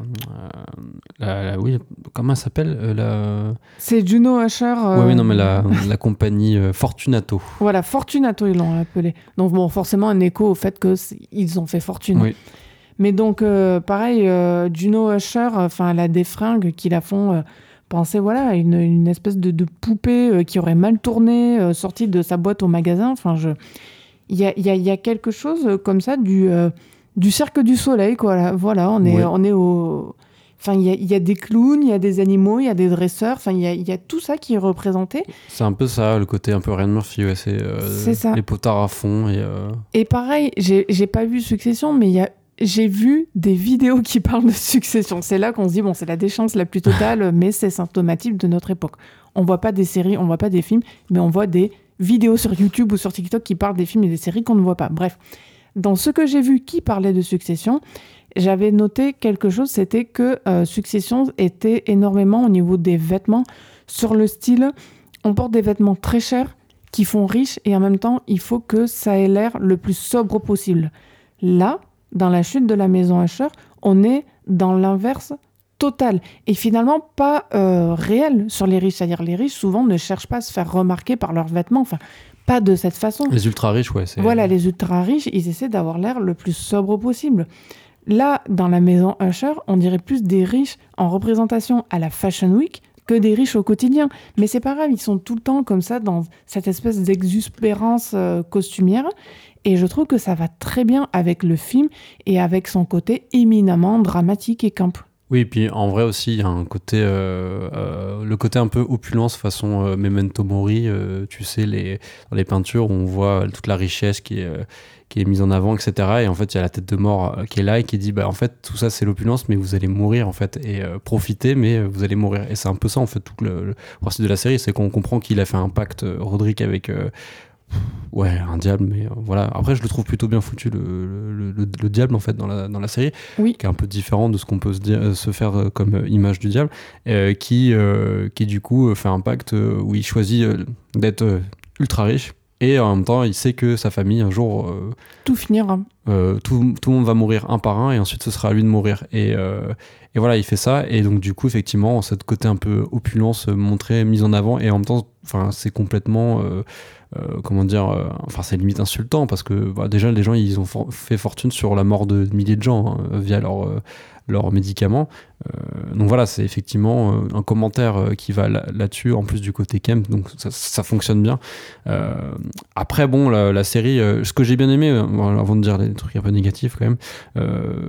la, la- oui, comment elle s'appelle euh, la... C'est Juno Usher. euh, Oui, oui, non, mais la, la compagnie euh, Fortunato. Voilà, Fortunato, ils l'ont appelé. Donc, bon, forcément, un écho au fait qu'ils ont fait fortune. Oui. Mais donc, euh, pareil, euh, Juno Usher, enfin, elle a des fringues qui la font euh, penser, voilà, à une, une espèce de, de poupée euh, qui aurait mal tourné, euh, sortie de sa boîte au magasin. Enfin, je... il y a, il y a, il y a quelque chose euh, comme ça du, euh, du Cirque du Soleil, quoi. Là. Voilà, on est, Oui. on est au... Enfin, il y a, il y a des clowns, il y a des animaux, il y a des dresseurs. Enfin, il y a, il y a tout ça qui est représenté. C'est un peu ça, le côté un peu Ryan Murphy, ouais, c'est, euh, C'est ça. les potards à fond. Et, euh, Et pareil, j'ai j'ai pas vu Succession, mais il y a j'ai vu des vidéos qui parlent de Succession. C'est là qu'on se dit, bon, c'est la déchance la plus totale, mais c'est symptomatique de notre époque. On voit pas des séries, on voit pas des films, mais on voit des vidéos sur YouTube ou sur TikTok qui parlent des films et des séries qu'on ne voit pas. Bref, dans ce que j'ai vu qui parlait de Succession, j'avais noté quelque chose, c'était que euh, Succession était énormément au niveau des vêtements, sur le style, on porte des vêtements très chers qui font riche et en même temps, il faut que ça ait l'air le plus sobre possible. Là, dans la chute de la maison Usher, on est dans l'inverse total et finalement pas euh, réel sur les riches. C'est-à-dire les riches souvent ne cherchent pas à se faire remarquer par leurs vêtements, enfin pas de cette façon. les ultra riches, ouais. C'est... Voilà, les ultra riches, ils essaient d'avoir l'air le plus sobre possible. Là, dans la maison Usher, on dirait plus des riches en représentation à la Fashion Week que des riches au quotidien. Mais c'est pas grave, ils sont tout le temps comme ça dans cette espèce d'exuspérance euh, costumière. Et je trouve que ça va très bien avec le film et avec son côté éminemment dramatique et camp. Oui, et puis en vrai aussi, il y a un côté, euh, euh, le côté un peu opulence façon euh, Memento Mori, euh, tu sais, les, dans les peintures où on voit toute la richesse qui est, euh, qui est mise en avant, et cetera. Et en fait, il y a la tête de mort euh, qui est là et qui dit, bah en fait, tout ça c'est l'opulence, mais vous allez mourir en fait, et euh, profiter, mais euh, vous allez mourir. Et c'est un peu ça en fait, tout le, le principe de la série, c'est qu'on comprend qu'il a fait un pacte, euh, Roderick, avec... Euh, ouais, un diable, mais euh, voilà. Après, je le trouve plutôt bien foutu, le, le, le, le diable, en fait, dans la, dans la série, Oui. qui est un peu différent de ce qu'on peut se, dire, euh, se faire euh, comme euh, image du diable, euh, qui, euh, qui, du coup, euh, fait un pacte euh, où il choisit euh, d'être euh, ultra riche, et en même temps, il sait que sa famille, un jour... Euh, Tout finira. Euh, tout, tout le monde va mourir un par un et ensuite ce sera à lui de mourir et, euh, et voilà, il fait ça et donc du coup effectivement cette côté un peu opulence euh, montrée, mise en avant et en même temps enfin, c'est complètement euh, euh, comment dire euh, enfin c'est limite insultant parce que bah, déjà les gens ils ont for- fait fortune sur la mort de milliers de gens hein, via leur, euh, leurs médicaments euh, donc voilà c'est effectivement euh, un commentaire euh, qui va là- là-dessus en plus du côté camp donc ça, ça fonctionne bien euh, après bon la, la série euh, ce que j'ai bien aimé euh, voilà, avant de dire les trucs un peu négatifs quand même euh,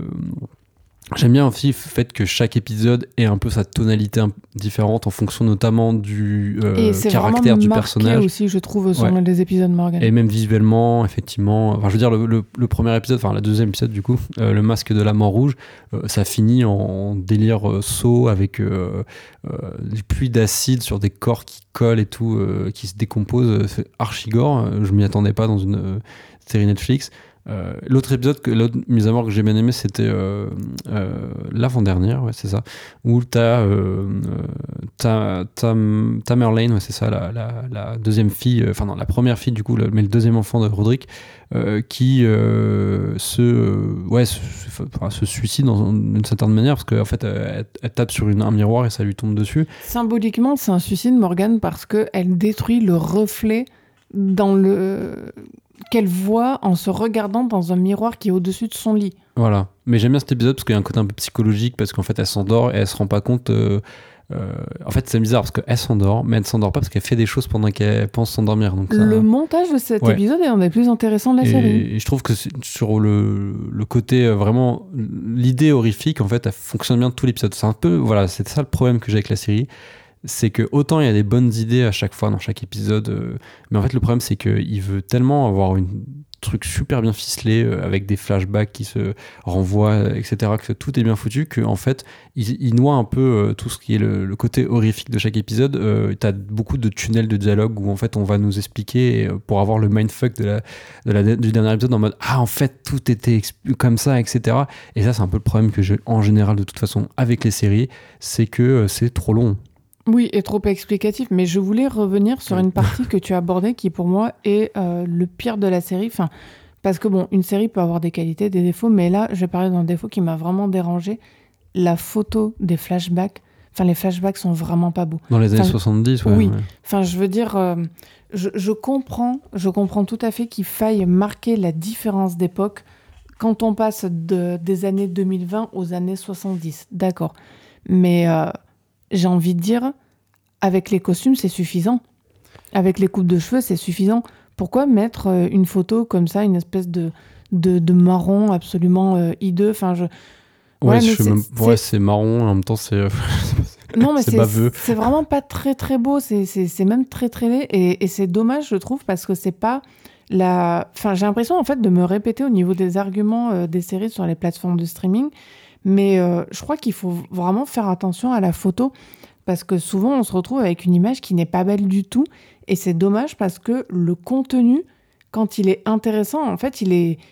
j'aime bien aussi le fait que chaque épisode ait un peu sa tonalité un- différente en fonction notamment du euh, Et c'est caractère vraiment du marqué personnage aussi, je trouve, selon Ouais. les épisodes Morgan. et même visuellement effectivement enfin je veux dire le, le, le premier épisode enfin la deuxième épisode du coup euh, le masque de la mort rouge euh, ça finit en délire euh, saut avec euh, euh, des pluies d'acide sur des corps qui collent et tout euh, qui se décomposent c'est archi gore euh, je m'y attendais pas dans une euh, série Netflix. Euh, l'autre épisode, que, l'autre mise à mort que j'ai bien aimé, c'était euh, euh, l'avant-dernière, ouais, c'est ça, où t'as euh, t'as, t'as Tamerlane, ouais, c'est ça, la, la, la deuxième fille, enfin non, la première fille du coup, le, mais le deuxième enfant de Roderick, euh, qui euh, se, euh, ouais, se, enfin, se suicide dans, d'une certaine manière parce qu'en en fait, elle, elle tape sur une, un miroir et ça lui tombe dessus. Symboliquement, c'est un suicide, Morgan, parce qu'elle détruit le reflet dans le... qu'elle voit en se regardant dans un miroir qui est au-dessus de son lit. Voilà. Mais j'aime bien cet épisode parce qu'il y a un côté un peu psychologique parce qu'en fait elle s'endort et elle se rend pas compte euh, Euh, en fait, c'est bizarre parce qu'elle s'endort, mais elle ne s'endort pas parce qu'elle fait des choses pendant qu'elle pense s'endormir. Donc ça... Le montage de cet Ouais. épisode est un des plus intéressants de la et, série. Et je trouve que c'est sur le, le côté euh, vraiment, l'idée horrifique, en fait, elle fonctionne bien de tout l'épisode. C'est un peu, voilà, c'est ça le problème que j'ai avec la série. C'est que autant il y a des bonnes idées à chaque fois dans chaque épisode, euh, mais en fait, le problème, c'est qu'il veut tellement avoir une truc super bien ficelé euh, avec des flashbacks qui se renvoient, et cetera, que tout est bien foutu, que en fait, il, il noie un peu euh, tout ce qui est le, le côté horrifique de chaque épisode. Euh, t'as beaucoup de tunnels de dialogue où en fait, on va nous expliquer et, euh, pour avoir le mindfuck de la, de la, du dernier épisode en mode ah, en fait, tout était exp- comme ça, et cetera. Et ça, c'est un peu le problème que j'ai en général de toute façon avec les séries, c'est que euh, c'est trop long. Oui, et trop explicatif, mais je voulais revenir sur une partie que tu as abordée qui, pour moi, est euh, le pire de la série. Enfin, parce que, bon, une série peut avoir des qualités, des défauts, mais là, je vais parler d'un défaut qui m'a vraiment dérangé. La photo des flashbacks. Enfin, les flashbacks sont vraiment pas beaux. Dans les années enfin, soixante-dix, ouais. Oui, ouais. enfin, je veux dire, euh, je, je, comprends, je comprends tout à fait qu'il faille marquer la différence d'époque quand on passe de, des années deux mille vingt aux années soixante-dix. D'accord. Mais... Euh, j'ai envie de dire, avec les costumes, c'est suffisant. Avec les coupes de cheveux, c'est suffisant. Pourquoi mettre une photo comme ça, une espèce de, de, de marron absolument euh, hideux enfin, je... Ouais, ouais, je c'est, même... ouais c'est... c'est marron, en même temps, c'est... non, mais c'est, c'est, baveux. C'est vraiment pas très, très beau. C'est, c'est, c'est même très, très laid. Et, et c'est dommage, je trouve, parce que c'est pas... La... Enfin, j'ai l'impression, en fait, de me répéter au niveau des arguments euh, des séries sur les plateformes de streaming. Mais euh, je crois qu'il faut vraiment faire attention à la photo parce que souvent, on se retrouve avec une image qui n'est pas belle du tout. Et c'est dommage parce que le contenu, quand il est intéressant, en fait, il est,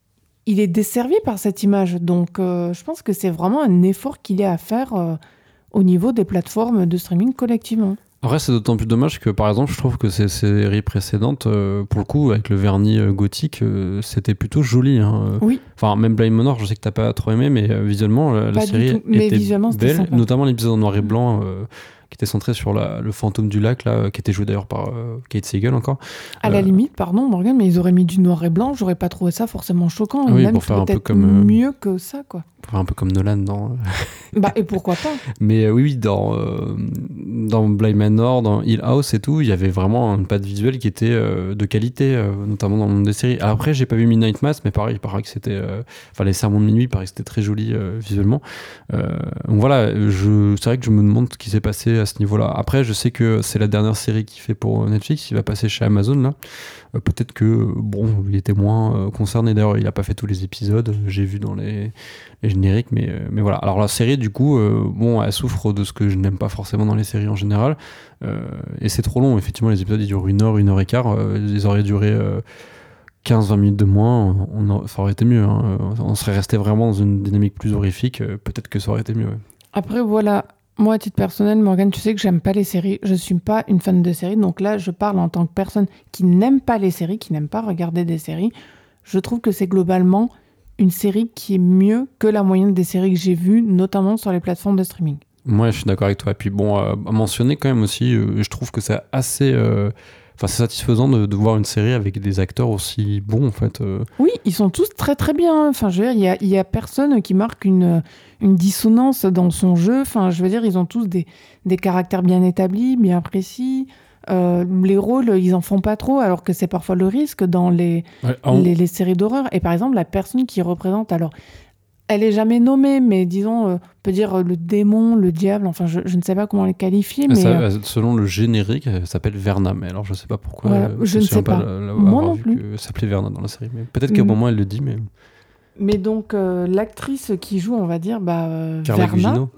il est desservi par cette image. Donc, euh, je pense que c'est vraiment un effort qu'il y a à faire euh, au niveau des plateformes de streaming collectivement. Après, c'est d'autant plus dommage que, par exemple, je trouve que ces séries précédentes, euh, pour le coup, avec le vernis euh, gothique, euh, c'était plutôt joli. Hein. Oui. Enfin, même Bly Manor, je sais que t'as pas trop aimé, mais euh, visuellement, la, la série mais était visuellement, belle. Sympa. Notamment l'épisode en noir et blanc, euh, qui était centré sur la, le fantôme du lac, là, qui était joué d'ailleurs par euh, Kate Siegel encore. À euh, la limite, pardon, Morgane, mais ils auraient mis du noir et blanc, j'aurais pas trouvé ça forcément choquant. Oui, même pour faire un peu comme euh, mieux que ça, quoi. Pour faire un peu comme Nolan dans. Bah, et pourquoi pas. Mais euh, oui, oui, dans, euh, dans Bly Manor, dans Hill House et tout, il y avait vraiment une patte visuelle qui était euh, de qualité, euh, notamment dans le monde des séries. Alors après, j'ai pas vu Midnight Mass, mais pareil, il paraît que c'était. Euh, enfin, les Sermons de minuit, il paraît que c'était très joli euh, visuellement. Euh, donc voilà, je, c'est vrai que je me demande ce qui s'est passé à ce niveau-là. Après, je sais que c'est la dernière série qu'il fait pour Netflix, il va passer chez Amazon là. Euh, peut-être que, bon, il était moins euh, concerné. D'ailleurs, il a pas fait tous les épisodes, j'ai vu dans les, les génériques, mais, euh, mais voilà. Alors la série, du coup, euh, bon, elle souffre de ce que je n'aime pas forcément dans les séries en général. Euh, et c'est trop long, effectivement, les épisodes, ils durent une heure, une heure et quart. Euh, ils auraient duré euh, quinze vingt minutes de moins, on a, ça aurait été mieux. Hein. On serait resté vraiment dans une dynamique plus horrifique. Euh, peut-être que ça aurait été mieux. Ouais. Après, voilà. Moi, à titre personnel, Morgane, tu sais que j'aime pas les séries. Je suis pas une fan de séries. Donc là, je parle en tant que personne qui n'aime pas les séries, qui n'aime pas regarder des séries. Je trouve que c'est globalement une série qui est mieux que la moyenne des séries que j'ai vues, notamment sur les plateformes de streaming. Moi, je suis d'accord avec toi. Et puis bon, euh, à mentionner quand même aussi, euh, je trouve que c'est assez... Euh... Enfin, c'est satisfaisant de, de voir une série avec des acteurs aussi bons, en fait. Euh... Oui, ils sont tous très très bien. Enfin, je veux dire, il y a, il y a personne qui marque une, une dissonance dans son jeu. Enfin, je veux dire, ils ont tous des, des caractères bien établis, bien précis. Euh, les rôles, ils en font pas trop, alors que c'est parfois le risque dans les, ouais, on... les, les séries d'horreur. Et par exemple, la personne qui représente... alors elle est jamais nommée, mais disons, euh, on peut dire euh, le démon, le diable, enfin, je, je ne sais pas comment les qualifier. Mais ça, euh... selon le générique, elle s'appelle Verna, mais alors je ne sais pas pourquoi. Voilà, euh, je, je ne sais pas. pas la, la, Moi non plus. Elle s'appelait Verna dans la série, mais peut-être qu'à un moment elle le dit, mais. Mais donc, euh, l'actrice qui joue, on va dire, bah, euh, Carla Verna. Gugino.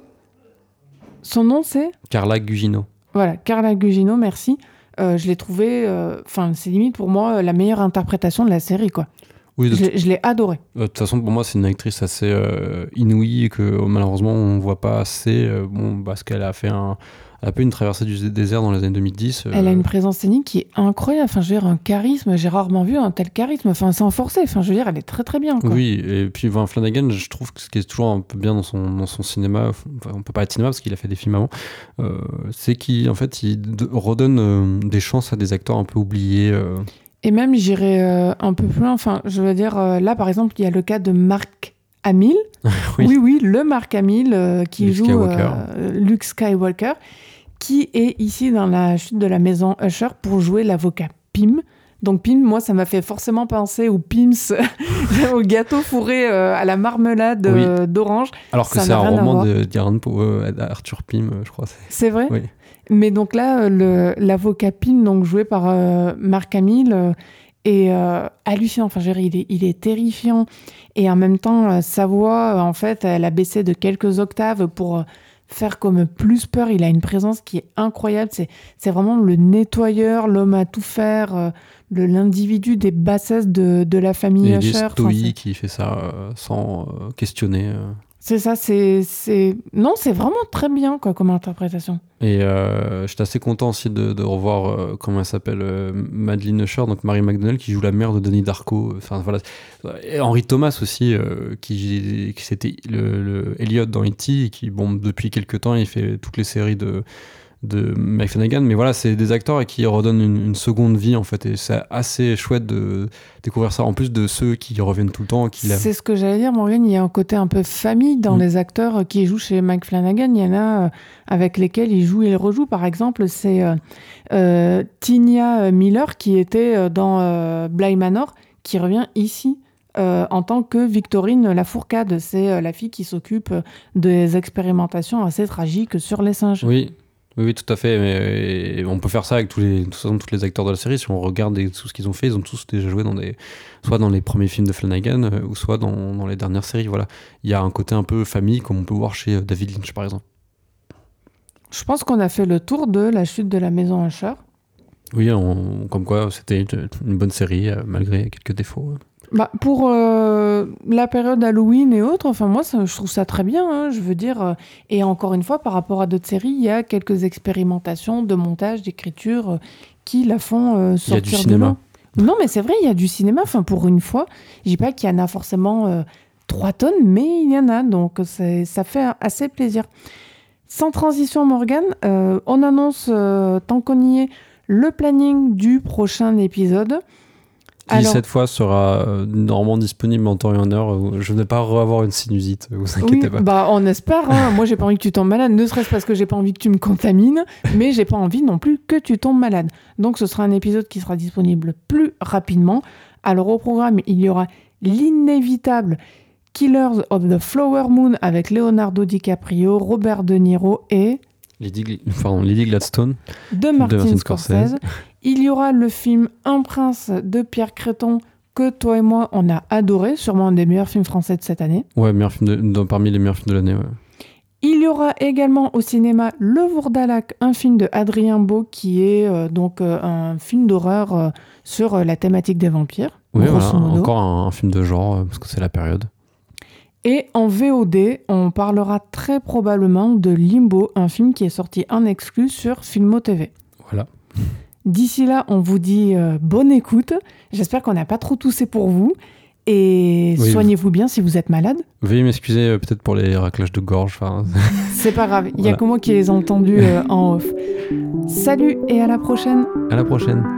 Son nom, c'est Carla Gugino. Voilà, Carla Gugino, merci. Euh, je l'ai trouvée, enfin, euh, c'est limite pour moi la meilleure interprétation de la série, quoi. Oui, je, t- je l'ai adorée. De toute façon, pour moi, c'est une actrice assez euh, inouïe et que malheureusement, on ne voit pas assez. Euh, bon, parce qu'elle a fait un, elle a fait une traversée du désert dans les années deux mille dix. Euh... Elle a une présence scénique qui est incroyable. Enfin, je veux dire, un charisme. J'ai rarement vu un tel charisme. Enfin, sans forcer. Enfin, je veux dire, elle est très très bien, quoi. Oui, et puis Van Flanagan, je trouve que ce qui est toujours un peu bien dans son, dans son cinéma, enfin, on peut pas être cinéma parce qu'il a fait des films avant, euh, c'est qu'en fait, il de, redonne euh, des chances à des acteurs un peu oubliés. Euh... Et même, j'irais euh, un peu plus loin. Enfin, je veux dire, euh, là, par exemple, il y a le cas de Mark Hamill. Oui. oui, oui, le Mark Hamill euh, qui Luke joue Skywalker. euh, Luke Skywalker, qui est ici dans la chute de la maison Usher pour jouer l'avocat Pym. Donc Pym, moi, ça m'a fait forcément penser au Pim's, au gâteau fourré euh, à la marmelade Oui. euh, d'orange. Alors que Ça c'est n'a un rien à roman voir. de d'Arthur Poe, euh, Arthur Pym, euh, je crois. C'est, C'est vrai. oui. Mais donc là, euh, le, l'avocat Pym, donc joué par euh, Mark Hamill, euh, est euh, hallucinant. Enfin, je veux dire, il est, il est terrifiant. Et en même temps, euh, sa voix, euh, en fait, elle a baissé de quelques octaves pour euh, faire comme plus peur. Il a une présence qui est incroyable. C'est, c'est vraiment le nettoyeur, l'homme à tout faire, euh, le, l'individu des bassesses de, de la famille Et il est Usher. Enfin, stoïque, qui fait ça euh, sans euh, questionner. euh. c'est, c'est ça, c'est, c'est... Non, c'est vraiment très bien quoi, comme interprétation. Et euh, j'étais assez content aussi de, de revoir, euh, comment elle s'appelle, euh, Madeleine Usher, donc Mary McDonnell, qui joue la mère de Denis Darko. Enfin, voilà. Et Henry Thomas aussi, euh, qui, qui c'était le, le Elliot dans E T, et qui, bon, depuis quelques temps, il fait toutes les séries de, de Mike Flanagan. Mais voilà, c'est des acteurs qui redonnent une, une seconde vie, en fait. Et c'est assez chouette de découvrir ça, en plus de ceux qui reviennent tout le temps. Qui C'est ce que j'allais dire, Morgane. Il y a un côté un peu famille dans Mm. les acteurs qui jouent chez Mike Flanagan. Il y en a euh, avec lesquels il joue et il rejoue. Par exemple, c'est euh, euh, Tinia Miller qui était euh, dans euh, Bly Manor, qui revient ici euh, en tant que Victorine Lafourcade. C'est euh, la fille qui s'occupe des expérimentations assez tragiques sur les singes. Oui, oui, oui, tout à fait. Mais, et on peut faire ça avec tous les, de toute façon, tous les acteurs de la série. Si on regarde des- tout ce qu'ils ont fait, ils ont tous déjà joué dans des, soit dans les premiers films de Flanagan, euh, ou soit dans, dans les dernières séries. Voilà, il y a un côté un peu famille, comme on peut voir chez euh, David Lynch, par exemple. Je pense qu'on a fait le tour de la chute de la maison Usher. Oui, on- comme quoi c'était une, une bonne série, euh, malgré quelques défauts. Bah, pour euh, la période Halloween et autres, enfin moi ça, je trouve ça très bien, hein, je veux dire. euh, et encore une fois, par rapport à d'autres séries, il y a quelques expérimentations de montage, d'écriture euh, qui la font euh, sortir Il y a du cinéma. de l'eau. Non, mais c'est vrai, il y a du cinéma. Enfin, pour une fois, je dis pas qu'il y en a forcément euh, trois tonnes, mais il y en a, donc c'est, ça fait assez plaisir. Sans transition, Morgane, euh, on annonce, euh, tant qu'on y est, le planning du prochain épisode. Qui Alors, cette fois sera euh, normalement disponible en temps et en heure. euh, Je ne vais pas avoir une sinusite, vous oui, inquiétez pas. bah on espère. Hein. Moi, j'ai pas envie que tu tombes malade, ne serait-ce parce que j'ai pas envie que tu me contamines, mais j'ai pas envie non plus que tu tombes malade. Donc, ce sera un épisode qui sera disponible plus rapidement. Alors, au programme, il y aura l'inévitable Killers of the Flower Moon avec Leonardo DiCaprio, Robert De Niro et Lady, Gl- pardon, Lady Gladstone. de Martin, Martin Scorsese. Scorsese. Il y aura le film Un prince de Pierre Créton que toi et moi, on a adoré, sûrement un des meilleurs films français de cette année. Ouais, meilleur film de, dans- parmi les meilleurs films de l'année. Ouais. Il y aura également au cinéma Le Vourdalac, un film de Adrien Beau qui est euh, donc euh, un film d'horreur euh, sur euh, la thématique des vampires. Oui, grosso voilà, modo. encore un, un film de genre, euh, parce que c'est la période. Et en V O D, on parlera très probablement de Limbo, un film qui est sorti en exclu sur Filmo T V. Voilà. D'ici là, on vous dit euh, bonne écoute. J'espère qu'on n'a pas trop toussé pour vous. Et Oui, soignez-vous bien si vous êtes malade. Veuillez m'excuser euh, peut-être pour les raclages de gorge. Enfin, C'est pas grave, il y a Voilà. que moi qui les ai entendus euh, en off. Salut et à la prochaine. à la prochaine.